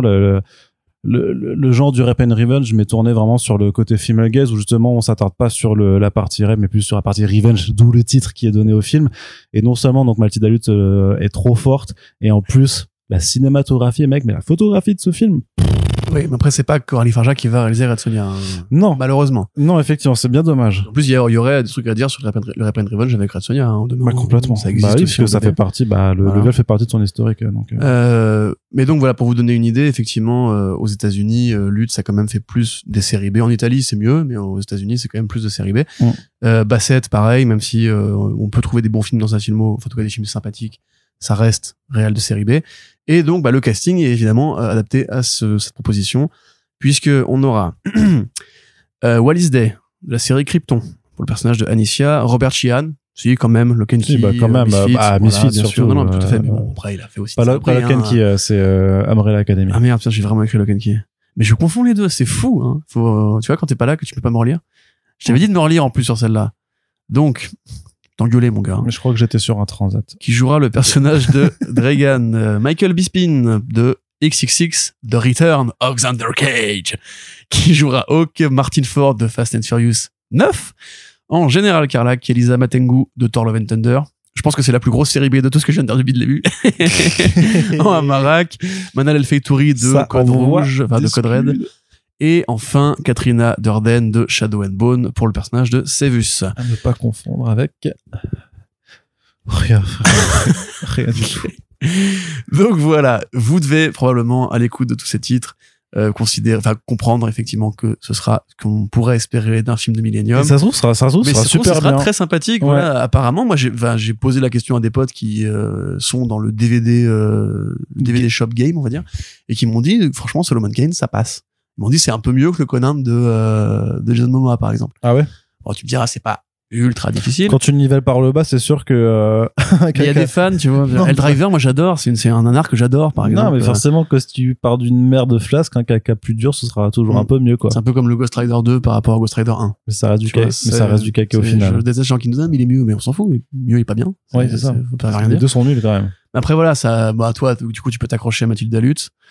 le genre du Rape and Revenge, mais tourné vraiment sur le côté female gaze, où justement on s'attarde pas sur la partie rape, mais plus sur la partie revenge, d'où le titre qui est donné au film. Et non seulement donc Mathilde Lutz est trop forte, et en plus la cinématographie, mec, mais la photographie de ce film. Oui, mais après c'est pas Coralie Farja qui va réaliser Red Sonja. Non, malheureusement. Non, effectivement, c'est bien dommage. En plus, il y aurait des trucs à dire sur le Rape and Revenge avec Red Sonja. Complètement. Ça existe oui, parce que ça fait partie. Le viol fait partie de son historique. Donc. Mais donc voilà, pour vous donner une idée, effectivement, aux États-Unis, Lutz a quand même fait plus des séries B. En Italie, c'est mieux, mais aux États-Unis, c'est quand même plus de séries B. Bassett, pareil, même si on peut trouver des bons films dans un film, enfin en tout cas des films sympathiques, ça reste réel de série B. Et donc, le casting est évidemment adapté à cette proposition, puisque on aura Wallis Day de la série Krypton pour le personnage de Anicia, Robert Sheehan, si quand même, Lock and Key, quand même, Misfits bien surtout. sûr. Non, tout à fait. Mais bon, après, il a fait aussi. Pas Lock and Key, c'est Umbrella Academy. Ah merde, putain, j'ai vraiment écrit Lock and Key. Mais je confonds les deux, c'est fou. Hein. Tu vois, quand t'es pas là, que tu peux pas me relire. Je t'avais dit de me relire en plus sur celle-là. Donc. T'engueuler, mon gars. Mais je crois que j'étais sur un transat. Qui jouera le personnage de Dragan. Michael Bisping de XXX, The Return of Xander Cage. Qui jouera Hawk. Martin Ford de Fast and Furious 9. En Général Karlak, Elisa Matengu de Thor Love and Thunder. Je pense que c'est la plus grosse série B de tout ce que je viens de dire depuis le début. En Amarak, Manal El Feitouri de Code Rouge, enfin de Code Red. Et enfin, Katrina Durden de Shadow and Bone pour le personnage de Sevus. À ne pas confondre avec... Rien du tout. Donc voilà, vous devez probablement, à l'écoute de tous ces titres, comprendre effectivement que ce sera ce qu'on pourrait espérer d'un film de Millennium. Et ça se trouve, ça sera super ça sera bien. Très sympathique. Ouais. Voilà. Apparemment, moi, j'ai posé la question à des potes qui sont dans le DVD shop game, on va dire, et qui m'ont dit, franchement, Solomon Kane, ça passe. Ils m'ont dit c'est un peu mieux que le Conan de Jason Momoa, par exemple. Ah ouais. Alors tu me diras c'est pas ultra difficile. Quand tu nivelles par le bas, c'est sûr que il y a des fans, tu vois. El Driver, moi j'adore, c'est un nanar que j'adore, par exemple. Non, mais forcément que si tu pars d'une mer de flasque, un caca plus dur, ce sera toujours un peu mieux, quoi. C'est un peu comme le Ghost Rider 2 par rapport au Ghost Rider 1. Mais ça reste du caca au final. Je déteste les gens qui nous disent mais il est mieux, mais on s'en fout, mieux il est pas bien. Ouais, c'est ça. Faut pas rien les dire. deux sont nuls quand même. Après voilà, ça toi du coup tu peux t'accrocher à Mathilde Lutz.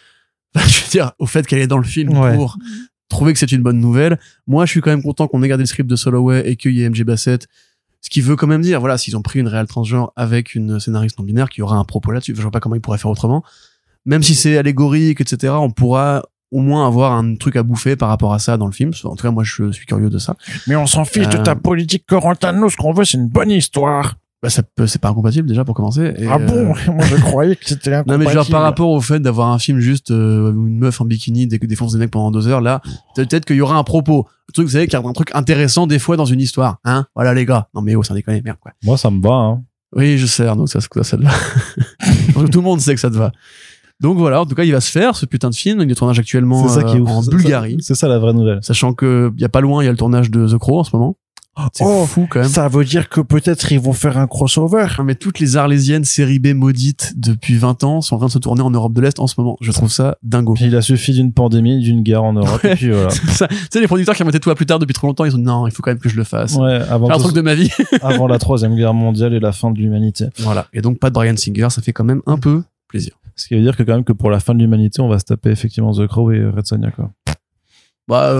je veux dire, au fait qu'elle est dans le film Ouais. pour trouver que c'est une bonne nouvelle. Moi, je suis quand même content qu'on ait gardé le script de Soloway et qu'il y ait MJ Bassett. Ce qui veut quand même dire, voilà, s'ils ont pris une réelle transgenre avec une scénariste non-binaire, qu'il y aura un propos là-dessus. Je vois pas comment ils pourraient faire autrement. Même si c'est allégorique, etc., on pourra au moins avoir un truc à bouffer par rapport à ça dans le film. En tout cas, moi, je suis curieux de ça. Mais on s'en fiche de ta politique, Corentin. Nous, ce qu'on veut, c'est une bonne histoire. Bah, c'est pas incompatible déjà pour commencer. Et, Ah bon? Moi, je croyais que c'était non, incompatible. mais genre par rapport au fait d'avoir un film juste une meuf en bikini défonce des mecs pendant 2 heures, là, peut-être qu'il y aura un propos. Le truc, vous savez, qu'il y a un truc intéressant des fois dans une histoire. Hein? Voilà, les gars. Non, mais oh, ça déconne, merde, quoi. Moi, ça me va, hein. Oui, je sais, donc ça te va. Je pense que tout le monde sait que ça te va. Donc voilà, en tout cas, il va se faire ce putain de film. Il est tournage actuellement C'est ça qui est ouf. en C'est Bulgarie. C'est ça la vraie nouvelle. Sachant que y a pas loin, il y a le tournage de The Crow en ce moment. C'est fou quand même. Ça veut dire que peut-être ils vont faire un crossover. Non, mais toutes les arlésiennes série B maudites depuis 20 ans sont en train de se tourner en Europe de l'Est en ce moment. Je trouve ça dingo. Puis il a suffi d'une pandémie, d'une guerre en Europe, et puis voilà. Ça, tu sais, les producteurs qui remettaient tout à plus tard depuis trop longtemps, ils ont dit non, il faut quand même que je le fasse. Ouais, avant, C'est un truc de ma vie. avant la 3e guerre mondiale et la fin de l'humanité. Voilà. Et donc pas de Bryan Singer, ça fait quand même un peu plaisir. Ce qui veut dire que quand même que pour la fin de l'humanité, on va se taper effectivement The Crow et Red Sonja, quoi. Bah,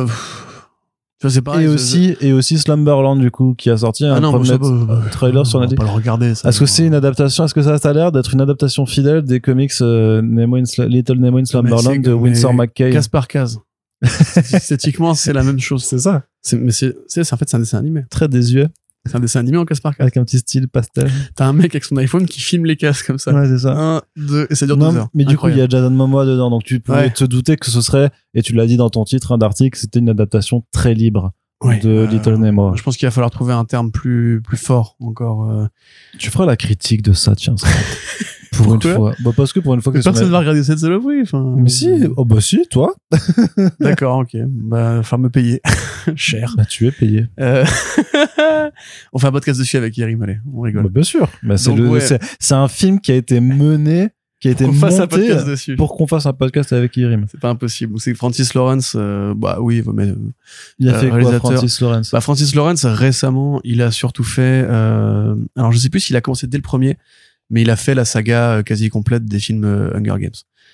tu vois, c'est pareil. Et aussi Slumberland, du coup, qui a sorti un non, premier mais trailer sur on va Netflix. pas le regarder, ça. Est-ce que c'est une adaptation? Est-ce que ça a l'air d'être une adaptation fidèle des comics Little Nemo in Slumberland de Winsor McCay? Case par case. Esthétiquement, c'est la même chose. C'est ça. Mais en fait, c'est un dessin animé. Très désuet, C'est un dessin animé en case par case. avec un petit style pastel. T'as un mec avec son iPhone qui filme les cases comme ça. Ouais, c'est ça. 1, 2, et ça dure Non, 2 heures. mais du coup, il y a Jason Momoa dedans, donc tu pouvais Ouais. te douter que ce serait, et tu l'as dit dans ton titre d'article, c'était une adaptation très libre Ouais. de Little Nemo. Je pense qu'il va falloir trouver un terme plus fort encore. Tu feras la critique de ça, tiens. Ça. Pour une Pourquoi fois. Bah, parce que pour une fois que Personne va regarder cette saloperie. Enfin, Mais si, oh bah si, toi. D'accord, ok. Bah, falloir me payer. Cher. Bah, tu es payé. On fait un podcast dessus avec Yerim, allez, on rigole. Bah, bien sûr. Bah, Donc, ouais. c'est un film qui a été mené, qui a été On fasse un monté podcast dessus. pour qu'on fasse un podcast avec Irim. C'est pas impossible. C'est Francis Lawrence, bah oui, mais Il a fait quoi, réalisateur. Francis Lawrence? bah Francis Lawrence récemment, il a surtout fait alors je sais plus s'il a commencé dès le premier, mais il a fait la saga quasi complète des films Hunger Games.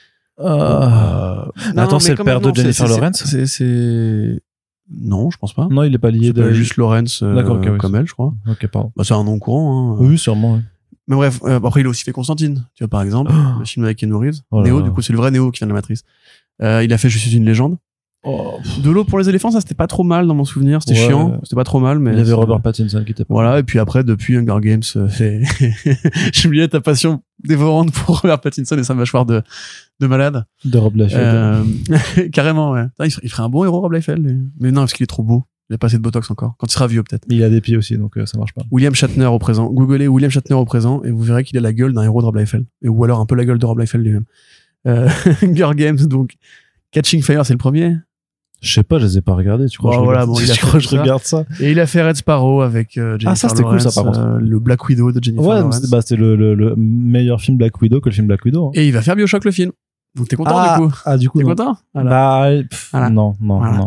Attends, c'est le père de Jennifer Lawrence? C'est non, je pense pas. Non, il est pas lié C'est pas juste Lawrence D'accord, ok, oui. comme elle, je crois. Ok, pardon. Bah, c'est un nom courant. Hein. Oui, sûrement, oui. Mais bref, après il a aussi fait Constantine, tu vois par exemple, Oh. le film avec Keanu Reeves. Oh là Neo, là. du coup c'est le vrai Neo qui vient de la Matrice. Il a fait Je suis une légende. Oh, De l'eau pour les éléphants, ça c'était pas trop mal dans mon souvenir, c'était Ouais. chiant, c'était pas trop mal, mais il y avait c'est- Robert Pattinson qui était pas. Voilà, et puis après, depuis Hunger Games, j'ai oublié ta passion dévorante pour Robert Pattinson et sa mâchoire de malade. De Rob Liefeld. Carrément, ouais. Putain, il ferait un bon héros, Rob Liefeld. Lui. Mais non, parce qu'il est trop beau. Il a pas assez de botox encore. Quand il sera vieux, peut-être. Mais il a des pieds aussi, donc ça marche pas. William Shatner au présent. Googlez William Shatner au présent et vous verrez qu'il a la gueule d'un héros de Rob Liefeld. Ou alors un peu la gueule de Rob Liefeld lui-même. Hunger Games, donc. Catching Fire, c'est le premier. Je sais pas, je les ai pas regardés, tu crois. Bon, je voilà, regarde, bon, il a tu fait crois que je tout ça. regarde ça. Et il a fait Red Sparrow avec Jennifer ça, c'était cool, Lawrence, ça, par contre. le Black Widow de Jennifer Ouais, Lawrence. c'est le meilleur film Black Widow que le film Black Widow. Hein. Et il va faire Bioshock le film. Donc t'es content du coup. Du coup, T'es non. content voilà. Bah, Voilà. non. Voilà.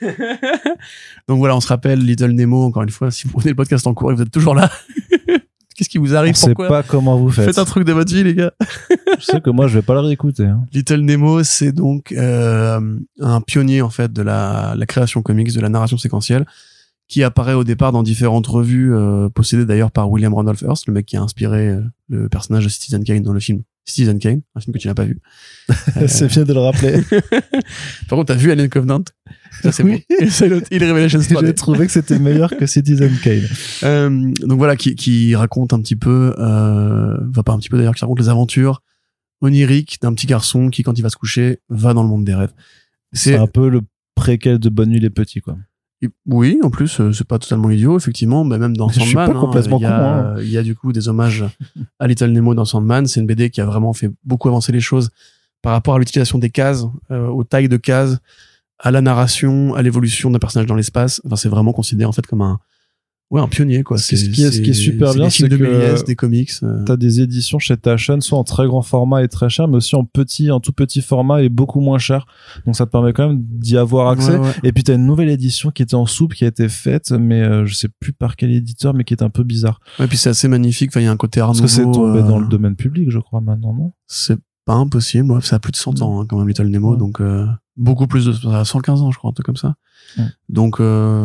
Donc voilà, on se rappelle Little Nemo, encore une fois, si vous prenez le podcast en cours et vous êtes toujours là. Qu'est-ce qui vous arrive? On sait Pourquoi pas comment vous faites. Faites un truc de votre vie, les gars. Je sais que moi, je vais pas le réécouter. Hein. Little Nemo, c'est donc un pionnier en fait de la création comics, de la narration séquentielle, qui apparaît au départ dans différentes revues possédées d'ailleurs par William Randolph Hearst, le mec qui a inspiré le personnage de Citizen Kane dans le film Citizen Kane, un film que tu n'as pas vu. C'est bien de le rappeler. Par contre, t'as vu Alien Covenant? Ça, c'est Oui. bon. C'est l'autre, il Revelations 3D. J'ai trouvé que c'était meilleur que Citizen Kane. Donc voilà, qui raconte un petit peu, pas un petit peu d'ailleurs, qui raconte les aventures oniriques d'un petit garçon qui, quand il va se coucher, va dans le monde des rêves. C'est un peu le préquel de Bonne Nuit les Petits, quoi. Oui, en plus, c'est pas totalement idiot, effectivement, mais même dans Je suis Sandman, pas complètement con, hein. il y a du coup des hommages à Little Nemo dans Sandman. C'est une BD qui a vraiment fait beaucoup avancer les choses par rapport à l'utilisation des cases, aux tailles de cases, à la narration, à l'évolution d'un personnage dans l'espace. Enfin, c'est vraiment considéré en fait comme un pionnier, quoi. Ce qui est super bien, des films c'est de que Méliès, des comics. T'as des éditions chez Taschen, soit en très grand format et très cher, mais aussi en tout petit format et beaucoup moins cher. Donc ça te permet quand même d'y avoir accès. Ouais. Et puis t'as une nouvelle édition qui était en soupe, qui a été faite, mais je sais plus par quel éditeur, mais qui est un peu bizarre. Ouais, puis c'est assez magnifique. Enfin, il y a un côté art Parce nouveau. que c'est tombé dans le domaine public, je crois, maintenant, non? C'est pas impossible. Ouais, ça a plus de 100 ans, hein, quand même, Little Nemo. Ouais. Donc, beaucoup plus de, ça a 115 ans, je crois, un truc comme ça. Ouais. Donc,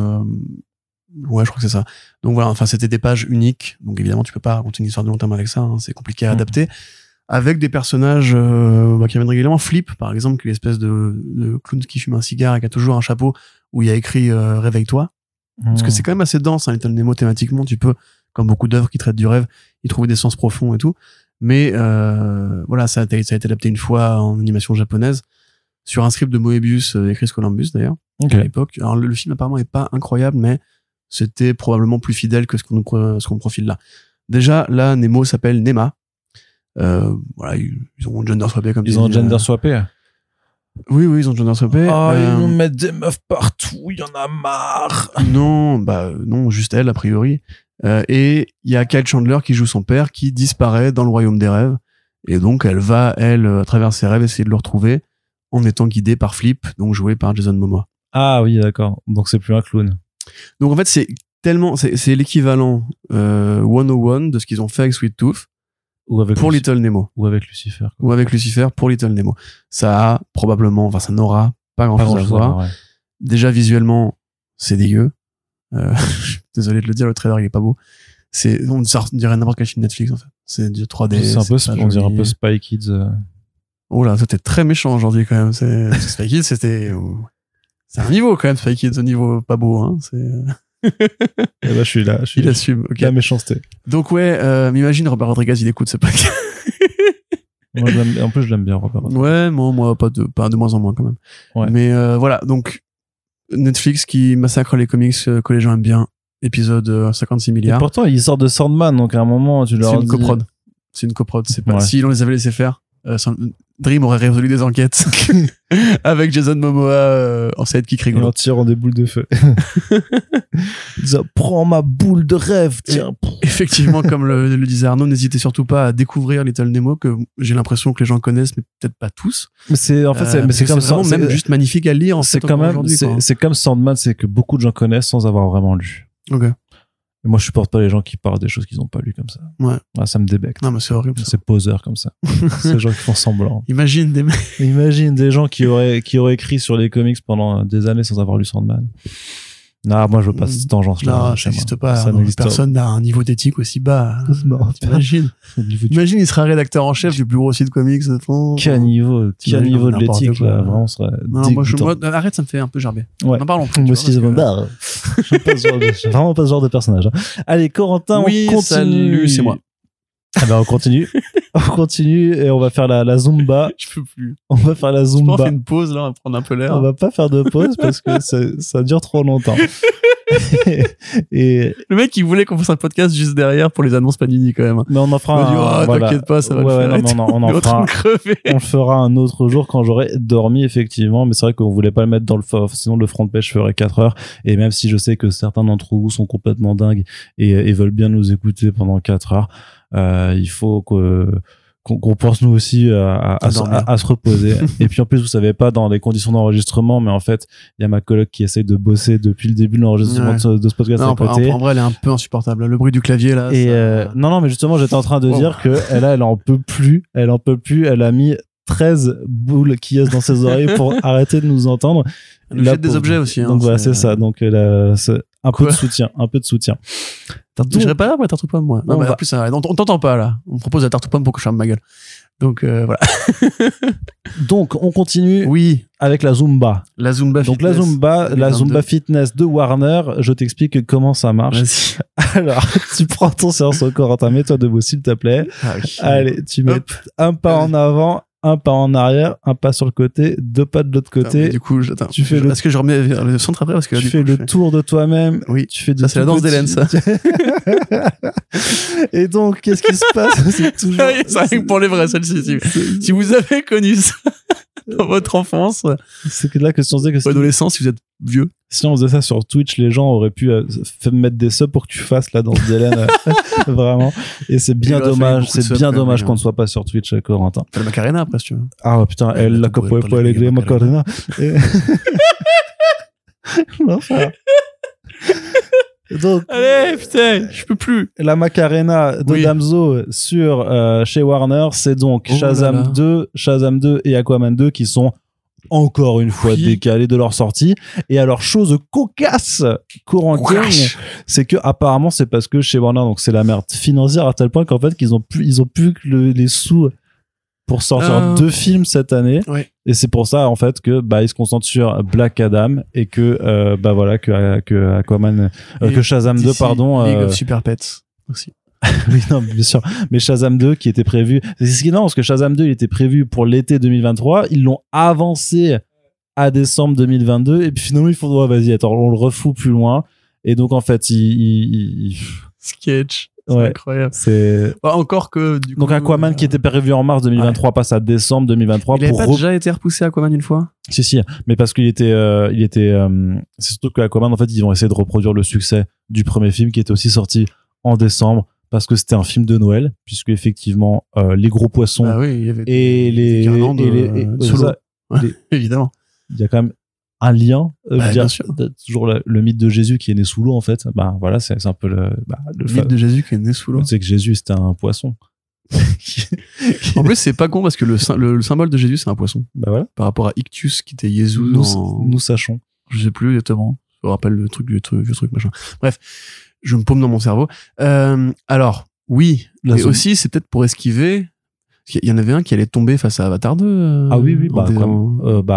ouais, je crois que c'est ça. Donc voilà, enfin, c'était des pages uniques. Donc évidemment, tu peux pas raconter une histoire de long terme avec ça, hein, c'est compliqué à adapter. Avec des personnages, qui reviennent régulièrement. Flip, par exemple, qui est l'espèce de clown qui fume un cigare et qui a toujours un chapeau où il y a écrit, réveille-toi. Parce que c'est quand même assez dense, hein, Little Nemo, thématiquement. Tu peux, comme beaucoup d'œuvres qui traitent du rêve, y trouver des sens profonds et tout. Mais voilà, ça a été adapté une fois en animation japonaise sur un script de Moebius et Chris Columbus d'ailleurs à l'époque. Alors le film apparemment est pas incroyable, mais c'était probablement plus fidèle que ce qu'on profile là. Déjà là, Nemo s'appelle Nema. Voilà, ils ont gender swappé comme Ils ont gender swappé. Oui, ils ont gender swappé. Ils nous mettent des meufs partout, il y en a marre. Non, juste elle a priori. Et il y a Kyle Chandler qui joue son père qui disparaît dans le royaume des rêves. Et donc, elle va, à travers ses rêves, essayer de le retrouver en étant guidée par Flip, donc joué par Jason Momoa. Ah oui, d'accord. Donc, c'est plus un clown. Donc, en fait, c'est l'équivalent 101 de ce qu'ils ont fait avec Sweet Tooth pour Little Nemo. Ou avec Lucifer. Ou avec Lucifer pour Little Nemo. Ça a probablement, enfin, ça n'aura pas grand-chose à voir. Ouais. Déjà, visuellement, c'est dégueu. Désolé de le dire, le trailer il est pas beau. On dirait n'importe quel film Netflix en fait. C'est du 3D. On dirait un peu Spy Kids. Oh là, toi t'es très méchant aujourd'hui quand même. Spy Kids, c'est un niveau quand même, Spy Kids, un niveau pas beau, hein. Je suis là. Il assume. Okay. La méchanceté. Donc ouais, m'imagine Robert Rodriguez, il écoute ce podcast. Moi, en plus, je l'aime bien, Robert Rodriguez. Ouais, moi pas de moins en moins quand même. Ouais. Mais voilà, donc Netflix qui massacre les comics que les gens aiment bien. Épisode 56 milliards. Et pourtant, ils sortent de Sandman, donc à un moment, tu leur dis... C'est une coprod. C'est pas, ouais. Si on les avait laissé faire, Dream aurait résolu des enquêtes avec Jason Momoa en sidekick rigolo. En tirant des boules de feu. Ils disent, prends ma boule de rêve, tiens. Effectivement, comme le disait Arnaud, n'hésitez surtout pas à découvrir Little Nemo, que j'ai l'impression que les gens connaissent, mais peut-être pas tous. Mais c'est comme vraiment même juste magnifique à lire. C'est quand même, c'est comme Sandman, c'est que beaucoup de gens connaissent sans avoir vraiment lu. Ok. Et moi, je supporte pas les gens qui parlent des choses qu'ils ont pas lues comme ça. Ouais. Ça me débecte. Non, mais c'est horrible. C'est poseur comme ça. C'est les gens qui font semblant. Imagine des gens qui auraient écrit sur les comics pendant des années sans avoir lu Sandman. Non, moi, je veux pas cette tangence-là. Non, ça n'existe pas. Personne n'a un niveau d'éthique aussi bas. Non, t'imagines. Imagine, il sera rédacteur en chef du plus gros site comics de France. Quel niveau de l'éthique, là. Vraiment, ce serait moi, arrête, ça me fait un peu gerber. Ouais. En parlons plus. Moi aussi, je suis vraiment pas ce genre de personnage. Hein. Allez, Corentin, on continue. Salut, c'est moi. Ah ben, on continue et on va faire la Zumba. Je peux plus. On va faire la Zumba. On va faire une pause, là, on va prendre un peu l'air. On va pas faire de pause parce que ça dure trop longtemps. et le mec, il voulait qu'on fasse un podcast juste derrière pour les annonces Panini, quand même. Mais on en fera t'inquiète pas, ça va le faire. On le fera un autre jour quand j'aurai dormi, effectivement. Mais c'est vrai qu'on voulait pas le mettre dans sinon le front page ferait 4 heures. Et même si je sais que certains d'entre vous sont complètement dingues et veulent bien nous écouter pendant 4 heures, il faut qu'on pense nous aussi à se reposer. Et puis en plus, vous savez pas dans les conditions d'enregistrement, mais en fait, il y a ma coloc qui essaye de bosser depuis le début de l'enregistrement de ce podcast à côté. En vrai, elle est un peu insupportable. Le bruit du clavier là. Et non, mais justement, j'étais en train de dire que elle en peut plus. Elle a mis 13 boules qui est dans ses oreilles pour arrêter de nous entendre. Elle jette des objets aussi. Donc voilà, c'est ça. Donc un peu de soutien. Je serais pas là pour la tarte aux pommes, moi. Non, mais en plus, on t'entend pas, là. On me propose la tarte aux pommes pour que je ferme ma gueule. Donc, voilà. Donc, on continue. Oui. Avec la Zumba. La Zumba Fitness. Donc, la Zumba Fitness de Warner. Je t'explique comment ça marche. Vas-y. Alors, tu prends ton séance au Corentin, mets-toi debout, s'il te plaît. Ah, oui. Allez, tu mets un pas en avant, un pas en arrière, un pas sur le côté, 2 pas de l'autre côté. Du coup, est-ce que je remets vers le centre après, parce que là, tu fais le tour de toi-même. Oui. Tu fais ça, c'est la danse d'Hélène, ça. Et donc, qu'est-ce qui se passe? C'est toujours. C'est rien que pour les vrais, celle-ci. Si vous avez connu ça dans votre enfance. C'est que là que si on faisait que adolescence, si vous êtes vieux. Si on faisait ça sur Twitch, les gens auraient pu mettre des subs pour que tu fasses la danse d'Hélène. Vraiment. Et c'est bien dommage. C'est bien dommage qu'on ne soit pas sur Twitch, Corentin. Fais la Macarena après, si tu veux. Ah, putain, elle, la capoeira pour alegre Macarena. L'enfer. Donc, Allez, putain, je peux plus. la Macarena de Oui. Damso chez Warner, c'est donc Oh là là. Shazam 2 et Aquaman 2 qui sont encore une fois Oui. décalés de leur sortie. Et alors, chose cocasse, Corentin, c'est que apparemment c'est parce que chez Warner, donc c'est la merde financière à tel point qu'en fait ils ont plus que les sous pour sortir 2 films cette année. Ouais. Et c'est pour ça en fait que ils se concentrent sur Black Adam et que que Aquaman Et que Shazam 2 d'ici, pardon League of Super Pets aussi. oui, non, bien sûr. Mais Shazam 2 qui était prévu. C'est ce qui est marrant, parce que Shazam 2, il était prévu pour l'été 2023. Ils l'ont avancé à décembre 2022. Et puis finalement, ils font, ouais, vas-y, attends, on le refout plus loin. Et donc, en fait, Sketch. C'est ouais, incroyable. c'est. Encore que du coup, Donc, Aquaman qui était prévu en mars 2023 passe à décembre 2023 il avait pour pas déjà été repoussé Aquaman une fois. Si, mais parce qu'il était, c'est surtout que Aquaman, en fait, ils vont essayer de reproduire le succès du premier film qui était aussi sorti en décembre parce que c'était un film de Noël, puisque effectivement, les gros poissons Bah oui, il y avait et les guirlandes, sous l'eau. ça, Ouais, évidemment. il y a quand même un lien, je veux Bien dire, sûr. toujours le mythe de Jésus qui est né sous l'eau en fait. Bah voilà, c'est un peu le Le mythe de Jésus qui est né sous l'eau. tu sais que Jésus c'était un poisson. En plus, c'est pas con parce que le symbole de Jésus, c'est un poisson. Bah voilà, Par rapport à Ictus qui était Jésus nous sachons. je sais plus exactement. Je me rappelle le truc du truc machin. Bref, je me paume dans mon cerveau. Alors, oui, La mais zone. aussi c'est peut-être pour esquiver. Il y en avait un qui allait tomber face à Avatar 2. Ah oui, en disant-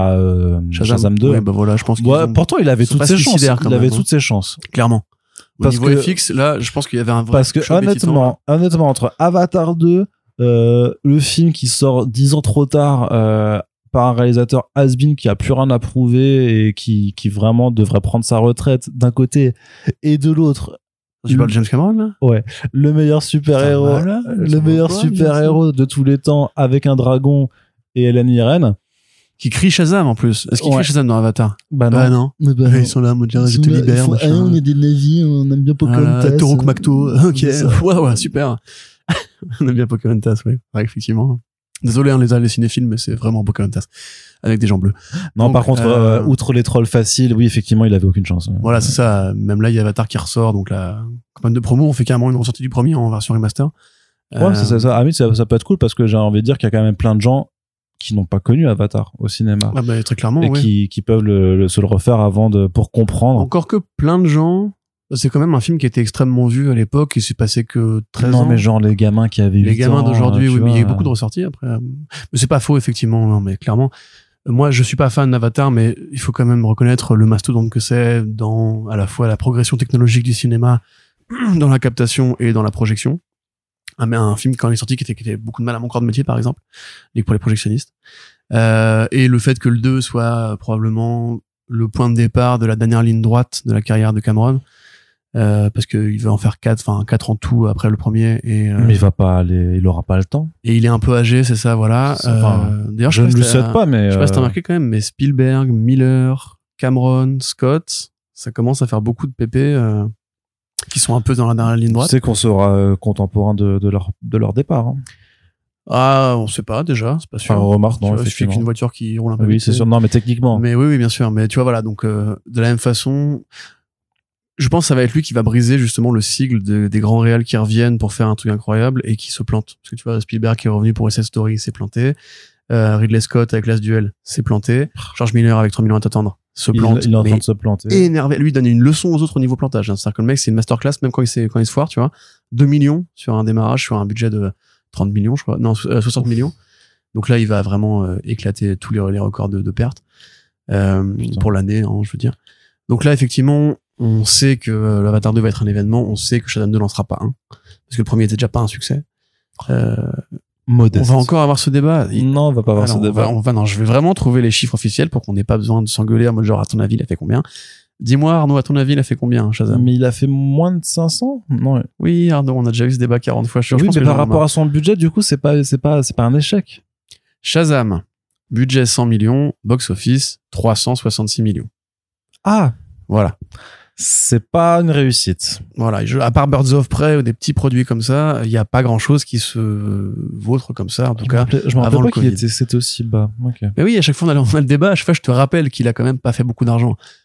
Shazam 2. Ouais, bah voilà, je pense qu'ils Ouais, ont- pourtant il avait ils sont toutes pas ses chances. suicidaires, quand Il avait même, toutes ses chances. clairement. Au Parce niveau que- FX, là, je pense qu'il y avait un vrai Parce que choc béton. honnêtement, entre Avatar 2, le film qui sort 10 ans trop tard par un réalisateur has-been qui a plus rien à prouver et qui vraiment devrait prendre sa retraite d'un côté et de l'autre, Tu parles de James Cameron, là? le meilleur super-héros, Voilà, le meilleur super-héros de tous les temps avec un dragon et Hélène Mirren. Qui crie Shazam, en plus. Est-ce qu'il Ouais. crie Shazam dans Avatar? Bah non. Bah non. Mais bah Ouais, non. ils sont là, en mode, je te libère, machin. on est des navires, on aime bien Pocahontas. Voilà, Toruk Makto. Ok. C'est ça. Ouais, super. On aime bien Pocahontas, oui. Ouais, effectivement. Désolé, les cinéphiles, mais c'est vraiment Pocahontas. Avec des gens bleus. Non, Donc, par contre, outre les trolls faciles, oui, effectivement, il avait aucune chance. Voilà, c'est ça. Même là, il y a Avatar qui ressort. Donc, la campagne de promo, on fait carrément une ressortie du premier en version remaster. Ouais, c'est ça. Ah oui, ça peut être cool parce que j'ai envie de dire qu'il y a quand même plein de gens qui n'ont pas connu Avatar au cinéma Ah bah, très clairement, et oui. qui peuvent se le refaire pour comprendre. Encore que plein de gens, c'est quand même un film qui était extrêmement vu à l'époque. Il s'est passé que 13 non, ans. mais genre les gamins qui avaient 8 ans. Les gamins d'aujourd'hui, tu oui, mais il y a eu vois. beaucoup de ressorties après. Mais c'est pas faux, effectivement, non, mais clairement. Moi, je suis pas fan d'Avatar, mais il faut quand même reconnaître le mastodonte que c'est dans à la fois la progression technologique du cinéma, dans la captation et dans la projection. Un film quand il est sorti qui était beaucoup de mal à mon corps de métier, par exemple, pour les projectionnistes. Et le fait que le 2 soit probablement le point de départ de la dernière ligne droite de la carrière de Cameron, parce qu'il veut en faire 4 en tout après le premier, et Mais il aura pas le temps. et il est un peu âgé, c'est ça, voilà. D'ailleurs, Je ne le souhaite pas, mais je sais pas si t'as remarqué quand même, mais Spielberg, Miller, Cameron, Scott, ça commence à faire beaucoup de pépés qui sont un peu dans la dernière ligne tu droite. sais qu'on sera contemporain de leur départ. Hein. Ah, on sait pas déjà, c'est pas sûr. Enfin, remarque, non, Tu vois, il suffit effectivement. qu'une voiture qui roule un peu Oui, vite. c'est sûr. Non, mais techniquement. Mais oui, bien sûr. Mais tu vois, voilà. Donc, de la même façon, je pense que ça va être lui qui va briser justement le sigle des grands réals qui reviennent pour faire un truc incroyable et qui se plantent. Parce que tu vois, Spielberg qui est revenu pour West Side Story, s'est planté. Ridley Scott avec Last Duel, s'est planté. George Miller avec 3 millions à t'attendre, se plante. Il est en train mais de se planter. énervé. Lui, il donne une leçon aux autres au niveau plantage. Hein. C'est-à-dire que le mec, c'est une masterclass, même quand il se foire, tu vois. 2 millions sur un démarrage, sur un budget de 30 millions, je crois. Non, 60 millions. Donc là, il va vraiment éclater tous les records de pertes pour l'année, hein, je veux dire. Donc là, effectivement, on sait que l'Avatar 2 va être un événement. On sait que Shazam 2 n'en sera pas un. Parce que le premier était déjà pas un succès. On Modeste. va encore avoir ce débat. Non, on va pas avoir ce Alors, débat. non, je vais vraiment trouver les chiffres officiels pour qu'on n'ait pas besoin de s'engueuler en mode genre, à ton avis, il a fait combien? Dis-moi, Arnaud, à ton avis, il a fait combien, Shazam? Mais il a fait moins de 500? Non. Oui, Arnaud, on a déjà eu ce débat 40 fois. Je Oui, pense mais que par j'en ai rapport marre. à son budget, du coup, c'est pas un échec. Shazam, budget 100 millions, box-office 366 millions. Ah! Voilà. C'est pas une réussite. Voilà. À part Birds of Prey ou des petits produits comme ça, il n'y a pas grand chose qui se vautre comme ça, en tout cas. Je me avant rappelle le pas qu'il Covid. c'était aussi bas. Ok. Mais oui, à chaque fois, on a le débat. À chaque fois, je te rappelle qu'il a quand même pas fait beaucoup d'argent.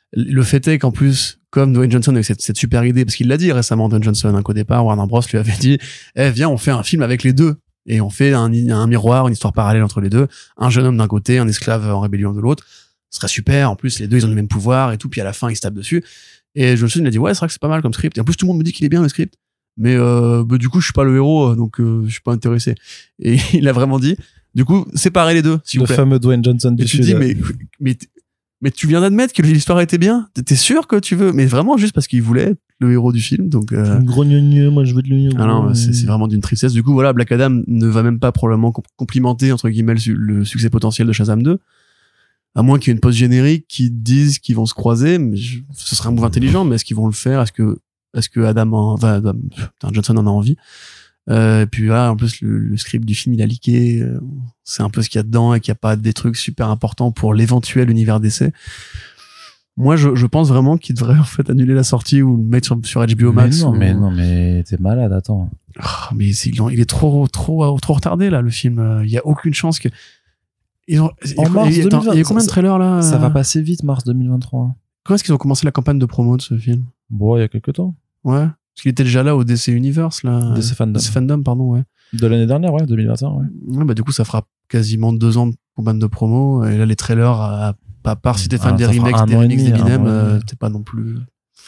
Le fait est qu'en plus, comme Dwayne Johnson avec cette super idée, parce qu'il l'a dit récemment, Dwayne Johnson, hein, qu'au départ, Warner Bros lui avait dit, viens, on fait un film avec les deux. Et on fait un miroir, une histoire parallèle entre les deux. Un jeune homme d'un côté, un esclave en rébellion de l'autre. Ce serait super. En plus, les deux, ils ont le même pouvoir et tout. Puis à la fin, ils se tapent dessus. Et Johnson, il a dit, ouais, c'est vrai que c'est pas mal comme script. Et en plus, tout le monde me dit qu'il est bien, le script. Mais du coup, je suis pas le héros, donc je suis pas intéressé. Et il a vraiment dit, du coup, séparez les deux, s'il vous Le plaît. fameux Dwayne Johnson du Et tu Sud. dis, mais tu viens d'admettre que l'histoire était bien. T'es sûr que tu veux? Mais vraiment, juste parce qu'il voulait être le héros du film. Donc, Gros gneu, moi je veux de le ah non, c'est vraiment d'une tristesse. Du coup, voilà, Black Adam ne va même pas probablement complimenter, entre guillemets, le succès potentiel de Shazam 2. À moins qu'il y ait une post-générique qui disent qu'ils vont se croiser, mais ce serait un move intelligent, mais est-ce qu'ils vont le faire? Est-ce que Johnson en a envie? Et puis là, en plus, le script du film, il a leaké. C'est un peu ce qu'il y a dedans et qu'il n'y a pas des trucs super importants pour l'éventuel univers d'essai. Moi, je pense vraiment qu'il devrait en fait annuler la sortie ou le mettre sur HBO Max. Mais t'es malade, attends. Oh, mais il est trop retardé là, le film. Il y a aucune chance que. Il y a combien de trailers là? Ça va passer vite, mars 2023. Quand est-ce qu'ils ont commencé la campagne de promo de ce film? Bon, il y a quelques temps. Ouais. Parce qu'il était déjà là au DC Universe là. DC Fandom, pardon, ouais. De l'année dernière, ouais, 2021, ouais. Ouais, bah du coup, ça fera quasiment 2 ans de campagne de promo. Et là, les trailers, à part si t'es fan des remakes d'Eminem, t'es pas non plus.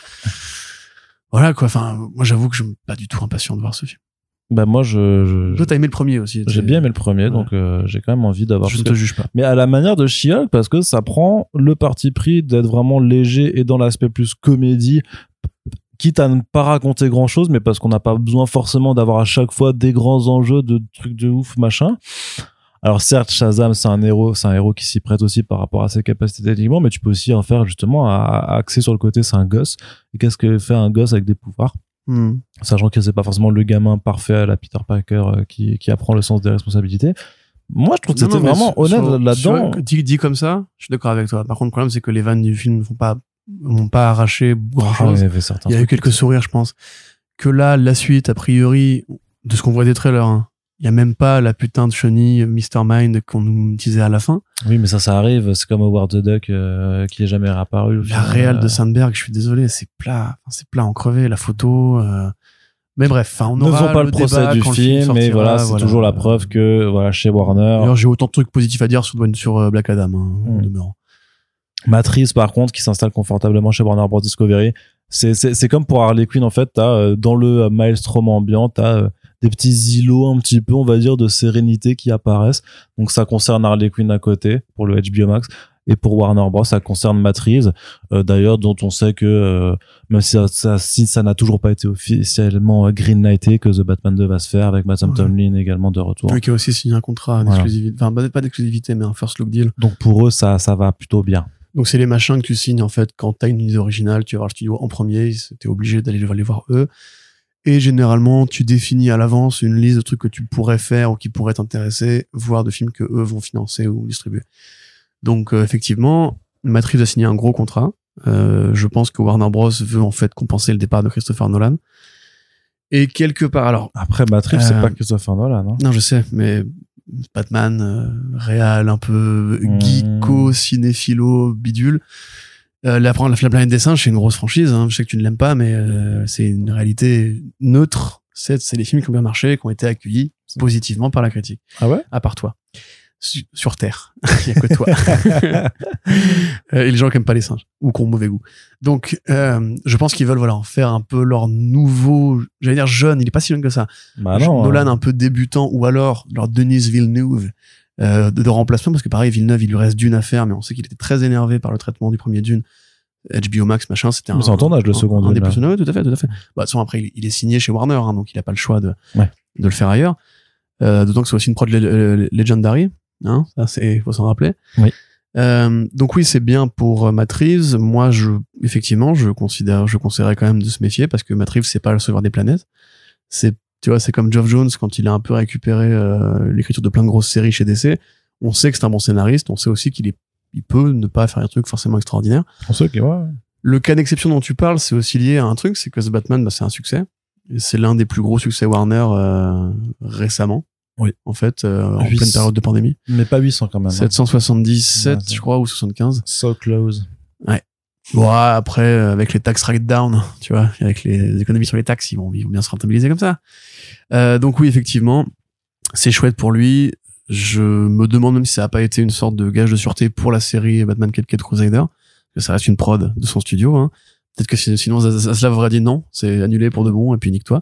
Voilà quoi. Enfin, moi, j'avoue que je suis pas du tout impatient de voir ce film. Bah moi Toi t'as aimé le premier aussi. J'ai bien aimé le premier, ouais. donc j'ai quand même envie d'avoir. Je ne te juge pas. Mais à la manière de She-Hulk, parce que ça prend le parti pris d'être vraiment léger et dans l'aspect plus comédie, quitte à ne pas raconter grand chose, mais parce qu'on n'a pas besoin forcément d'avoir à chaque fois des grands enjeux de trucs de ouf machin. Alors certes, Shazam c'est un héros qui s'y prête aussi par rapport à ses capacités d'alignement, mais tu peux aussi en faire justement à axer sur le côté c'est un gosse. Et qu'est-ce que fait un gosse avec des pouvoirs? Sachant que c'est pas forcément le gamin parfait à la Peter Parker qui apprend le sens des responsabilités. Moi, je trouve que c'était vraiment honnête là-dedans. Dit comme ça, je suis d'accord avec toi. Par contre, le problème, c'est que les vannes du film n'ont pas arraché grand-chose. Il y a eu quelques sourires, je pense. Que là, la suite, a priori, de ce qu'on voit des trailers, hein, il y a même pas la putain de chenille Mr. Mind qu'on nous disait à la fin. Oui, mais ça arrive. C'est comme Howard the Duck qui est jamais réapparu. La réal de Sandberg, je suis désolé, c'est plat en crevé, la photo. Mais bref, enfin, on aura. Ne faisons pas le procès du film, mais voilà, c'est toujours la preuve que voilà, chez Warner. D'ailleurs, j'ai autant de trucs positifs à dire sur Black Adam, en demeurant. Matrice, par contre, qui s'installe confortablement chez Warner Bros. Discovery. C'est comme pour Harley Quinn, en fait, t'as dans le Maelstrom ambiant, t'as des petits îlots un petit peu, on va dire, de sérénité qui apparaissent. Donc ça concerne Harley Quinn à côté pour le HBO Max, et pour Warner Bros ça concerne Matrice, d'ailleurs dont on sait que même si ça n'a toujours pas été officiellement greenlighté, que The Batman 2 va se faire avec Matt Tomlin également de retour. Oui, qui a aussi signé un contrat d'exclusivité, enfin pas d'exclusivité mais un first look deal. Donc pour eux ça va plutôt bien. Donc c'est les machins que tu signes en fait quand t'as une idée originale, tu vas voir le studio en premier, t'es obligé d'aller les voir eux. Et généralement, tu définis à l'avance une liste de trucs que tu pourrais faire ou qui pourraient t'intéresser, voire de films que eux vont financer ou distribuer. Donc effectivement, Matrix a signé un gros contrat. Je pense que Warner Bros veut en fait compenser le départ de Christopher Nolan. Et quelque part, alors après Matrix, c'est pas Christopher Nolan, non? Non, je sais, mais Batman, réal, un peu geeko, cinéphilo, bidule. La planète des singes, c'est une grosse franchise, hein. Je sais que tu ne l'aimes pas, mais c'est une réalité neutre. C'est des films qui ont bien marché, qui ont été accueillis positivement par la critique. Ah ouais? À part toi. Sur Terre. Il y a que toi. Et les gens qui aiment pas les singes. Ou qui ont mauvais goût. Donc, je pense qu'ils veulent, en faire un peu leur nouveau, j'allais dire jeune, il est pas si jeune que ça. Bah non, Nolan un peu débutant, ou alors leur Denis Villeneuve, de remplacement, parce que pareil, Villeneuve, il lui reste Dune à faire, mais on sait qu'il était très énervé par le traitement du premier Dune. HBO Max, machin, c'était c'est en tournage, le second Dune. Tout à fait. Bah, de toute façon, après, il est signé chez Warner, hein, donc il a pas le choix de le faire ailleurs. D'autant que c'est aussi une prod Legendary, hein, ça c'est, faut s'en rappeler. Oui. Donc oui, c'est bien pour Matrix. Moi, effectivement, je conseillerais quand même de se méfier parce que Matrix, c'est pas le sauveur des planètes. Tu vois, c'est comme Geoff Jones quand il a un peu récupéré l'écriture de plein de grosses séries chez DC. On sait que c'est un bon scénariste. On sait aussi qu'il peut ne pas faire un truc forcément extraordinaire. On sait que Le cas d'exception dont tu parles, c'est aussi lié à un truc, c'est que The Batman, c'est un succès. Et c'est l'un des plus gros succès Warner récemment. Oui. En fait, en pleine période de pandémie. Mais pas 800 quand même. 777, je crois, ou 75. So close. Ouais. Ouais, après, avec les tax write-down, tu vois, avec les économies sur les taxes, ils vont bien se rentabiliser comme ça. Donc oui, effectivement, c'est chouette pour lui. Je me demande même si ça a pas été une sorte de gage de sûreté pour la série Batman Cat Crusader, que ça reste une prod de son studio, hein. Peut-être que sinon Zaslav aurait dit non, c'est annulé pour de bon, et puis nique-toi.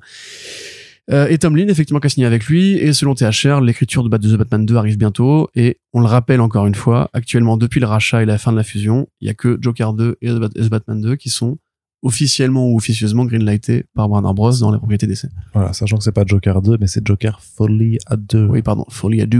Et Tomlin, effectivement, qui a signé avec lui, et selon THR, l'écriture de The Batman 2 arrive bientôt, et on le rappelle encore une fois, actuellement, depuis le rachat et la fin de la fusion, il y a que Joker 2 et The Batman 2 qui sont officiellement ou officieusement greenlightés par Warner Bros. Dans la propriété d'essai. Voilà, sachant que c'est pas Joker 2, mais c'est Joker Folie à 2. Oui, pardon, Folie à 2.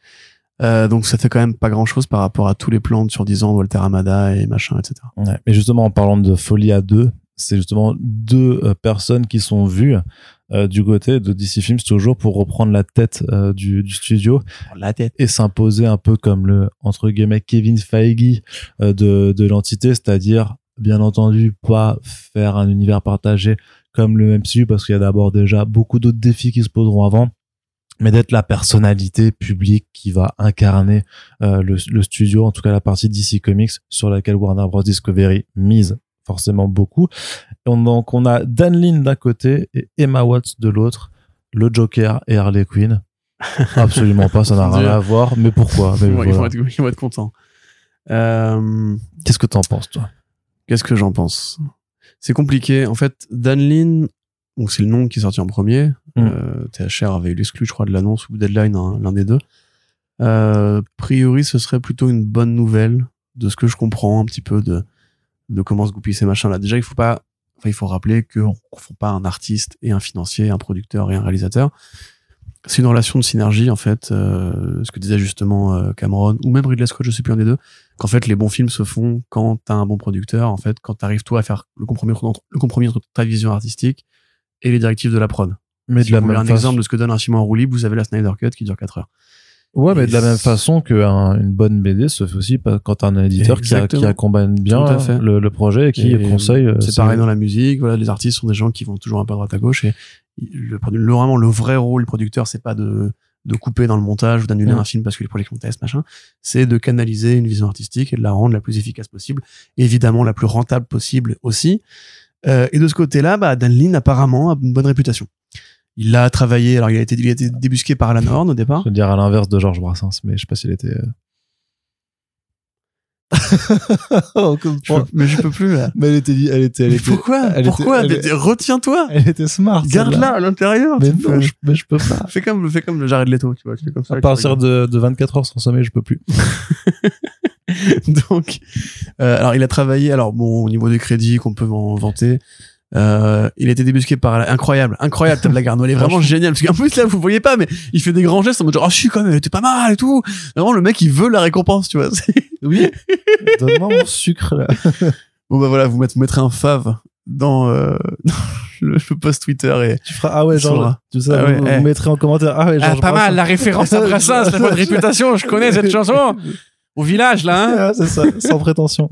Donc ça fait quand même pas grand chose par rapport à tous les plans sur 10 ans de Walter Hamada et machin, etc. Ouais, mais justement, en parlant de Folie à 2, c'est justement deux personnes qui sont vues du côté de DC Films toujours pour reprendre la tête du studio, la tête, et s'imposer un peu comme le, entre guillemets, Kevin Feige de l'entité, c'est-à-dire, bien entendu, pas faire un univers partagé comme le MCU, parce qu'il y a d'abord déjà beaucoup d'autres défis qui se poseront avant, mais d'être la personnalité publique qui va incarner le studio, en tout cas la partie DC Comics sur laquelle Warner Bros. Discovery mise forcément beaucoup. Donc on a Dan Lin d'un côté et Emma Watts de l'autre, le Joker et Harley Quinn. Absolument pas, ça n'a rien à voir, mais pourquoi? Mais ouais, voilà. ils vont être contents. Qu'est-ce que t'en penses, toi? Qu'est-ce que j'en pense? C'est compliqué. En fait, Dan Lin, donc c'est le nom qui est sorti en premier. THR avait eu l'exclu, je crois, de l'annonce, ou Deadline, hein, l'un des deux. Priori, ce serait plutôt une bonne nouvelle, de ce que je comprends un petit peu de comment se goupiller ces machins-là. Déjà, il faut rappeler qu'on confond pas un artiste et un financier, un producteur et un réalisateur. C'est une relation de synergie, en fait, ce que disait justement Cameron, ou même Ridley Scott, je sais plus un des deux, qu'en fait, les bons films se font quand t'as un bon producteur, en fait, quand t'arrives toi à faire le compromis entre ta vision artistique et les directives de la prod. Mais si vous voulez un exemple de ce que donne un film en roue libre, vous avez la Snyder Cut qui dure 4 heures. Ouais, mais de la même façon qu'une bonne BD se fait aussi quand t'as un éditeur qui accompagne bien le projet et qui conseille. C'est pareil dans la musique. Voilà, les artistes sont des gens qui vont toujours un peu à droite à gauche, et vraiment le vrai rôle du producteur, c'est pas de couper dans le montage ou d'annuler un film parce que les projections testent, machin. C'est de canaliser une vision artistique et de la rendre la plus efficace possible. Et évidemment, la plus rentable possible aussi. Et de ce côté-là, Dan Lin apparemment a une bonne réputation. Il a travaillé, alors il a été débusqué par Alan Horn au départ. Je veux dire à l'inverse de Georges Brassens, mais je sais pas s'il était... mais je peux plus, là. Mais elle était pourquoi? Retiens-toi. Elle était smart. Garde-la à l'intérieur. Mais je peux pas. Fais comme le Jared Leto, tu vois. Tu fais comme ça. À partir de 24 heures sans sommeil, je peux plus. Donc, alors il a travaillé, au niveau des crédits qu'on peut en vanter, il a été débusqué par incroyable Tom Lagarno, elle est vraiment génial, parce qu'en plus là vous voyez pas, mais il fait des grands gestes en mode genre, je suis quand même, elle était pas mal et tout. Vraiment le mec il veut la récompense, tu vois. Oui. Donne-moi mon sucre là. Bon voilà, vous mettrez un fave dans le post Twitter et tu feras genre tout ça, vous mettrez en commentaire pas mal la référence à Brassens, la bonne réputation, je connais cette chanson au village là, hein. C'est ça, sans prétention.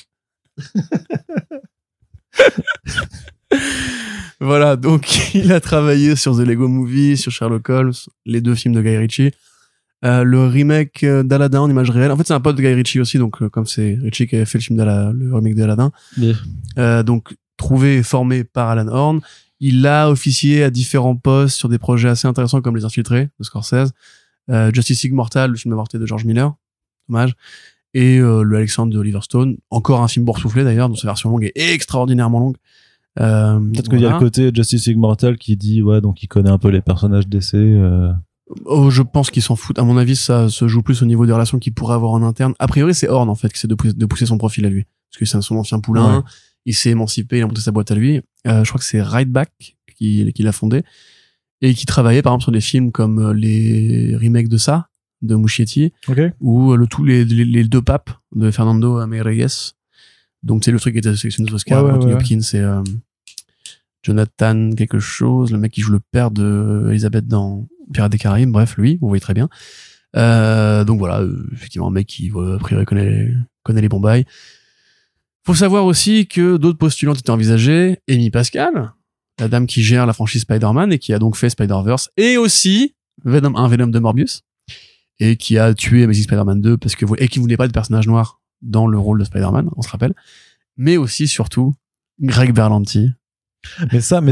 Voilà, donc il a travaillé sur The Lego Movie, sur Sherlock Holmes, les deux films de Guy Ritchie, le remake d'Aladdin en image réelle. En fait, c'est un pote de Guy Ritchie aussi, donc comme c'est Ritchie qui avait fait le film le remake d'Aladdin, donc trouvé et formé par Alan Horn, il a officié à différents postes sur des projets assez intéressants comme Les Infiltrés de Scorsese, Justice League Mortal, le film avorté de George Miller, dommage, et le Alexandre de Oliver Stone, encore un film boursouflé d'ailleurs, dont sa version longue est extraordinairement longue. Peut-être qu'il y a le côté Justice League Mortal qui dit donc il connaît un peu les personnages d'essai. Je pense qu'ils s'en foutent. À mon avis, ça se joue plus au niveau des relations qu'il pourrait avoir en interne. A priori, c'est Horn en fait qui essaie de pousser son profil à lui, parce que c'est son ancien poulain. Ouais. Il s'est émancipé, il a monté sa boîte à lui. Je crois que c'est Right Back qui l'a fondé et qui travaillait par exemple sur des films comme les remakes de ça, de Muschietti, ou tous les deux papes de Fernando Meirelles. Donc c'est le truc qui était sélectionné aux Oscars, Anthony Hopkins, c'est Jonathan quelque chose, le mec qui joue le père de Elisabeth dans Pirates des Caraïbes, bref, lui, vous voyez très bien. Donc voilà, effectivement un mec qui a priori connaît les bons bails. Faut savoir aussi que d'autres postulantes étaient envisagées. Amy Pascal, la dame qui gère la franchise Spider-Man et qui a donc fait Spider-Verse, et aussi Venom de Morbius, et qui a tué Amazing Spider-Man 2 et qui voulait pas de personnage noir dans le rôle de Spider-Man, on se rappelle. mais aussi surtout Greg Berlanti. Mais ça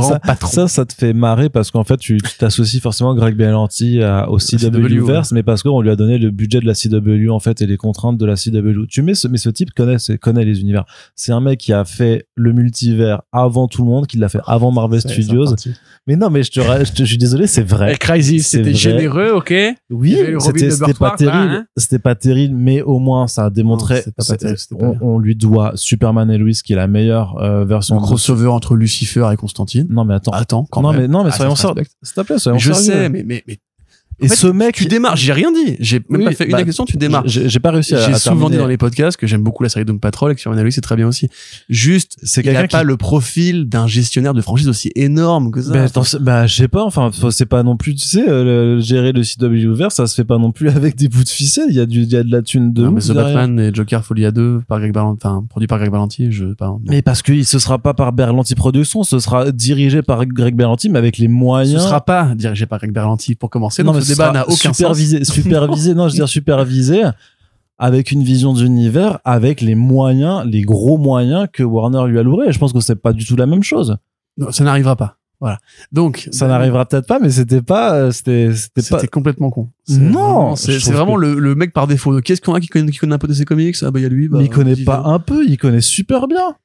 te fait marrer parce qu'en fait, tu t'associes forcément Greg Berlanti au CW-verse, mais parce qu'on lui a donné le budget de la CW, en fait, et les contraintes de la CW. Mais ce type connaît les univers. C'est un mec qui a fait le multivers avant tout le monde, qui l'a fait avant Marvel Studios. Mais non, mais je suis désolé, c'est vrai. Crisis, c'était vrai. Généreux, ok. Oui, c'était pas terrible. Hein, c'était pas terrible, mais au moins, ça a démontré, on lui doit Superman et Lois, qui est la meilleure version. Le crossover entre Lucifer et Constantine. Non, mais attends. Quand même. Mais soyons sérieux. S'il te plaît, soyons sérieux. Je sais, mais et en fait, ce mec, tu démarres. J'ai rien dit. J'ai même pas fait une question. Tu démarres. J'ai pas réussi à. J'ai souvent terminer. dit dans les podcasts que j'aime beaucoup la série Doom Patrol et que Superman et Lois c'est très bien aussi. Juste, c'est il a quelqu'un pas le profil d'un gestionnaire de franchise aussi énorme que ça. Je sais pas. Enfin, c'est pas non plus. Tu sais, gérer le CW-verse, ça se fait pas non plus avec des bouts de ficelle. Il y a de la thune de. Non, mais The Batman et Joker Folie à 2 par Greg Berlanti, produit par Greg Berlanti, Mais parce que ce sera pas par Berlanti Productions, ce sera dirigé par Greg Berlanti, mais avec les moyens. Ce sera pas dirigé par Greg Berlanti pour commencer. Donc ce débat n'a aucun sens. Supervisé, non, je veux dire supervisé avec une vision d'univers, avec les moyens, les gros moyens que Warner lui a loués. Je pense que c'est pas du tout la même chose. Non, ça n'arrivera pas. Voilà. Donc ça n'arrivera peut-être pas, mais c'était complètement con. Non, c'est vraiment le mec par défaut. Qu'est-ce qu'on a qui connaît un peu de ses comics? Ah bah il y a lui. Mais il connaît pas un peu, il connaît super bien.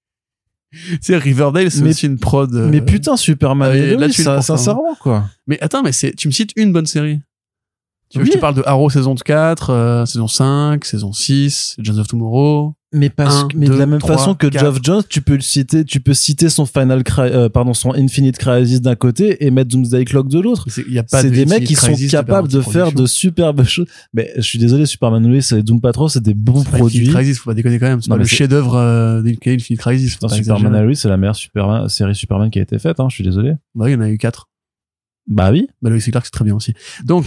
C'est Riverdale, c'est aussi une prod. Mais putain, Superman et Lois, sincèrement quoi. Mais attends, mais tu me cites une bonne série. Tu veux que je te parle de Arrow saison 4, saison 5, saison 6, Legends of Tomorrow. Mais de la même façon que Geoff Johns, tu peux citer son son Infinite Crisis d'un côté et mettre Doomsday Clock de l'autre. C'est des mecs qui sont capables de faire de superbes choses. Mais je suis désolé, Superman Lois et Doom Patrol, c'est des bons produits. Infinite Crisis, faut pas déconner quand même. C'est pas le chef-d'œuvre d'Infinite Crisis. Superman Lois, c'est la meilleure série Superman qui a été faite, je suis désolé. Bah, il y en a eu 4. Bah oui. Bah, Lois et Clark, c'est très bien aussi. Donc,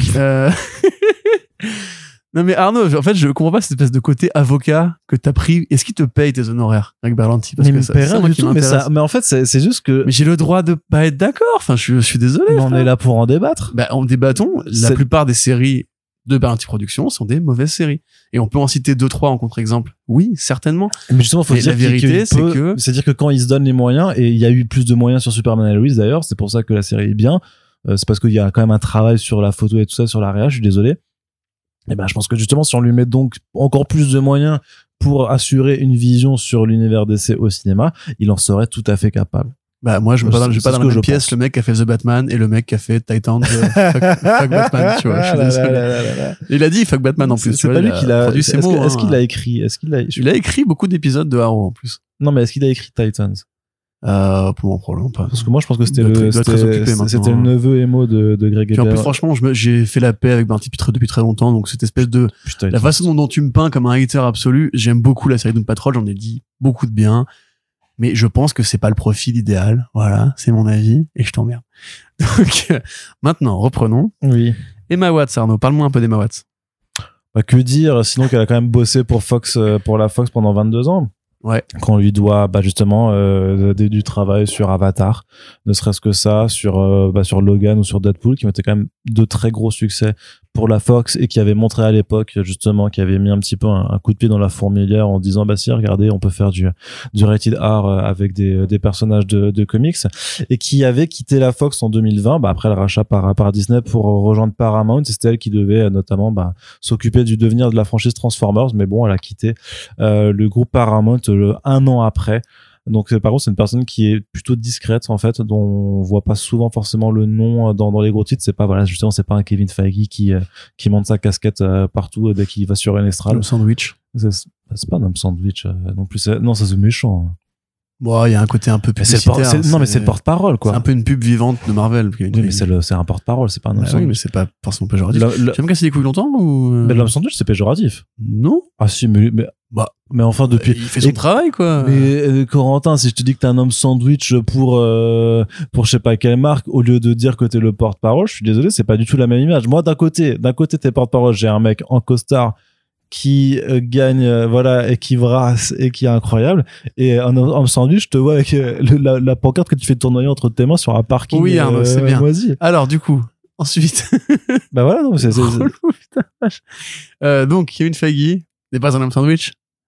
non mais Arnaud, en fait, je comprends pas cette espèce de côté avocat que t'as pris. Est-ce qu'il te paye tes honoraires avec Berlanti? Parce mais que ça, rien du tout. Mais en fait, c'est juste que. Mais j'ai le droit de pas être d'accord. Enfin, je suis désolé. Mais on est là pour en débattre. Bah, en débattons. La plupart des séries de Berlanti Productions sont des mauvaises séries. Et on peut en citer 2-3 en contre-exemple. Oui, certainement. Mais justement, faut dire la vérité, c'est-à-dire que quand ils se donnent les moyens, et il y a eu plus de moyens sur Superman et Lois d'ailleurs, c'est pour ça que la série est bien. C'est parce qu'il y a quand même un travail sur la photo et tout ça, sur la réal, je suis désolé. Et ben, je pense que justement, si on lui met donc encore plus de moyens pour assurer une vision sur l'univers DC au cinéma, il en serait tout à fait capable. Bah, moi, je vais pas dans la même pièce le mec qui a fait The Batman et le mec qui a fait Titans, fuck Batman, tu vois. Je suis désolé. Il a dit fuck Batman en plus. C'est pas lui qui l'a produit ces mots. Est-ce qu'il l'a écrit? Il a écrit beaucoup d'épisodes de Arrow en plus. Non, mais est-ce qu'il a écrit Titans? Pour mon problème pas. Parce que moi je pense que c'était le neveu émo de Greg Puis en plus franchement j'ai fait la paix avec Berlanti depuis très longtemps, donc cette espèce de la façon dont tu me peins comme un hater absolu, j'aime beaucoup la série Doom Patrol, j'en ai dit beaucoup de bien, mais je pense que c'est pas le profil idéal. Voilà, c'est mon avis et je t'emmerde. Donc maintenant reprenons. Oui. Emma Watts, Arnaud, parle-moi un peu d'Emma Watts. Bah, que dire sinon qu'elle a quand même bossé pour la Fox pendant 22 ans. Ouais. Qu'on lui doit justement du travail sur Avatar, ne serait-ce que ça, sur Logan ou sur Deadpool, qui ont été quand même de très gros succès pour la Fox et qui avait montré à l'époque justement, qui avait mis un petit peu un coup de pied dans la fourmilière en disant si regardez, on peut faire du rated R avec des personnages de comics, et qui avait quitté la Fox en 2020 après le rachat par Disney pour rejoindre Paramount. C'était elle qui devait notamment s'occuper du devenir de la franchise Transformers, mais bon, elle a quitté le groupe Paramount un an après. Donc par contre c'est une personne qui est plutôt discrète en fait, dont on voit pas souvent forcément le nom dans les gros titres. C'est pas justement, c'est pas un Kevin Feige qui monte sa casquette partout dès qu'il va sur une estrade. Un sandwich. C'est pas un homme sandwich non plus. Non, ça c'est méchant. Bon, il y a un côté un peu publicitaire. Mais c'est le porte-parole, quoi. C'est un peu une pub vivante de Marvel. Oui, mais c'est un porte-parole, c'est pas un homme sandwich. Oui, mais c'est pas forcément péjoratif. Tu vas me casser les couilles longtemps ou? Mais l'homme sandwich, c'est péjoratif. Non. Ah si, mais enfin depuis. Il fait son travail, quoi. Mais Corentin, si je te dis que t'es un homme sandwich pour je sais pas quelle marque, au lieu de dire que t'es le porte-parole, je suis désolé, c'est pas du tout la même image. Moi, d'un côté t'es porte-parole, j'ai un mec en costard qui gagne et qui brasse et qui est incroyable, et en sandwich je te vois avec la pancarte que tu fais tournoyer entre tes mains sur un parking. Oui, Arnaud, c'est bien. Moisi. Alors du coup ensuite voilà, donc c'est donc Kevin Feige n'est pas un homme sandwich.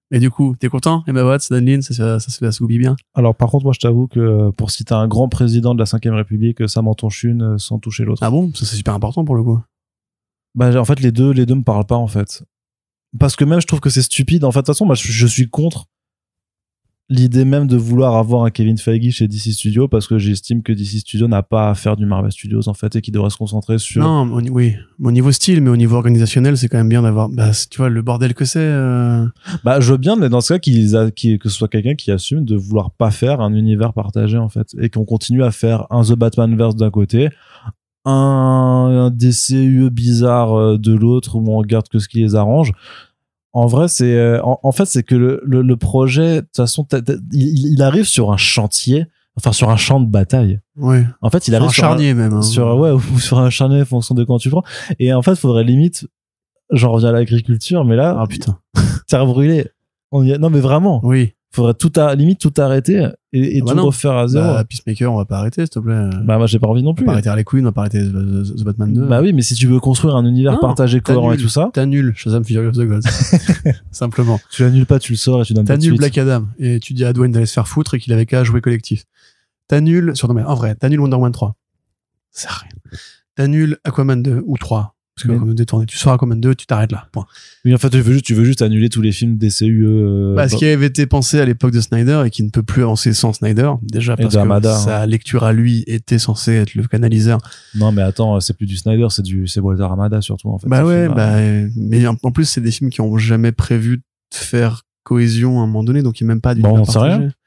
Et du coup, t'es content? Emma Watts, Dan Lin, ça se goupille bien? Alors, par contre, moi, je t'avoue que pour citer un grand président de la 5ème République, ça m'en touche une sans toucher l'autre. Ah bon? Ça, c'est super important pour le coup. Bah, en fait, les deux me parlent pas, en fait. Parce que même, je trouve que c'est stupide. En fait, de toute façon, moi, je suis contre l'idée même de vouloir avoir un Kevin Feige chez DC Studios, parce que j'estime que DC Studios n'a pas à faire du Marvel Studios, en fait, et qu'il devrait se concentrer sur... Non, oui, au niveau style, mais au niveau organisationnel, c'est quand même bien d'avoir, tu vois, le bordel que c'est. Bah, je veux bien, mais dans ce cas, que ce soit quelqu'un qui assume de vouloir pas faire un univers partagé, en fait, et qu'on continue à faire un The Batmanverse d'un côté, un DCU bizarre de l'autre, où on regarde que ce qui les arrange. En vrai, c'est en fait, c'est que le projet, de toute façon, il arrive sur un chantier, enfin sur un champ de bataille. Ouais. En fait, il arrive sur un charnier même. Hein. Ou sur un charnier en fonction de quand tu prends. Et en fait, faudrait limite, j'en reviens à l'agriculture, mais là, ah putain, terre brûlée. Non, mais vraiment. Oui. Faudrait limite tout arrêter et tout refaire à zéro. Bah, Peacemaker, on va pas arrêter, s'il te plaît. Bah, moi, j'ai pas envie non plus. On va pas arrêter Harley Quinn, on va pas arrêter The Batman 2. Bah oui, mais si tu veux construire un univers partagé, cohérent et tout ça. T'annules Shazam Fury of the Gods. Simplement. Tu l'annules pas, tu le sors et tu donnes pas de suite. T'annules Black Adam. Et tu dis à Dwayne d'aller se faire foutre et qu'il avait qu'à jouer collectif. T'annules, non mais en vrai, t'annules Wonder Woman 3. Ça sert à rien. T'annules Aquaman 2 ou 3. Parce que Aquaman 2 est tourné. Tu sors Aquaman 2, tu t'arrêtes là. Point. Oui, en fait, tu veux juste annuler tous les films DCU. Ce qui avait été pensé à l'époque de Snyder et qui ne peut plus avancer sans Snyder. Déjà parce que Hamada, sa lecture à lui était censée être le canaliseur. Non, mais attends, c'est plus du Snyder, c'est Walter Hamada surtout, en fait. Bah ouais, mais en plus, c'est des films qui ont jamais prévu de faire cohésion à un moment donné, donc il n'y a même pas d'univers partagé. On sait rien.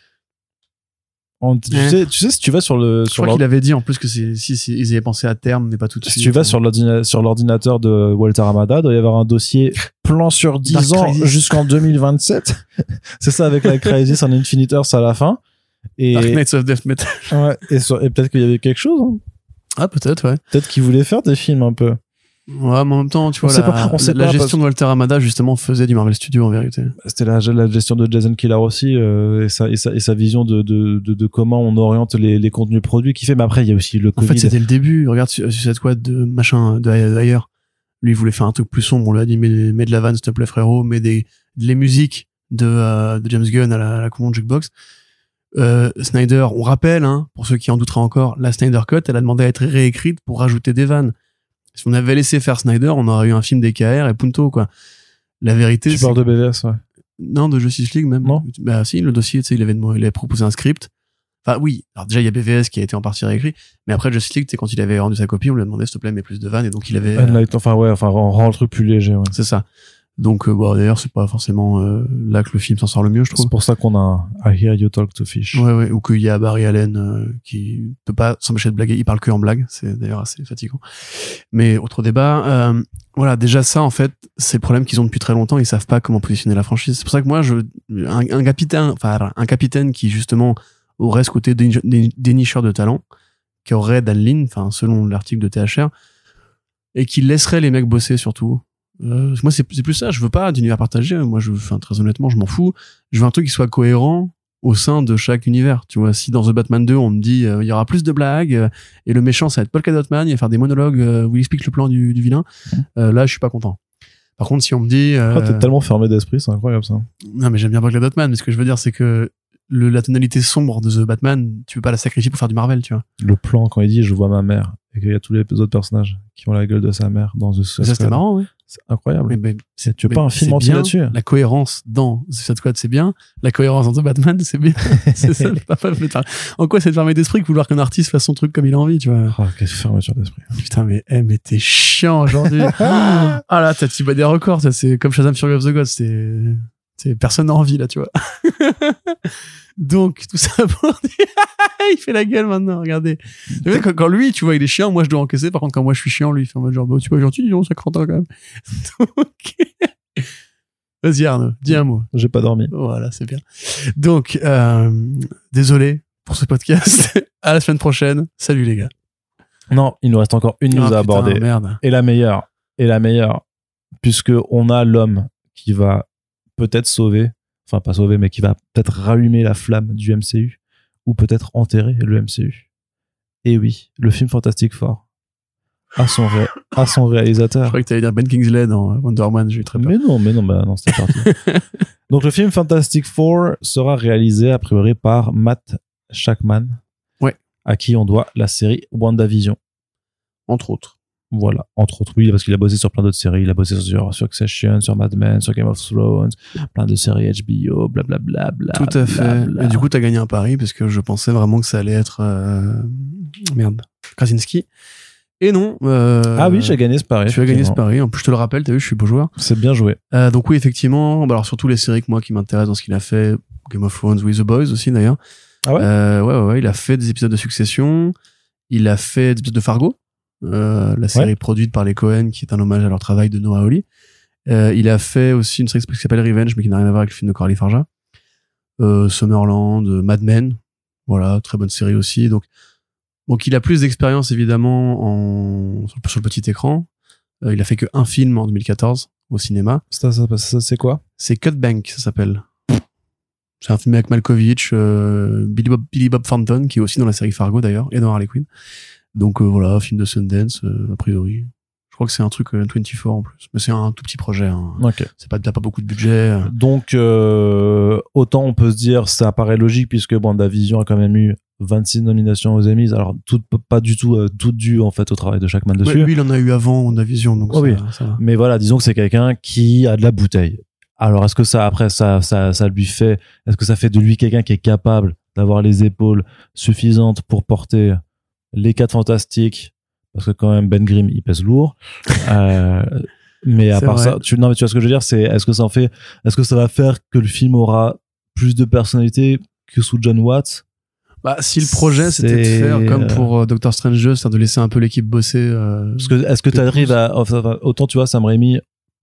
Tu sais, si tu vas sur le... Je crois qu'il avait dit en plus que si ils avaient pensé à terme, mais pas tout de suite. Si tu vas sur l'ordinateur de Walter Hamada, il doit y avoir un dossier plan sur 10 ans jusqu'en 2027. C'est ça, avec la Crisis on Infinite Earths à la fin. Et... Dark Knights of Death Metal. Ouais, et peut-être qu'il y avait quelque chose. Hein. Ah, peut-être, ouais. Peut-être qu'il voulait faire des films un peu. Ouais, mais en même temps, tu vois, la gestion de Walter Hamada, justement, faisait du Marvel Studios, en vérité. C'était la gestion de Jason Kilar aussi, et sa vision de comment on oriente les contenus produits qui fait. Mais après, il y a aussi le Covid. En fait, c'était le début. Regarde, Suicide Squad d'ailleurs. Lui, il voulait faire un truc plus sombre. On lui a dit, mets de la vanne, s'il te plaît, frérot. Mets les musiques de James Gunn à la commande jukebox. Snyder, on rappelle, hein, pour ceux qui en douteraient encore, la Snyder Cut, elle a demandé à être réécrite pour rajouter des vannes. Si on avait laissé faire Snyder, on aurait eu un film DKR et Punto, quoi. La vérité, tu parles de BVS, ouais. Non, de Justice League, même. Non. Bah, si, le dossier, tu sais, il avait proposé un script. Enfin, oui. Alors, déjà, il y a BVS qui a été en partie réécrit. Mais après, Justice League, tu sais, quand il avait rendu sa copie, on lui a demandé, s'il te plaît, mets plus de vannes. Et donc, il avait... rend le truc plus léger, ouais. C'est ça. Donc, d'ailleurs, c'est pas forcément là que le film s'en sort le mieux, je trouve. C'est pour ça qu'on a I Hear You Talk to Fish. Ouais, ou qu'il y a Barry Allen qui peut pas s'empêcher de blaguer. Il parle que en blague, c'est d'ailleurs assez fatigant. Mais autre débat. Voilà, déjà ça, en fait, c'est le problème qu'ils ont depuis très longtemps. Ils savent pas comment positionner la franchise. C'est pour ça que moi, un capitaine qui justement aurait ce côté dénicheur de talent, qui aurait Dan Lin, enfin selon l'article de THR, et qui laisserait les mecs bosser surtout. Moi c'est plus ça, je veux pas d'univers partagé, moi très honnêtement je m'en fous, je veux un truc qui soit cohérent au sein de chaque univers, tu vois. Si dans The Batman 2 on me dit il y aura plus de blagues et le méchant ça va être Polka Dot Man, il va faire des monologues où il explique le plan du vilain, là je suis pas content. Par contre si on me dit t'es tellement fermé d'esprit, c'est incroyable ça. Non mais j'aime bien Polka Dot Man, mais ce que je veux dire c'est que la tonalité sombre de The Batman, tu peux pas la sacrifier pour faire du Marvel, tu vois. Le plan quand il dit je vois ma mère et qu'il y a tous les autres personnages qui ont la gueule de sa mère dans The Suicide Squad. Ça c'était marrant, oui. C'est incroyable. Tu veux pas un film entier là-dessus? La cohérence dans The Suicide Squad, c'est bien. La cohérence dans The Batman, c'est bien. C'est ça. En quoi c'est de fermer d'esprit que vouloir qu'un artiste fasse son truc comme il a envie, tu vois? Oh, quelle fermeture d'esprit. Putain, mais t'es chiant aujourd'hui. Ah là, tu bats des records, ça, c'est comme Shazam Fury of the Gods, c'est personne n'a envie là, tu vois. Donc tout ça pour dire il fait la gueule maintenant, regardez. Quand lui, tu vois, il est chiant, moi je dois encaisser. Par contre, quand moi je suis chiant, lui il fait en mode genre tu vois gentil, dis donc, ça craint quand même. Donc vas-y Arnaud, dis un mot. J'ai pas dormi. Voilà, c'est bien. Donc désolé pour ce podcast. À la semaine prochaine. Salut les gars. Non, il nous reste encore une news à aborder. Merde. Et la meilleure, puisque on a l'homme qui va peut-être sauver, enfin pas sauver, mais qui va peut-être rallumer la flamme du MCU, ou peut-être enterrer le MCU. Et oui, le film Fantastic Four. à son Je réalisateur. croyais que t'allais dire Ben Kingsley dans Wonder Woman, j'ai eu très peur. Mais non, c'était parti. Donc le film Fantastic Four sera réalisé a priori par Matt Shakman, Ouais. à qui on doit la série WandaVision. Entre autres. Voilà, entre autres, oui, parce qu'il a bossé sur plein d'autres séries. Il a bossé sur Succession, sur Mad Men, sur Game of Thrones, plein de séries HBO, blablabla. Tout à fait. Et du coup, t'as gagné un pari parce que je pensais vraiment que ça allait être Krasinski. Et non. Ah oui, j'ai gagné ce pari. Tu as gagné ce pari. En plus, je te le rappelle, t'as vu, je suis beau joueur. C'est bien joué. Donc oui, effectivement. Alors surtout les séries que moi qui m'intéressent dans ce qu'il a fait, Game of Thrones, with the Boys aussi d'ailleurs. Ah ouais. Ouais. Il a fait des épisodes de Succession. Il a fait des épisodes de Fargo. La série produite par les Cohen, qui est un hommage à leur travail de Noah Hawley. Il a fait aussi une série qui s'appelle Revenge, mais qui n'a rien à voir avec le film de Coralie Farja. Summerland, Mad Men. Voilà, très bonne série aussi. Donc il a plus d'expérience évidemment sur le petit écran. Il a fait que un film en 2014 au cinéma. Ça c'est quoi? C'est Cut Bank, ça s'appelle. C'est un film avec Malkovich, Billy Bob Thornton, qui est aussi dans la série Fargo d'ailleurs, et dans Harley Quinn. Donc voilà, film de Sundance, a priori. Je crois que c'est un truc 24 en plus. Mais c'est un tout petit projet. Hein. Okay. T'as pas beaucoup de budget. Donc, autant on peut se dire, ça paraît logique, puisque WandaVision a quand même eu 26 nominations aux Emmys. Alors, pas du tout toutes dues, en fait, au travail de Shakman dessus. Ouais, lui, il en a eu avant WandaVision, donc oui. Ça va. Mais voilà, disons que c'est quelqu'un qui a de la bouteille. Alors, est-ce que ça, après, ça lui fait, est-ce que ça fait de lui quelqu'un qui est capable d'avoir les épaules suffisantes pour porter les 4 Fantastiques, parce que quand même Ben Grimm il pèse lourd, mais à part ça, tu vois ce que je veux dire, c'est est-ce que ça va faire que le film aura plus de personnalité que sous John Watts? Bah, si le projet c'était de faire comme pour Doctor Strange, c'est-à-dire de laisser un peu l'équipe bosser. Parce que est-ce que tu arrives à autant tu vois Sam Raimi,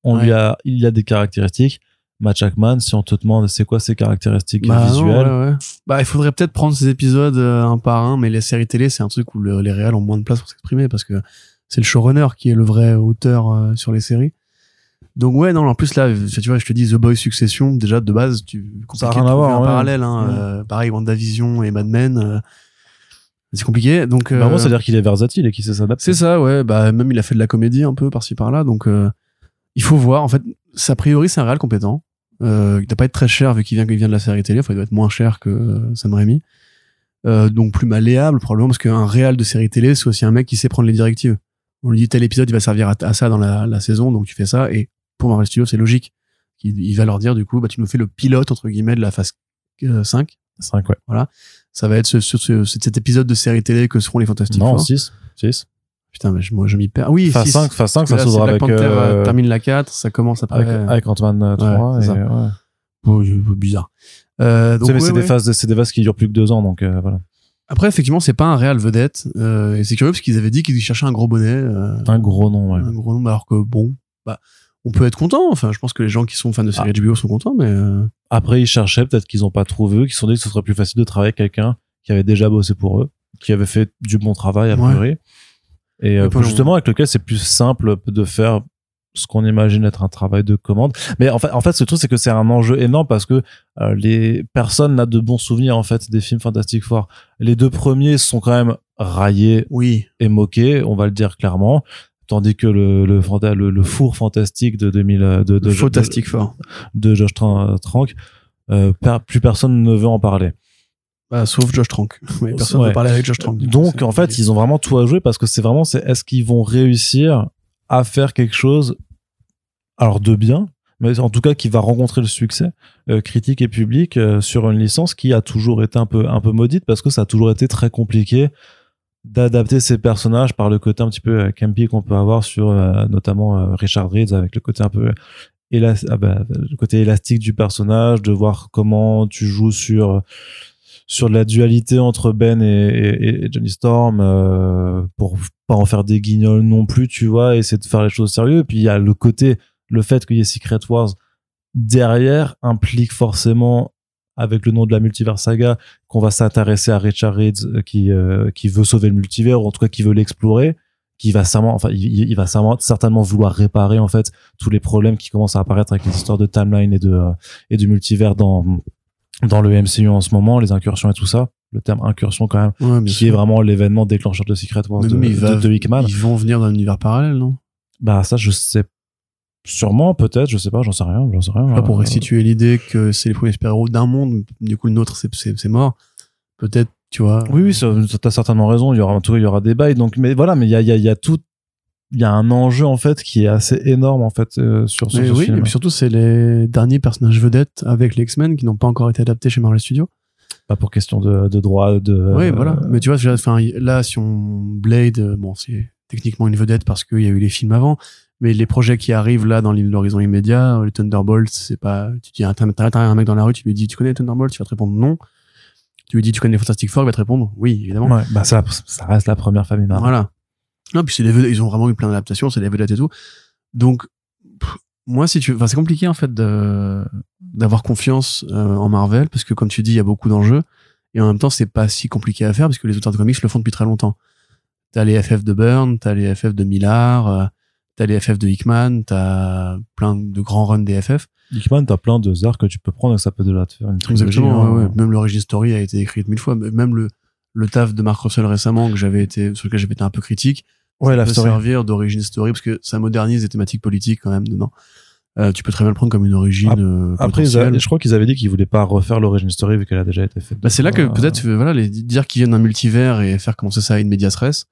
il a des caractéristiques. Matt Shakman, si on te demande c'est quoi ses caractéristiques visuelles, ouais. Bah il faudrait peut-être prendre ces épisodes un par un, mais les séries télé c'est un truc où les réals ont moins de place pour s'exprimer parce que c'est le showrunner qui est le vrai auteur sur les séries. Donc ouais, non, en plus là, tu vois, je te dis The Boys Succession, déjà de base, ça a rien à voir, un parallèle, hein, pareil WandaVision et Mad Men, c'est compliqué. Donc moi, c'est-à-dire qu'il est versatile et qu'il sait s'adapter. C'est ça, ouais. Bah même il a fait de la comédie un peu par-ci par-là, donc il faut voir. En fait, a priori c'est un réal compétent. Il doit pas être très cher vu qu'il vient de la série télé, enfin il doit être moins cher que Sam Raimi. Donc plus malléable probablement parce qu'un réal de série télé c'est aussi un mec qui sait prendre les directives. On lui dit tel épisode il va servir à ça dans la saison, donc tu fais ça, et pour Marvel Studios c'est logique. Il va leur dire du coup bah tu nous fais le pilote entre guillemets de la phase 5. 5 ouais. Voilà. Ça va être cet épisode de série télé que seront les Fantastiques. Non, 6. Putain, mais moi je m'y perds. Oui, phase 5, ça s'ouvre avec Black Panther termine la 4, ça commence après avec Ant-Man 3 ouais, et ouais. Oh, bizarre. Donc c'est des phases qui durent plus que 2 ans, donc voilà. Après effectivement, c'est pas un réal vedette et c'est curieux parce qu'ils avaient dit qu'ils cherchaient un gros bonnet, un gros nom, ouais. Un gros nom, alors que bon, bah on peut être content. Enfin, je pense que les gens qui sont fans de séries HBO sont contents, mais après ils cherchaient, peut-être qu'ils ont pas trouvé, qu'ils se sont dit que ce serait plus facile de travailler avec quelqu'un qui avait déjà bossé pour eux, qui avait fait du bon travail a priori. Et justement avec lequel c'est plus simple de faire ce qu'on imagine être un travail de commande. Mais en fait ce truc c'est que c'est un enjeu énorme parce que les personnes n'ont de bons souvenirs en fait des films Fantastic Four. Les 2 premiers sont quand même raillés et moqués, on va le dire clairement, tandis que le four fantastique de 2000 de Fantastic Four de Josh Trank, plus personne ne veut en parler. Bah, sauf Josh Trank. Mais personne ne veut parler avec Josh Trank. Donc en fait, ils ont vraiment tout à jouer parce que est-ce qu'ils vont réussir à faire quelque chose alors de bien, mais en tout cas qui va rencontrer le succès critique et public sur une licence qui a toujours été un peu maudite parce que ça a toujours été très compliqué d'adapter ces personnages par le côté un petit peu campy qu'on peut avoir sur notamment Richard Reeves avec le côté un peu le côté élastique du personnage, de voir comment tu joues sur la dualité entre Ben et Johnny Storm pour pas en faire des guignols non plus, tu vois, et essayer de faire les choses sérieux. Et puis il y a le fait qu'il y ait Secret Wars derrière implique forcément, avec le nom de la multiverse saga, qu'on va s'intéresser à Richard Reeves qui veut sauver le multivers, ou en tout cas qui veut l'explorer, qui va certainement vouloir réparer en fait tous les problèmes qui commencent à apparaître avec les histoires de timeline et de multivers dans le MCU en ce moment, les incursions et tout ça. le terme incursion quand même, Ouais, bien qui est vraiment l'événement déclencheur de Secret Wars de Hickman. Ils vont venir dans l'univers parallèle, non? Bah ça, je sais sûrement, peut-être, je sais pas, j'en sais rien. Là, pour restituer l'idée que c'est les premiers super-héros d'un monde, du coup le nôtre c'est mort. Peut-être, tu vois. Oui, t'as certainement raison. Il y aura des bails. Donc, mais voilà, mais il y a un enjeu en fait qui est assez énorme en fait sur ce oui, film. et puis surtout c'est les derniers personnages vedettes avec les X-Men qui n'ont pas encore été adaptés chez Marvel Studios. Pas pour question de droit Oui, voilà. Mais tu vois, là, si on Blade, bon, c'est techniquement une vedette parce qu'il y a eu les films avant, mais les projets qui arrivent là dans l'horizon immédiat, les Thunderbolts, c'est pas, tu dis, t'as un mec dans la rue, tu lui dis, tu connais les Thunderbolts, il va te répondre non. Tu lui dis, tu connais les Fantastic Four, il va te répondre oui, évidemment. Ouais, bah ça reste la première famille Marvel. Voilà. Non, puis c'est des vedettes, ils ont vraiment eu plein d'adaptations, c'est des vedettes et tout. Donc, moi, c'est compliqué, en fait, d'avoir confiance, en Marvel, parce que, comme tu dis, il y a beaucoup d'enjeux, et en même temps, c'est pas si compliqué à faire, parce que les auteurs de comics le font depuis très longtemps. T'as les FF de Byrne, t'as les FF de Millar, t'as les FF de Hickman, t'as plein de grands runs des FF. Hickman, t'as plein de arcs que tu peux prendre et ça peut déjà te faire une trilogie. Exactement, ouais. Même l'origin story a été écrite 1000 fois. Même le taf de Mark Russell récemment, sur lequel j'avais été un peu critique. Ouais, la peut story. servir d'origin story parce que ça modernise les thématiques politiques quand même dedans. Tu peux très bien le prendre comme une origine. Après, je crois qu'ils avaient dit qu'ils voulaient pas refaire l'origin story vu qu'elle a déjà été faite. Bah, c'est là que peut-être, voilà, dire qu'ils viennent d'un multivers et faire commencer ça à une medias res.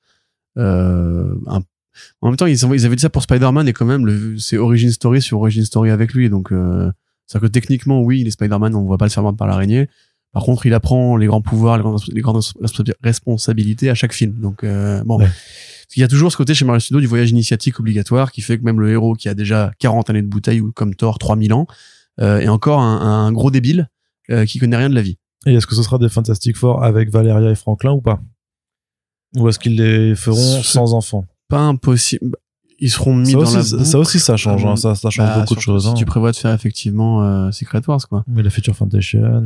En même temps, ils avaient dit ça pour Spider-Man et quand même, c'est origin story sur origin story avec lui. Donc, c'est-à-dire que techniquement, oui, il est Spider-Man, on voit pas le faire mordre par l'araignée. Par contre, il apprend les grands pouvoirs, les grandes responsabilités à chaque film. Donc, bon. Ouais. Il y a toujours ce côté chez Marvel Studios du voyage initiatique obligatoire qui fait que même le héros qui a déjà 40 années de bouteille ou comme Thor 3000 ans est encore un gros débile qui connaît rien de la vie. Et est-ce que ce sera des Fantastic Four avec Valeria et Franklin ou pas? Ou est-ce qu'ils les feront sans enfants? Pas impossible. Ils seront mis dans la boucle. Ça aussi, ça change. Hein. Ça change beaucoup de choses. Si hein. tu prévois de faire effectivement Secret Wars, quoi. Mais la Future Foundation,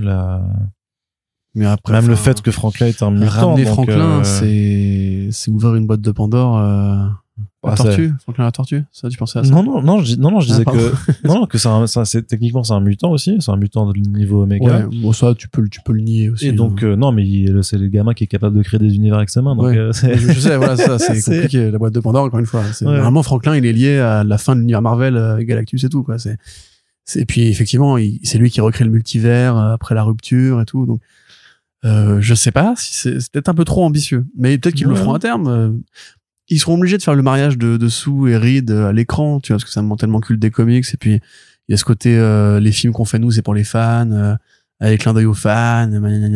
Mais après, même le fait que Franklin est un mutant. Ramener donc, Franklin, c'est ouvrir une boîte de Pandore. La tortue, Franklin la tortue. Ça, tu pensais à ça? Non, je disais que c'est techniquement c'est un mutant aussi. C'est un mutant de niveau Omega. Ouais, bon, ça, tu peux le nier aussi. Et donc, non, mais c'est le gamin qui est capable de créer des univers avec ses mains. Donc, ouais. Je sais, voilà, ça, c'est compliqué. La boîte de Pandore, encore une fois. Normalement, Franklin, il est lié à la fin de l'univers Marvel avec Galactus et tout, quoi. Et puis, effectivement, c'est lui qui recrée le multivers après la rupture et tout. Donc, je sais pas si c'est peut-être un peu trop ambitieux, mais peut-être qu'ils le feront à terme. Ils seront obligés de faire le mariage de Sue et Reed à l'écran, tu vois, parce que ça me tellement culte des comics. Et puis il y a ce côté les films qu'on fait nous, c'est pour les fans, avec clin d'œil aux fans.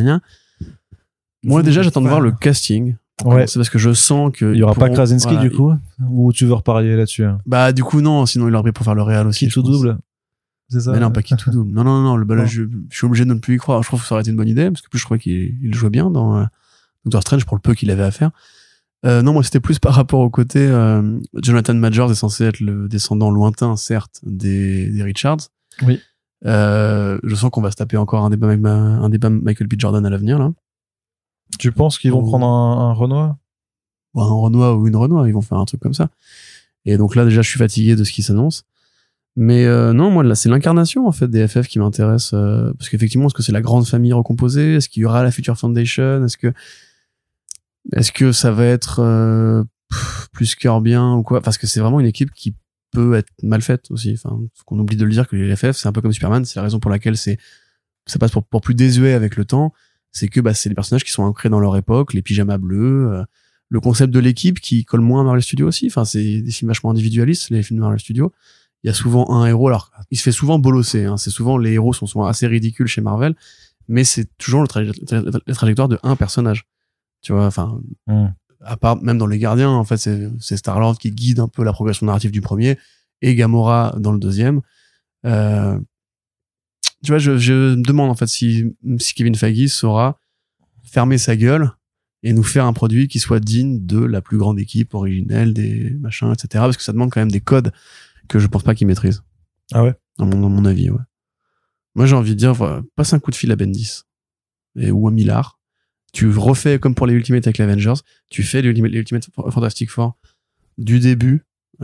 Moi déjà, j'attends de voir le casting. Ouais. C'est parce que je sens que il y aura pas Krasinski du coup, ou tu veux reparler là-dessus? Hein. Bah du coup non, sinon il aurait pris pour faire le réal aussi. Qui tout double. C'est ça. Mais non, pas qui tout double. Non. Là, je suis obligé de ne plus y croire. Je trouve que ça aurait été une bonne idée parce que plus je trouvais qu'il jouait bien dans Doctor Strange pour le peu qu'il avait à faire. Non, moi c'était plus par rapport au côté Jonathan Majors est censé être le descendant lointain, certes, des Richards. Oui. Je sens qu'on va se taper encore un débat Michael B. Jordan à l'avenir là. Tu penses qu'ils vont prendre un Renoir? Un Renoir ou une Renoir, ils vont faire un truc comme ça. Et donc là déjà je suis fatigué de ce qui s'annonce. Mais non, moi là c'est l'incarnation en fait des FF qui m'intéresse parce qu'effectivement est-ce que c'est la grande famille recomposée, est-ce qu'il y aura la Future Foundation, est-ce que ça va être plus Kirbien ou quoi, parce que c'est vraiment une équipe qui peut être mal faite aussi. Enfin, faut qu'on oublie de le dire que les FF c'est un peu comme Superman, c'est la raison pour laquelle ça passe pour plus désuet avec le temps, c'est que c'est les personnages qui sont ancrés dans leur époque, les pyjamas bleus, le concept de l'équipe qui colle moins à Marvel Studios aussi. Enfin, c'est des films vachement individualistes les films de Marvel Studios. Il y a souvent un héros, alors il se fait souvent bolosser, hein. C'est souvent les héros sont souvent assez ridicules chez Marvel, mais c'est toujours la trajectoire de un personnage, tu vois. Enfin, à part même dans les Gardiens, en fait c'est Star-Lord qui guide un peu la progression narrative du premier et Gamora dans le deuxième. Tu vois, je me demande en fait si Kevin Feige saura fermer sa gueule et nous faire un produit qui soit digne de la plus grande équipe originelle des machins, etc. Parce que ça demande quand même des codes que je pense pas qu'il maîtrise. Ah ouais? À mon avis, ouais. Moi, j'ai envie de dire, passe un coup de fil à Bendis. Ou à Millar. Tu refais comme pour les Ultimate avec les Avengers. Tu fais les Ultimate Fantastic Four du début,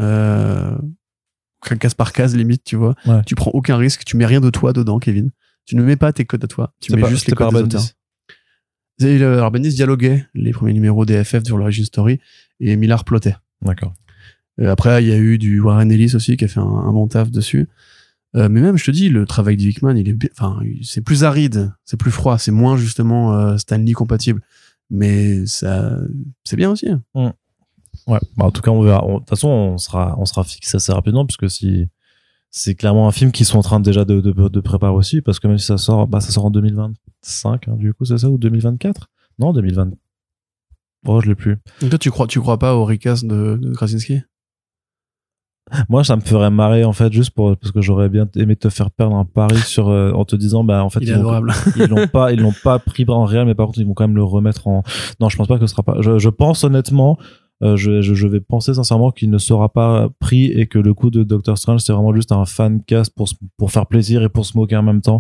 case par case, limite, tu vois. Ouais. Tu prends aucun risque. Tu mets rien de toi dedans, Kevin. Tu ne mets pas tes codes à toi. Tu mets juste les codes des auteurs. Alors Bendis dialoguait les premiers numéros des FF sur l'origin story et Millar plottait. D'accord. Après, il y a eu du Warren Ellis aussi qui a fait un bon taf dessus. Mais même, je te dis, le travail de Hickman, c'est plus aride, c'est plus froid, c'est moins justement Stan Lee compatible. Mais ça, c'est bien aussi. Ouais. Bah, en tout cas, on verra. De toute façon, on sera fixé assez rapidement, puisque si c'est clairement un film qu'ils sont en train déjà de préparer aussi, parce que même si ça sort en 2025, hein, du coup, c'est ça, ou 2024? Non, 2020. Oh, je l'ai plus. Donc toi, tu crois pas au recast de Krasinski? Moi, ça me ferait marrer, en fait, juste parce que j'aurais bien aimé te faire perdre un pari sur, en te disant, bah, en fait, il est adorable. Ils l'ont pas pris en réel, mais par contre, ils vont quand même le remettre en... Non, je pense pas que ce sera pas... Je pense honnêtement, je vais penser sincèrement qu'il ne sera pas pris et que le coup de Doctor Strange, c'est vraiment juste un fan cast pour faire plaisir et pour se moquer en même temps.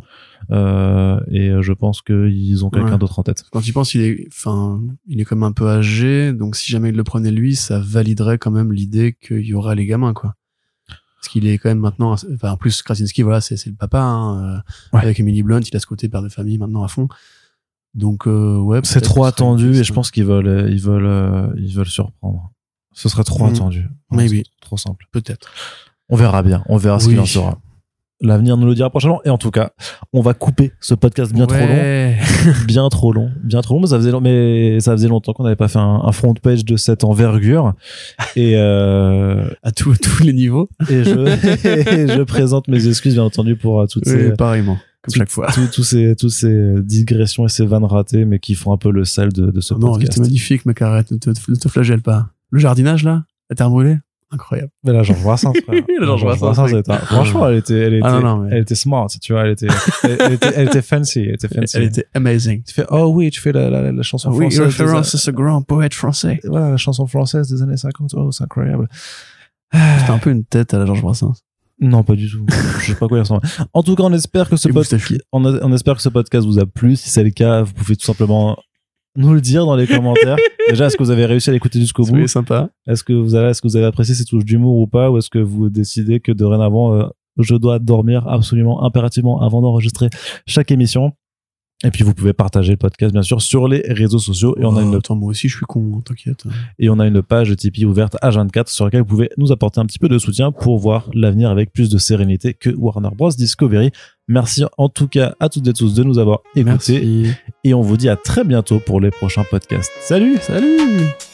Et je pense qu'ils ont quelqu'un d'autre en tête. Quand tu penses, il est quand même un peu âgé, donc si jamais il le prenait lui, ça validerait quand même l'idée qu'il y aura les gamins, quoi. Parce qu'il est quand même maintenant, en plus, Krasinski, voilà, c'est le papa, hein, avec Emily Blunt, il a ce côté père de famille maintenant à fond. Donc, ouais. C'est trop attendu et je pense qu'ils veulent surprendre. Ce serait trop attendu. Maybe. Trop simple. Peut-être. On verra bien. On verra ce qu'il en sera. L'avenir nous le dira prochainement. Et en tout cas, on va couper ce podcast bien trop long. Bien trop long. Mais ça faisait longtemps qu'on n'avait pas fait un front page de cette envergure. Et, à tous les niveaux. Et je présente mes excuses, bien entendu, pour toutes ces... pareillement. Comme chaque fois. Tous ces digressions et ces vannes ratées, mais qui font un peu le sel de ce podcast. Non, c'était magnifique, mec, arrête, ne te flagelle pas. Le jardinage, là, la terre brûlée, incroyable. Mais là, Georges Brassens, frère. Franchement, elle était smart, tu vois, elle était fancy, Elle était amazing. Tu fais, oh oui, tu fais la chanson française. Oui, référence à ce grand poète français. Voilà, la chanson française des années 50. Oh, c'est incroyable. C'était un peu une tête à la Georges Brassens. Non, pas du tout. Je sais pas quoi il ressemble. En tout cas, on espère que ce podcast vous a plu. Si c'est le cas, vous pouvez tout simplement nous le dire dans les commentaires. Déjà, est-ce que vous avez réussi à l'écouter jusqu'au bout? C'est sympa. Est-ce que vous avez apprécié ces touches d'humour ou pas? Ou est-ce que vous décidez que dorénavant, je dois dormir absolument, impérativement avant d'enregistrer chaque émission? Et puis vous pouvez partager le podcast bien sûr sur les réseaux sociaux et on a une moi aussi je suis con, t'inquiète. Et on a une page Tipeee ouverte H24 sur laquelle vous pouvez nous apporter un petit peu de soutien pour voir l'avenir avec plus de sérénité que Warner Bros Discovery. Merci en tout cas à toutes et tous de nous avoir écoutés. Merci. Et on vous dit à très bientôt pour les prochains podcasts. Salut.